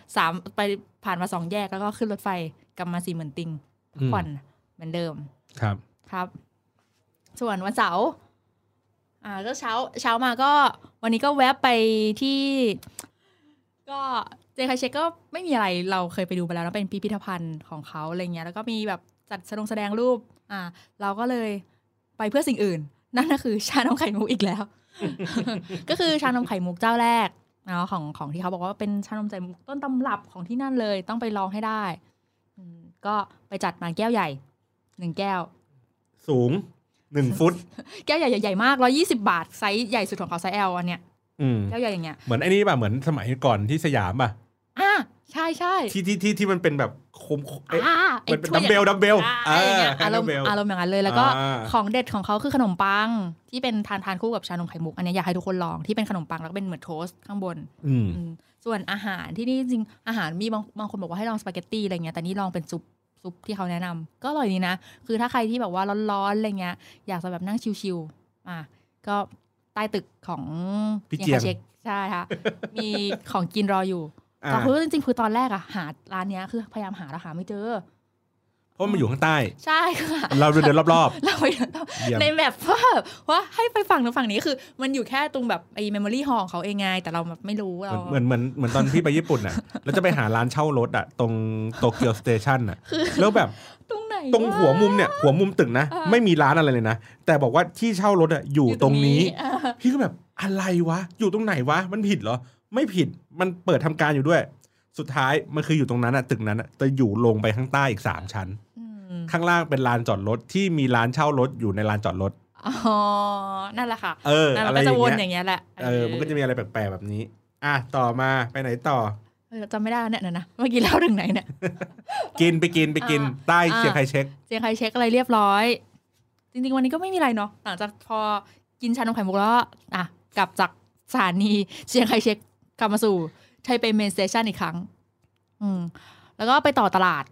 2 แยกแล้วก็ขึ้นรถไฟกลับมาสีเหมือนติงผ่อนเหมือนเดิมครับส่วนวันเสาร์ก็เช้ามาก็วันนี้ก็แวะไปที่ก็เจคาเชคก็ไม่มีอะไรเราเคยไปดูไปแล้วนะเป็นพิพิธภัณฑ์ของเขาอะไรเงี้ยแล้วก็มีแบบจัดแสดงรูปเราก็เลยไปเพื่อสิ่งอื่นนั่นก็คือชานมไข่มุกอีกแล้ว ก็คือชานมไข่มุกเจ้าแรกเนาะของที่เขาบอกว่าเป็นชานมไข่มุกต้นตำรับของที่นั่นเลยต้องไปลองให้ได้ก็ไปจัดมาแก้วใหญ่1แก้วสูง1 ฟุตแก้วใหญ่ๆมาก120 บาทไซส์ใหญ่สุดของเขาไซส์ L อันเนี้ยแก้วใหญ่อย่างเงี้ยเหมือนไอ้นี่ป่ะเหมือนสมัยก่อนที่สยามป่ะใช่ที่มันเป็นแบบคมมันเป็นดัมเบลอารมณ์อย่างนั้นเลยแล้วก็ของเด็ดของเขาคือขนมปังที่เป็นทานคู่กับชานมไข่มุกอันนี้อยากให้ทุกคนลองที่เป็นขนมปังแล้วก็เป็นเหมือนโทสต์ข้างบนส่วนอาหารที่นี่จริงอาหารมีบางคนบอกว่าให้ลองสปาเกตตี้อะไรเงี้ยแต่นี่ลองเป็นซุปที่เขาแนะนำก็อร่อยดีนะคือถ้าใครที่แบบว่าร้อนๆอะไรเงี้ยอยากจะแบบนั่งชิลๆก็ใต้ตึกของพี่เจียงใช่ค่ะมีของกินรออยู่แต่คือจริงๆคือตอนแรกหาร้านเนี้ยคือพยายามหาแล้วหาไม่เจอเพราะมันอยู่ข้างใต้ใช่ค่ะเราเดินรอบๆเราในแบบว่าให้ไปฝั่งนี้คือมันอยู่แค่ตรงแบบไอ้เมมโมรี่ฮอลล์ของเขาเองไงแต่เราแบบไม่รู้เราเหมือนตอนที่ไปญี่ปุ่นแล้วจะไปหาร้านเช่ารถตรงโตเกียวสเตชันแล้วแบบตรงไหนตรงหัวมุมตึกนะไม่มีร้านอะไรเลยนะแต่บอกว่าที่เช่ารถอยู่ตรงนี้พี่ก็แบบอะไรวะอยู่ตรงไหนวะมันผิดเหรอไม่ผิดมันเปิดทำการอยู่ด้วยสุดท้ายมันคืออยู่ตรงนั้นตึกนั้นจะอยู่ลงไปข้างใต้อีก3 ชั้นข้างล่างเป็นลานจอดรถที่มีร้านเช่ารถอยู่ในลานจอดรถนั่นแหละค่ะอะไรจะวนอย่างเงี้ยแหละมันก็จะมีอะไรแปลกๆแบบนี้ต่อมาไปไหนต่อจำไม่ได้เนี่ยนะเมื่อกี้เล่าถึงไหนเนี่ยไปกินใต้เชียงไคเช็คอะไรเรียบร้อยจริงๆวันนี้ก็ไม่มีอะไรเนาะหลังจากพอกินชานมไข่มุกแล้วกลับจากสถานีเชียงไคเช็คกลับมาสู่ไทเปเมนสเตชันอีกครั้งแล้วก็ไปต่อตลาด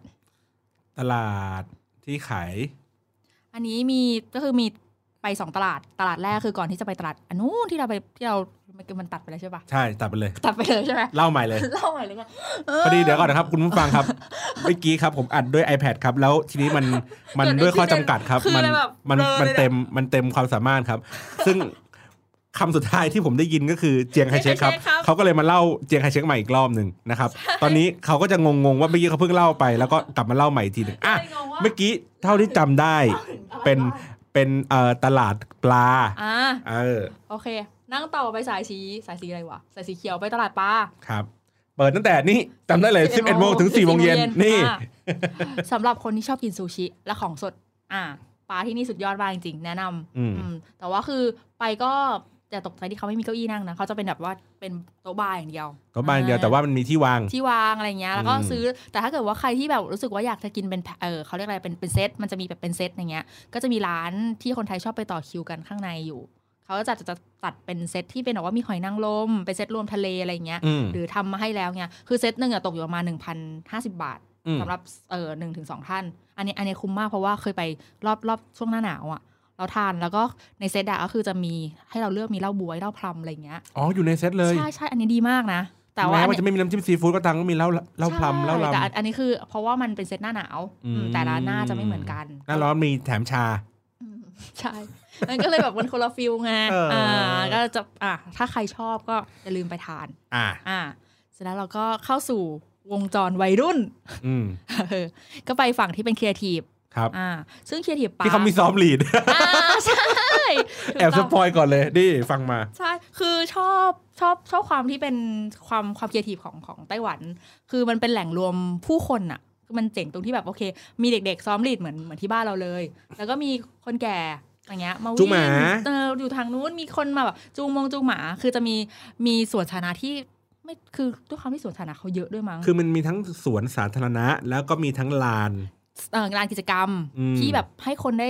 ที่ขายอันนี้ก็คือมีไป2 ตลาดแรกคือก่อนที่จะไปตลาดอันนู้นที่เรามันตัดไปแล้วใช่ปะใช่ตัดไปเลยใช่ไหมเล่าใหม่เลยก็พอดีเดี๋ยวก่อนนะครับคุณผู้ฟังครับเมื่อกี้ครับผมอัดด้วย iPad ครับแล้วทีนี้มันด้วยข้อจำกัดครับมันเต็มความสามารถครับซึ่งคำสุดท้ายที่ผมได้ยินก็คือเจียงไคเชคครับเขาก็เลยมาเล่าเจียงไคเชคใหม่อีกรอบนึงนะครับตอนนี้เขาก็จะงงว่าเมื่อกี้เขาเพิ่งเล่าไปแล้วก็กลับมาเล่าใหม่อีกทีนึงเมื่อกี้เท่าที่จำได้เป็นตลาดปลาโอเคนั่งต่อไปสายสีอะไรวะสายสีเขียวไปตลาดปลาครับเปิดตั้งแต่นี่จำได้เลย 11 โมงถึง 4 โมงเย็นนี่สำหรับคนที่ชอบกินซูชิและของสดปลาที่นี่สุดยอดมากจริงๆแนะนำแต่ว่าคือไปก็แต่ตกใจที่เขาไม่มีเก้าอี้นั่งนะเขาจะเป็นแบบว่าเป็นโต๊ะบาร์อย่างเดียวแต่ว่ามันมีที่วางอะไรเงี้ยแล้วก็ซื้อแต่ถ้าเกิดว่าใครที่แบบรู้สึกว่าอยากจะกินเป็นเขาเรียกอะไรเป็นเซตมันจะมีแบบเป็นเซตอย่างเงี้ยก็จะมีร้านที่คนไทยชอบไปต่อคิวกันข้างในอยู่เขาจะตัดเป็นเซตที่เป็นแบบว่ามีหอยนางรมเป็นเซตรวมทะเลอะไรเงี้ยหรือทำมาให้แล้วเงี้ยคือเซตนึงตกอยู่ประมาณ 1,050 บาทสำหรับ1-2 ท่านอันนี้คุ้มมากเพราะว่าเคยไปรอบช่วงหน้าหนาวเราทานแล้วก็ในเซตก็คือจะมีให้เราเลือกมีเหล้าบ๊วยเหล้าพลัมอะไรเงี้ยอยู่ในเซตเลยใช่อันนี้ดีมากนะแต่ว่ามันจะไม่มีน้ำจิ้มซีฟู้ดก็ตังก็มีเหล้าพลัมเหล้าลำแต่อันนี้คือเพราะว่ามันเป็นเซตหน้าหนาวแต่ละหน้าจะไม่เหมือนกันหน้าร้อนมีแถมชาใช่มันก็เลยแบบมันคนละฟิลไงก็จะถ้าใครชอบก็อย่าลืมไปทานเสร็จแล้วเราก็เข้าสู่วงจรวัยรุ่นก็ไปฝั่งที่เป็นครีเอทีฟครับซึ่งครีเอทีฟที่เขามีซ้อมลีดใช่แอบสปอยก่อนเลยดิฟังมาใช่คือชอบความที่เป็นความครีเอทีฟของไต้หวันคือมันเป็นแหล่งรวมผู้คนมันเจ๋งตรงที่แบบโอเคมีเด็กๆซ้อมลีดเหมือนที่บ้านเราเลยแล้วก็มีคนแก่อย่างเงี้ยมาวิ่งอยู่ทางนู้นมีคนมาแบบจูงหมาคือจะมีสวนสาธารณะที่ไม่คือด้วยความที่สวนสาธารณะเขาเยอะด้วยมั้งคือมันมีทั้งสวนสาธารณะแล้วก็มีทั้งลานกิจกรรมที่แบบให้คนได้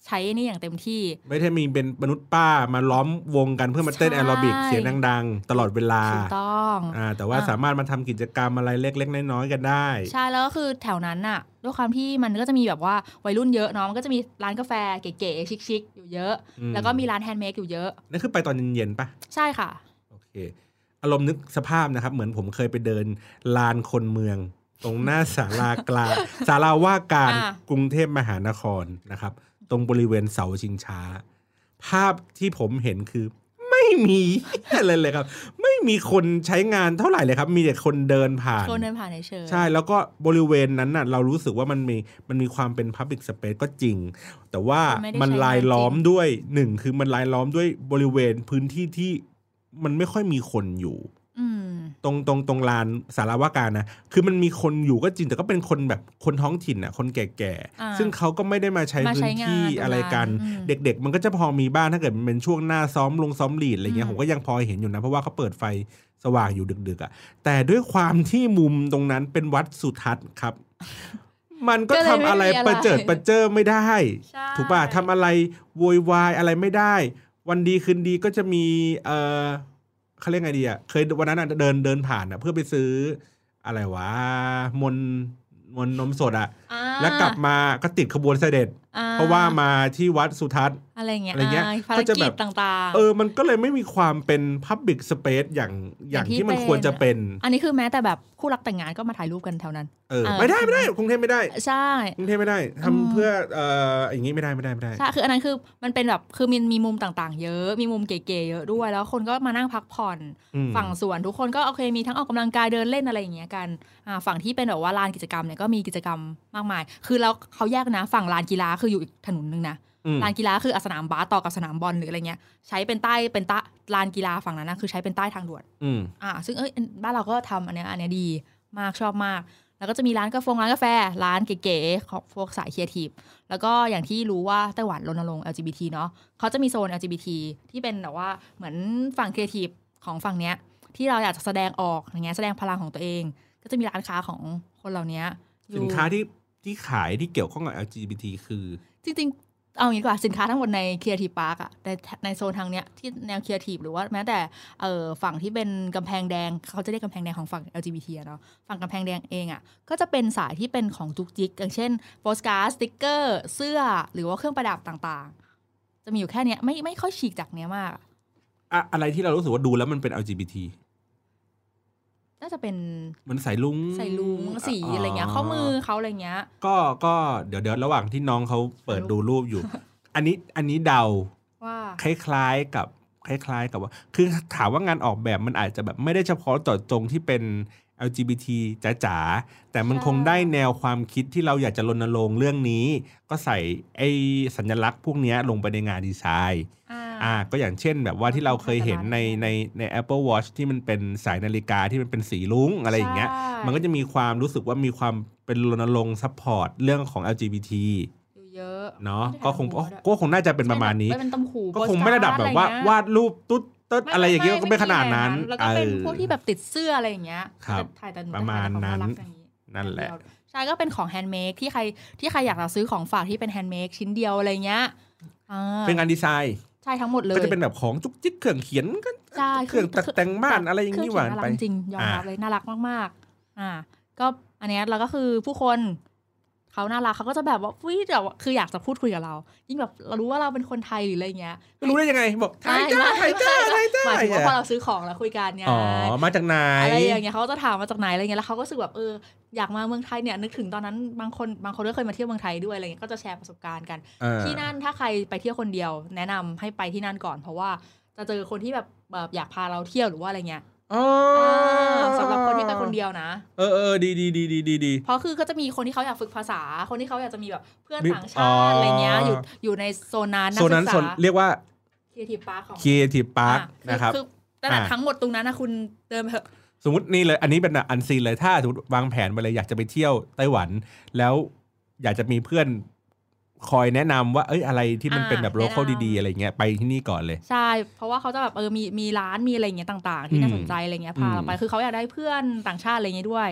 ใช้นี่อย่างเต็มที่ไม่ได้มีเป็นมนุษย์ป้ามาล้อมวงกันเพื่อมาเต้นแอโรบิกเสียงดังๆตลอดเวลาถูกต้องแต่ว่าสามารถมาทำกิจกรรมอะไรเล็กๆน้อยๆกันได้ใช่แล้วก็คือแถวนั้นน่ะด้วยความที่มันก็จะมีแบบว่าวัยรุ่นเยอะเนาะมันก็จะมีร้านกาแฟเก๋ๆชิคๆอยู่เยอะแล้วก็มีร้านแฮนด์เมดอยู่เยอะนั่นคือไปตอนเย็นๆปะใช่ค่ะโอเคอารมณ์นึกสภาพนะครับเหมือนผมเคยไปเดินลานคนเมืองตรงหน้าศาลากลางศาลาว่าการกรุงเทพมหานครนะครับตรงบริเวณเสาชิงช้าภาพที่ผมเห็นคือไม่มีอะไรเลยครับไม่มีคนใช้งานเท่าไหร่เลยครับมีแต่คนเดินผ่านเฉยใช่แล้วก็บริเวณนั้นน่ะเรารู้สึกว่ามันมีความเป็น Public Space ก็จริงแต่ว่ามันรายล้อมด้วย1คือมันรายล้อมด้วยบริเวณพื้นที่ที่มันไม่ค่อยมีคนอยู่ตรงลานสาราว่าการนะคือมันมีคนอยู่ก็จริงแต่ก็เป็นคนแบบคนท้องถิ่นอ่ะคนแก่ๆซึ่งเขาก็ไม่ได้มาใช้พื้นที่อะไรกันเด็กๆมันก็จะพอมีบ้างถ้าเกิดมันเป็นช่วงหน้าซ้อมลีดอะไรเงี้ยผมก็ยังพอเห็นอยู่นะเพราะว่าเขาเปิดไฟสว่างอยู่ดึกๆอ่ะแต่ด้วยความที่มุมตรงนั้นเป็นวัดสุทัศน์ครับมันก็ทำอะไรประเจิดไม่ได้ถูกป่ะทำอะไรโวยวายอะไรไม่ได้วันดีคืนดีก็จะมีเขาเรียกไงดีอ่ะเคยวันนั้นเดินผ่านอ่ะเพื่อไปซื้ออะไรวะมนนมสดอ่ะแล้วกลับมาก็ติดขบวนเสด็จเพราะว่ามาที่วัดสุทัศน์อะไรเงี้ยก็จะแบบต่างๆมันก็เลยไม่มีความเป็น Public Space อย่างที่มันควรจะเป็นอันนี้คือแม้แต่แบบคู่รักแต่งงานก็มาถ่ายรูปกันแถวนั้นไม่ได้กรุงเทพไม่ได้ใช่กรุงเทพไม่ได้ทำเพื่ออย่างนี้ไม่ได้ใช่คืออันนั้นคือมันเป็นแบบคือมีมุมต่างๆเยอะมีมุมเก๋ๆเยอะด้วยแล้วคนก็มานั่งพักผ่อนฝั่งสวนทุกคนก็โอเคมีทั้งออกกำลังกายเดินเล่นอะไรอย่างเงี้ยกันฝั่งที่เป็นแบบว่าลานกิจกรรมเนี่ยก็มีกิจกรรมมากมายคือแล้วเขาแยกนะฝั่งลานกีฬาคืออยู่อีกถนนนึงนะลานกีฬาคือสนามบาสต่อกับสนามบอลหรืออะไรเงี้ยใช้เป็นใต้ลานกีฬาฝั่งนั้นนะคือใช้เป็นใต้ทางด่วนซึ่งบ้านเราก็ทำอันเนี้ยดีมากชอบมากแล้วก็จะมีร้านกาแฟร้านเก๋ๆของพวกสายครีเอทีฟแล้วก็อย่างที่รู้ว่าไต้หวันรณรงค์ LGBT เนาะเขาจะมีโซน LGBT ที่เป็นแบบว่าเหมือนฝั่งครีเอทีฟของฝั่งเนี้ยที่เราอยากจะแสดงออกอย่างเงี้ยแสดงพลังของตัวเองก็จะมีร้านค้าของคนเหล่านี้สินค้าที่ขายที่เกี่ยวข้องกับ LGBT คือจริงๆเอางี้ดีกว่าสินค้าทั้งหมดใน Creative Park อ่ะในโซนทางเนี้ยที่แนว Creative หรือว่าแม้แต่ฝั่งที่เป็นกำแพงแดงเขาจะเรียกกำแพงแดงของฝั่ง LGBT เนาะฝั่งกำแพงแดงเองอ่ะก็จะเป็นสายที่เป็นของจุกจิกอย่างเช่นโปสการ์ดสติ๊กเกอร์เสื้อหรือว่าเครื่องประดับต่างๆจะมีอยู่แค่เนี้ยไม่ค่อยฉีกจากเนี้ยมากอะไรที่เรารู้สึกว่าดูแล้วมันเป็น LGBT น่าจะเป็นมันใส่ลุงสีอะไรเงี้ยข้อมือเขาอะไรเงี้ยก็เดี๋ยวระหว่างที่น้องเขาเปิดดูรูปอยู่ อันนี้เดาว่าคล้ายๆกับว่าคือถามว่างานออกแบบมันอาจจะแบบไม่ได้เฉพาะเจาะจงที่เป็น LGBT จ๋าๆแต่มันคงได้แนวความคิดที่เราอยากจะรณรงค์เรื่องนี้ก็ใส่ไอ้สัญลักษณ์พวกนี้ลงไปในงานดีไซน์ก็อย่างเช่นแบบว่าที่เราเคยเห็นใน Apple Watch ที่มันเป็นสายนาฬิกาที่มันเป็นสีลุ้งอะไรอย่างเงี้ยมันก็จะมีความรู้สึกว่ามีความเป็นรณรงค์ซัพพอร์ตเรื่องของ LGBT เยอะเนาะก็คงน่าจะเป็นประมาณนี้ก็คงไม่ระดับแบบว่าวาดรูปตุ๊ดอะไรอย่างเงี้ยก็ไม่ขนาดนั้นแล้วก็เป็นพวกที่แบบติดเสื้ออะไรอย่างเงี้ยถ่ายประมาณนั้นนั่นแหละใช่ก็เป็นของแฮนด์เมดที่ใครอยากจะซื้อของฝากที่เป็นแฮนด์เมดชิ้นเดียวอะไรเงี้ยเป็นงานดีไซน์ใช่ทั้งหมดเลยก็จะเป็นแบบของจุกจิกเครื่องเขียนก็เครื่องตัดแต่งบ้านอะไรอย่างนี้หวานไปจริงยอมรับเลยน่ารักมากๆก็อันนี้เราก็คือผู้คนเขาน่ารักเขาก็จะแบบว่าแบบคืออยากจะพูดคุยกับเรายิ่งแบบเรารู้ว่าเราเป็นคนไทยหรืออะไรเงี้ยรู้ได้ยังไงบอกไทยจ้าหมายถึงว่าพอเราซื้อของแล้วคุยกันเนี่ยมาจากไหนอะไรอย่างเงี้ยเขาจะถามมาจากไหนอะไรเงี้ยแล้วเขาก็รู้สึกแบบอยากมาเมืองไทยเนี่ยนึกถึงตอนนั้นบางคนก็เคยมาเที่ยวเมืองไทยด้วยอะไรเงี้ยก็จะแชร์ประสบการณ์กันที่นั่นถ้าใครไปเที่ยวคนเดียวแนะนำให้ไปที่นั่นก่อนเพราะว่าจะเจอคนที่แบบอยากพาเราเที่ยวหรือว่าอะไรเงี้ยสำหรับคนที่ไปคนเดียวนะดีเพราะคือก็จะมีคนที่เขาอยากฝึกภาษาคนที่เขาอยากจะมีแบบเพื่อนต่างชาติอะไรเงี้ยอยู่ในโซนนั้นเรียกว่า Creative Park ของ Creative Park นะครับคือแต่ทั้งหมดตรงนั้นนะคุณเดินเถอะสมมตินี่เลยอันนี้เป็นอันซีนเลยถ้าสมมติวางแผนไปเลยอยากจะไปเที่ยวไต้หวันแล้วอยากจะมีเพื่อนคอยแนะนำว่าอะไรที่มันเป็นแบบโลคอลดีๆอะไรเงี้ยไปที่นี่ก่อนเลยใช่เพราะว่าเขาจะแบบมีร้านมีอะไรเงี้ยต่างๆที่น่าสนใจอะไรเงี้ยพาเราไปคือเขาอยากได้เพื่อนต่างชาติอะไรเงี้ยด้วย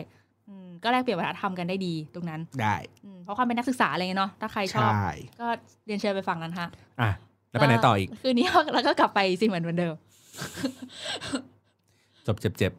ก็แลกเปลี่ยนวัฒนธรรมกันได้ดีตรงนั้นได้เพราะความเป็นนักศึกษาอะไรเงี้ยเนาะถ้าใครชอบก็เรียนเชิญไปฟังนั้นฮะแล้วไปไหนต่ออีกคืนนี้แล้วก็กลับไปสิเหมือนเดิมจบเจ็บ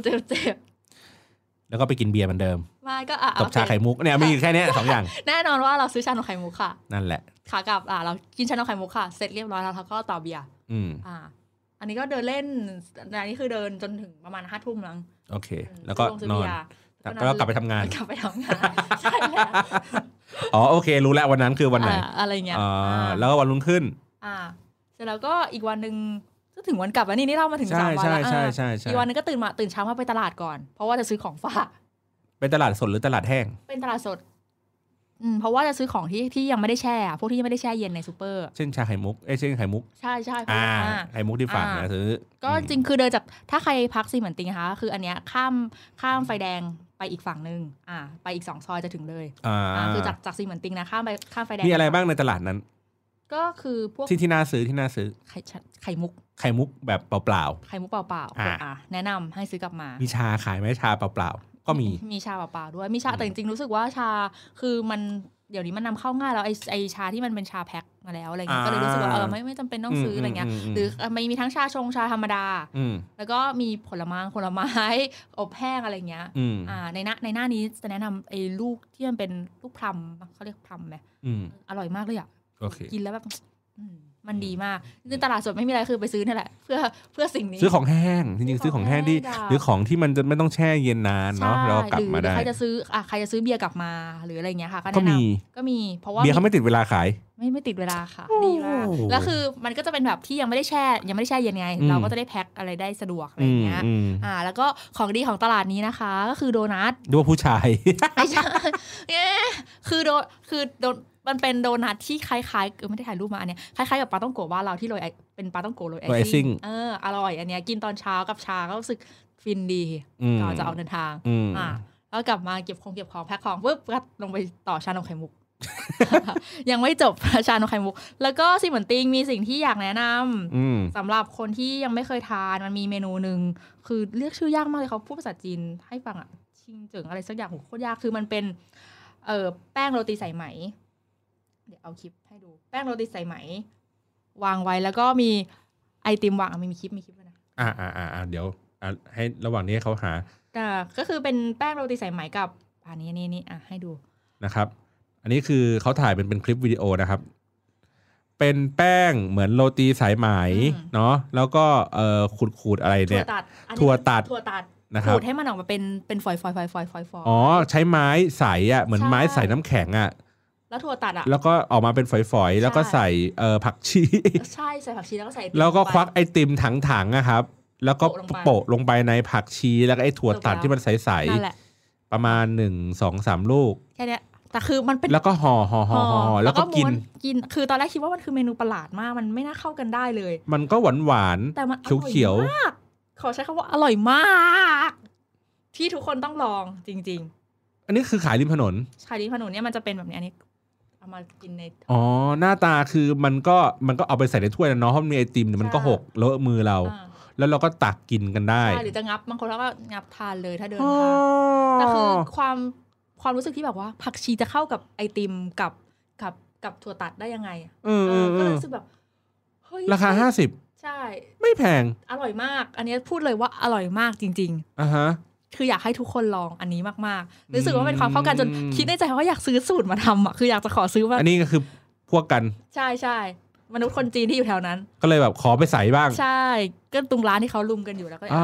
แล้วก็ไปกินเบียร์เหมือนเดิมไม่ก็จบชาไข่มุกเนี่ยมีแค่นี้2 อย่างแน่นอนว่าเราซื้อชานมไข่มุกค่ะนั่นแหละขากลับเรากินชานมไข่มุกค่ะเสร็จเรียบร้อยแล้วเราก็ต่อเบียร์อันนี้ก็เดินเล่นอันนี้คือเดินจนถึงประมาณ5 ทุ่มแล้วโอเคแล้วก็นอนแล้วกลับไปทำงานใช่แล้วโอเครู้แล้ววันนั้นคือวันไหนอะไรเงี้ยแล้วก็วันรุ่งขึ้นเสร็จแล้วก็อีกวันนึงก็ถึงวันกลับแล้วนี่เรามาถึง3 วันแล้วอีกวันนึงก็ตื่นเช้ามาไปตลาดก่อนเพราะว่าจะซื้อของฝากเป็นตลาดสดหรือตลาดแห้งเป็นตลาดสดเพราะว่าจะซื้อของที่ยังไม่ได้แช่พวกที่ยังไม่ได้แช่เย็นในซูเปอร์เช่นชาไข่มุกเช่นไข่มุกใช่ไข่มุกที่ฝากนะซื้อก็จริงคือเดินจากถ้าใครพักซีเหมือนติงนะคะคืออันเนี้ยข้ามไฟแดงไปอีกฝั่งนึงไปอีก2 ซอยจะถึงเลยคือจากซีเหมือนติงนะข้ามไฟแดงมีอะไรบ้างในตลาดนั้นก็คือพวกที่น่าซื้อไข่มุกแบบเปล่าไข่มุกเปล่าแนะนำให้ซื้อกลับมามีชาขายไหมชาเปล่าก็มีชาเปล่าด้วยมีชาแต่จริงๆรู้สึกว่าชาคือมันเดี๋ยวนี้มันนำเข้าง่ายแล้วไอชาที่มันเป็นชาแพ็คมาแล้วอะไรเงี้ยก็เลยรู้สึกว่าไม่จำเป็นต้องซื้ออะไรเงี้ยหรือมีทั้งชาธรรมดาแล้วก็มีผลไม้อบแห้งอะไรเงี้ยในหน้านี้จะแนะนำไอ้ลูกที่มันเป็นลูกพลัมเขาเรียกพลัมไหมอร่อยมากเลยอ่ะกินแล้วแบบมันดีมากในตลาดสดไม่มีอะไรคือไปซื้อนี่แหละเพื่อสิ่งนี้ซื้อของแห้งจริงๆซื้อของแห้งที่หรือของที่มันจะไม่ต้องแช่เย็นนานเนาะเรากลับมาได้ใครจะซื้อเบียร์กลับมาหรืออะไรเงี้ยค่ะก็มีเพราะว่าเบียร์เขาไม่ติดเวลาขายไม่ติดเวลาค่ะดีมากแล้วคือมันก็จะเป็นแบบที่ยังไม่ได้แช่เย็นไงเราก็จะได้แพ็คอะไรได้สะดวกอะไรเงี้ยแล้วก็ของดีของตลาดนี้นะคะก็คือโดนัทดูผู้ชายไม่ใช่คือโดมันเป็นโดนัทที่คล้ายๆไม่ได้ถ่ายรูปมาอันเนี้ยคล้ายๆกับปาต้องโกะบ้านเราที่โรยเป็นปาต้องโกะโรยไอซิ่งอร่อยอันเนี้ยกินตอนเช้ากับชาก็รู้สึกฟินดีก่อนจะออกเดินทางแล้วกลับมาเก็บของแพ็คของปุ๊บก็ลงไปต่อชานมไข่มุก ยังไม่จบชานมไข่มุกแล้วก็สิเหมือนติงมีสิ่งที่อยากแนะนำสำหรับคนที่ยังไม่เคยทานมันมีเมนูนึงคือเรียกชื่อยากมากเลยเขาพูดภาษาจีนให้ฟังชิงเจิงอะไรสักอย่างโคตรยากคือมันเป็นแป้งโรตีสายไหมเดี๋ยวเอาคลิปให้ดูแป้งโรตีสายไหมวางไว้แล้วก็มีไอติมวางมีคลิปด้วยนะเดี๋ยวให้ระหว่างนี้เขาหาก็คือเป็นแป้งโรตีสายไหมกับอันนี้ให้ดูนะครับอันนี้คือเขาถ่ายเป็นคลิปวิดีโอนะครับเป็นแป้งเหมือนโรตีสายไหมเนาะแล้วก็ขูดอะไรเนี่ยถั่วตัดนะครับขูดให้มันออกมาเป็นฝอยใช้ไม้ใสเหมือนไม้ใสน้ำแข็งแล้วถั่วตัดแล้วก็ออกมาเป็นฝอยๆแล้วก็ใส่ผักชีใช่ใส่ผักชีแล้วก็ใส่แล้วก็ควักไอติมถังนะครับแล้วก็โปะลงไปในผักชีแล้วก็ไอถั่วตัดที่มันใสๆประมาณ1-2-3 ลูกแค่นี้แต่คือมันเป็นแล้วก็ห่อแล้วก็กินคือตอนแรกคิดว่ามันคือเมนูประหลาดมากมันไม่น่าเข้ากันได้เลยมันก็หวานแต่มันเขียวขอใช้คำว่าอร่อยมากที่ทุกคนต้องลองจริงๆอันนี้คือขายริมถนนเนี่ยมันจะเป็นแบบนี้อันนี้เอามากินในหน้าตาคือมันก็เอาไปใส่ในถ้วยนะเนาะเพราะมีไอติมมันก็หกเลอะมือเราแล้วเราก็ตักกินกันได้หรือจะงับบางคนเขาก็งับทานเลยถ้าเดินทางแต่คือความรู้สึกที่แบบว่าผักชีจะเข้ากับไอติมกับถั่วตัดได้ยังไงก็รู้สึกแบบเฮ้ยราคา50 ใช่ไม่แพงอร่อยมากอันนี้พูดเลยว่าอร่อยมากจริงๆคืออยากให้ทุกคนลองอันนี้มากๆรู้สึกว่าเป็นความเข้ากันจนคิดในใจว่าอยากซื้อสูตรมาทำคืออยากจะขอซื้อมาอันนี้ก็คือพวกกันใช่มนุษย์คนจีนที่อยู่แถวนั้นก็เลยแบบขอไปใส่บ้างใช่ก็ตรงร้านที่เขาลุมกันอยู่แล้วก็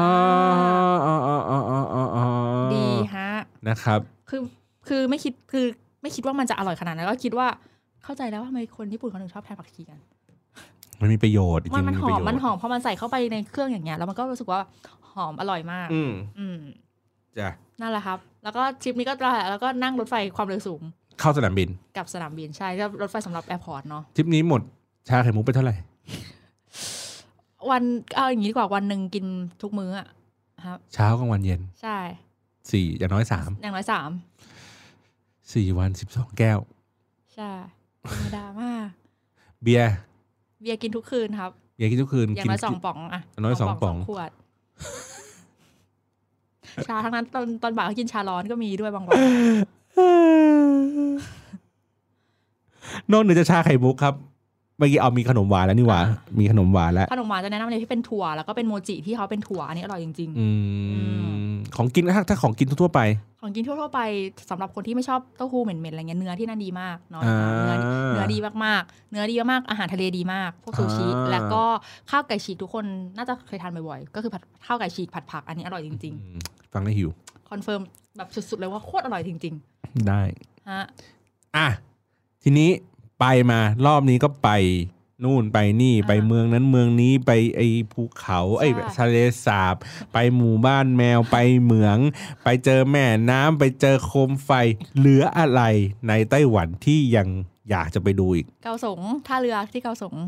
ดีฮะนะครับคือไม่คิดว่ามันจะอร่อยขนาดนั้นก็คิดว่าเข้าใจแล้วว่าทำไมคนญี่ปุ่นเขาถึงชอบทานผักชีกันมันมีประโยชน์จริงมันหอมพอมันใส่เข้าไปในเครื่องอย่างเงี้ยแล้วมันก็รู้สึกว่าหอมอร่อยมากจ้ะนั่นแหละครับแล้วก็ทริปนี้ก็แล้วก็นั่งรถไฟความเร็วสูงเข้าสนามบินกับสนามบินใช่ก็รถไฟสำหรับแอร์พอร์ตเนาะทริปนี้หมดชาไข่มุกไปเท่าไหร่วันเอาอย่างนี้ดีกว่าวันนึงกินทุกมื้อครับเช้ากลางวันเย็นใช่ 4อย่างน้อย3 4 วัน12 แก้วใช่ธรรมดามากเบียร์กินทุกคืนครับเบียร์กินทุกคืนอย่างน้อย2 ป๋องอย่างน้อย2 ป๋องขวดชาทั้งนั้นตอนบ่ายก็กินชาร้อนก็มีด้วยบางวันนอกเหนือจากชาไข่มุกครับเมื่อกี้เอามีขนมหวานแล้วนี่หว่ามีขนมหวานแล้วขนมหวานจะแนะนำเลยที่เป็นถั่วแล้วก็เป็นโมจิที่เขาเป็นถั่วอันนี้อร่อยจริงๆของกินถ้าของกินทั่วไปของกินทั่วไปสำหรับคนที่ไม่ชอบเต้าหู้เหม็นๆอะไรเงี้ยเนื้อที่นั่นดีมากเนาะเนื้อดีมากๆเนื้อดีมากอาหารทะเลดีมากพวกซูชิแล้วก็ข้าวไก่ฉีกทุกคนน่าจะเคยทานบ่อยๆก็คือข้าวไก่ฉีกผัดผักอันนี้อร่อยจริงๆฟังแล้วหิวคอนเฟิร์มแบบสุดๆเลยว่าโคตรอร่อยจริงๆได้ฮะทีนี้ไปมารอบนี้ก็ไปนู่นไปนี่ไปเมืองนั้นเมืองนี้ไปไอ้ภูเขาไอ้ทะเลสาบไปหมู่บ้านแมวไปเหมืองไปเจอแม่น้ำไปเจอโคมไฟเหลืออะไรในไต้หวันที่ยังอยากจะไปดูอีกเกาสงท่าเรือที่เกาสง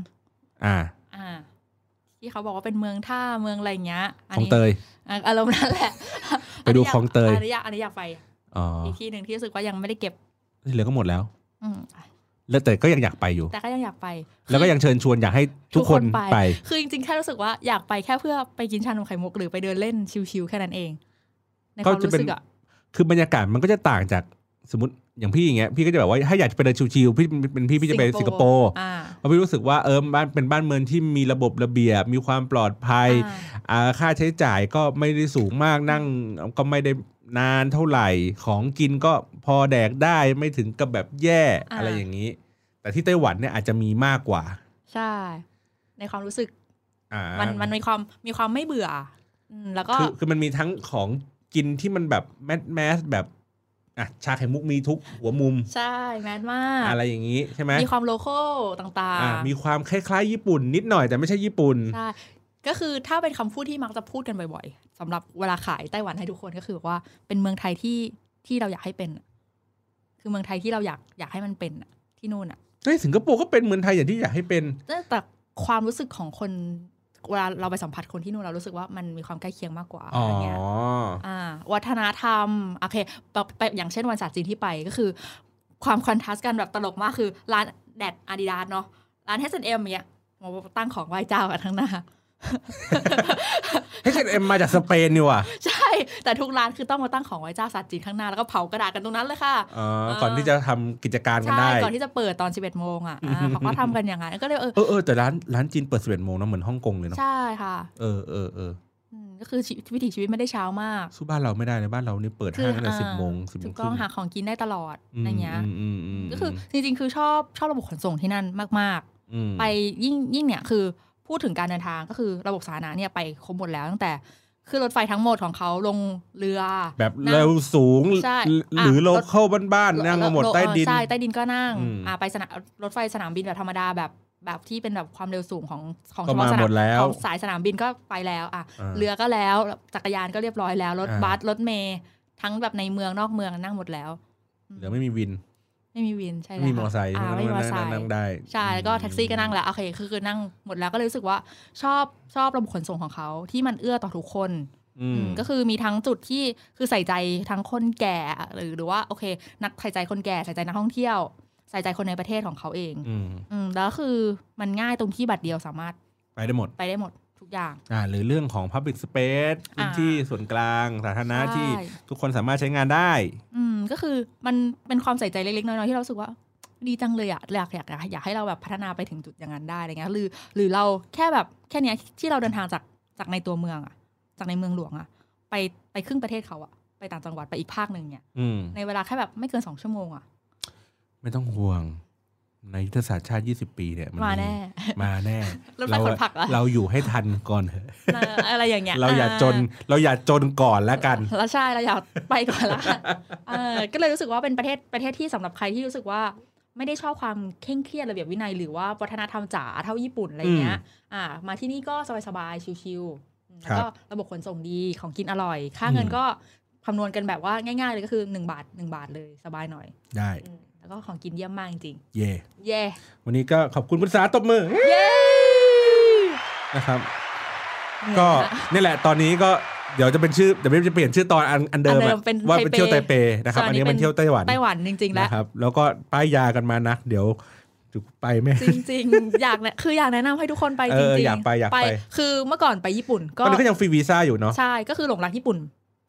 ที่เขาบอกว่าเป็นเมืองท่าเมืองอะไรเงี้ยของเตยอารมณ์นั่นแหละไปดูของเตยอันนี้อยากไปอีกที่นึงที่รู้สึกว่ายังไม่ได้เก็บที่เหลือก็หมดแล้วแล้วแต่ก็ยังอยากไปอยู่แต่ก็ยังอยากไปแล้วก็ยังเชิญชวนอยากให้ทุกคนไปคือจริงๆแค่รู้สึกว่าอยากไปแค่เพื่อไปกินชานมไข่มุกหรือไปเดินเล่นชิลๆแค่นั้นเองในความรู้สึกอะคือบรรยากาศมันก็จะต่างจากสมมติอย่างพี่อย่างเงี้ยพี่ก็จะแบบว่าถ้าอยากไปเดินชิลๆพี่จะไปสิงคโปร์เพราะพี่รู้สึกว่าบ้านเป็นบ้านเมืองที่มีระบบระเบียบมีความปลอดภัยค่าใช้จ่ายก็ไม่ได้สูงมากนั่งก็ไม่ได้นานเท่าไหร่ของกินก็พอแดกได้ไม่ถึงกับแบบแย่อะไรอย่างนี้แต่ที่ไต้หวันเนี่ยอาจจะมีมากกว่าใช่ในความรู้สึกมันมีความไม่เบื่อแล้วก็คือมันมีทั้งของกินที่มันแบบแมสแบบชาไข่มุกมีทุกหัวมุมใช่แมสมากอะไรอย่างนี้ใช่ไหมมีความโลคอลต่างๆมีความคล้ายๆญี่ปุ่นนิดหน่อยแต่ไม่ใช่ญี่ปุ่นใช่ก็คือถ้าเป็นคำพูดที่มักจะพูดกันบ่อยๆสำหรับเวลาขายไต้หวันให้ทุกคนก็คือว่าเป็นเมืองไทยที่เราอยากให้เป็นคือเมืองไทยที่เราอยากให้มันเป็นที่นู่นสิงคโปร์ก็เป็นเมืองไทยอย่างที่อยากให้เป็นแต่ความรู้สึกของคนเวลาเราไปสัมผัสคนที่นู่นเรารู้สึกว่ามันมีความใกล้เคียงมากกว่าอะไรเงี้ยวัฒนธรรมโอเคไปอย่างเช่นวันศาสตร์จีนที่ไปก็คือความคอนทราสต์กันแบบตลกมากคือร้านแดดอาดิดาสเนาะร้าน H&M เงี้ยมาตั้งของไหว้เจ้ากันทั้งหน้า H&M มาจากสเปนนี่ว่ะใช่แต่ทุกร้านคือต้องมาตั้งของไหว้เจ้าศาสตร์จีนข้างหน้าแล้วก็เผากระดาษกันตรงนั้นเลยค่ะก่อนที่จะทำกิจการกันได้ก่อนที่จะเปิดตอน 11 โมงเขาก็ทำกันอย่างนั้นก็เลยแต่ร้านจีนเปิด 11 โมงนะเหมือนฮ่องกงเลยเนาะใช่ค่ะก็คือวิถีชีวิตไม่ได้เช้ามากสู้บ้านเราไม่ได้ในบ้านเรานี่เปิดห้างตั้งแต่10 โมงถูกต้องหาของกินได้ตลอดอะไรเงี้ยก็คือจริงๆคือชอบระบบขนส่งที่นั่นมากๆไปยิ่งเนี่ยคือพูดถึงการเดินทางก็คือระบบสาธารณะเนี่ยไปครบหมดแล้วตั้งแต่ขึ้นรถไฟทั้งหมดของเขาลงเรือแบบเร็วสูงหรือโลคอลบ้านๆนั่งหมดใต้ดินใช่ใต้ดินก็นั่งไปรถไฟสนามบินแบบธรรมดาแบบที่เป็นแบบความเร็วสูงของเฉพาะสนามของสายสนามบินก็ไปแล้วเรือก็แล้วจักรยานก็เรียบร้อยแล้วรถบัสรถเมล์ทั้งแบบในเมืองนอกเมืองนั่งหมดแล้วเดี๋ยวไม่มีวินใช่แล้วมีมอเตอร์ไซค์ไม่มีมอเตอร์ไซค์นั่งได้ใช่แล้วก็แท็กซี่ก็นั่งแล้วโอเคคือนั่งหมดแล้วก็เลยรู้สึกว่าชอบระบบขนส่งของเขาที่มันเอื้อต่อทุกคนก็คือมีทั้งจุดที่คือใส่ใจทั้งคนแก่หรือว่าโอเคนักใส่ใจคนแก่ใส่ใจนักท่องเที่ยวใส่ใจคนในประเทศของเขาเองแล้วคือมันง่ายตรงที่บัตรเดียวสามารถไปได้หมดทุกอย่างหรือเรื่องของ Public Space พื้นที่ส่วนกลางสาธารณะที่ทุกคนสามารถใช้งานได้ก็คือมันเป็นความใส่ใจเล็กๆน้อยๆที่เราสึกว่าดีจังเลยอยากให้เราแบบพัฒนาไปถึงจุดอย่างนั้นได้อะไรเงี้ยหรือเราแค่แบบแค่นี้ที่เราเดินทางจากในตัวเมืองจากในเมืองหลวงไปครึ่งประเทศเขาไปต่างจังหวัดไปอีกภาคนึงเนี่ยในเวลาแค่แบบไม่เกิน2 ชั่วโมงไม่ต้องห่วงในยุทธศาสตร์ชาติ20 ปีเนี่ยมาแน่เราอยู่ให้ทันก่อนเถอะอะไรอย่างเงี้ยเราอย่าจนก่อนแล้วกันแล้วใช่เราอยากไปก่อนละก็เลยรู้สึกว่าเป็นประเทศที่สำหรับใครที่รู้สึกว่าไม่ได้ชอบความเคร่งเครียดระเบียบวินัยหรือว่าวัฒนธรรมจ๋าเท่าญี่ปุ่นอะไรเงี้ยมาที่นี่ก็สบายๆชิลๆแล้วก็ระบบขนส่งดีของกินอร่อยค่าเงินก็คำนวณกันแบบว่าง่ายๆเลยก็คือ1 บาทเลยสบายหน่อยได้แล้วก็ของกินเยี่ยมมากจริงเย่วันนี้ก็ขอบคุณคุณสาตบมือเย้นะครับก็นี่แหละตอนนี้ก็เดี๋ยวจะเป็นชื่อเดี๋ยวจะเปลี่ยนชื่อตอนอันเดิมว่าเป็นเที่ยวไทเปนะครับอันนี้เป็นเที่ยวไต้หวันจริงๆแล้วนะครับแล้วก็ป้ายยากันมานะเดี๋ยวไปไหมจริงๆอยากแนะนำให้ทุกคนไปจริงๆอยากไปคือเมื่อก่อนไปญี่ปุ่นก็ยังฟรีวีซ่าอยู่เนาะใช่ก็คือหลงรักญี่ปุ่น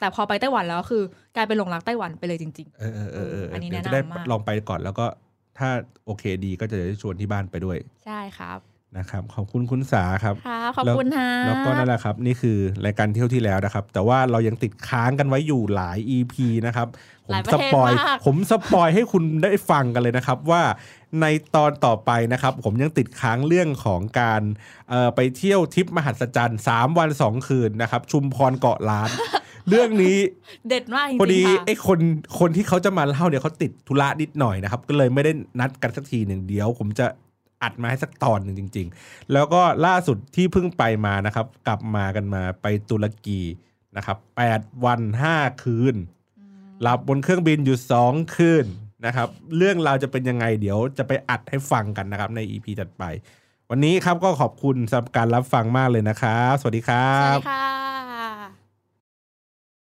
แต่พอไปไต้หวันแล้วคือกลายเป็นหลงรักไต้หวันไปเลยจริงๆอันนี้แนะนำมากจะได้ลองไปก่อนแล้วก็ถ้าโอเคดีก็จะได้ชวนที่บ้านไปด้วยใช่ครับนะครับขอบคุณคุณสาครับขอบคุณค่ะแล้วก็นั่นแหละครับนี่คือรายการเที่ยวที่แล้วนะครับแต่ว่าเรายังติดค้างกันไว้อยู่หลาย EP นะครับผมสปอยให้คุณได้ฟังกันเลยนะครับว่าในตอนต่อไปนะครับผมยังติดค้างเรื่องของการไปเที่ยวทริปมหัศจรรย์3 วัน 2 คืนนะครับชุมพรเกาะล้าน เรื่องนี้เด็ดมากจริงๆพอดีไอ้คนที่เขาจะมาเล่าเนี่ยเขาติดธุระนิดหน่อยนะครับก็เลยไม่ได้นัดกันสักทีหนึ่งเดี๋ยวผมจะอัดมาให้สักตอนหนึ่งจริงๆแล้วก็ล่าสุดที่เพิ่งไปมานะครับกลับมากันมาไปตุรกีนะครับ8 วัน 5 คืนหลับบนเครื่องบินอยู่2 คืนนะครับเรื่องราวจะเป็นยังไงเดี๋ยวจะไปอัดให้ฟังกันนะครับใน EP ถัดไปวันนี้ครับก็ขอบคุณสำหรับการรับฟังมากเลยนะครับสวัสดีครับสวัสดีค่ะ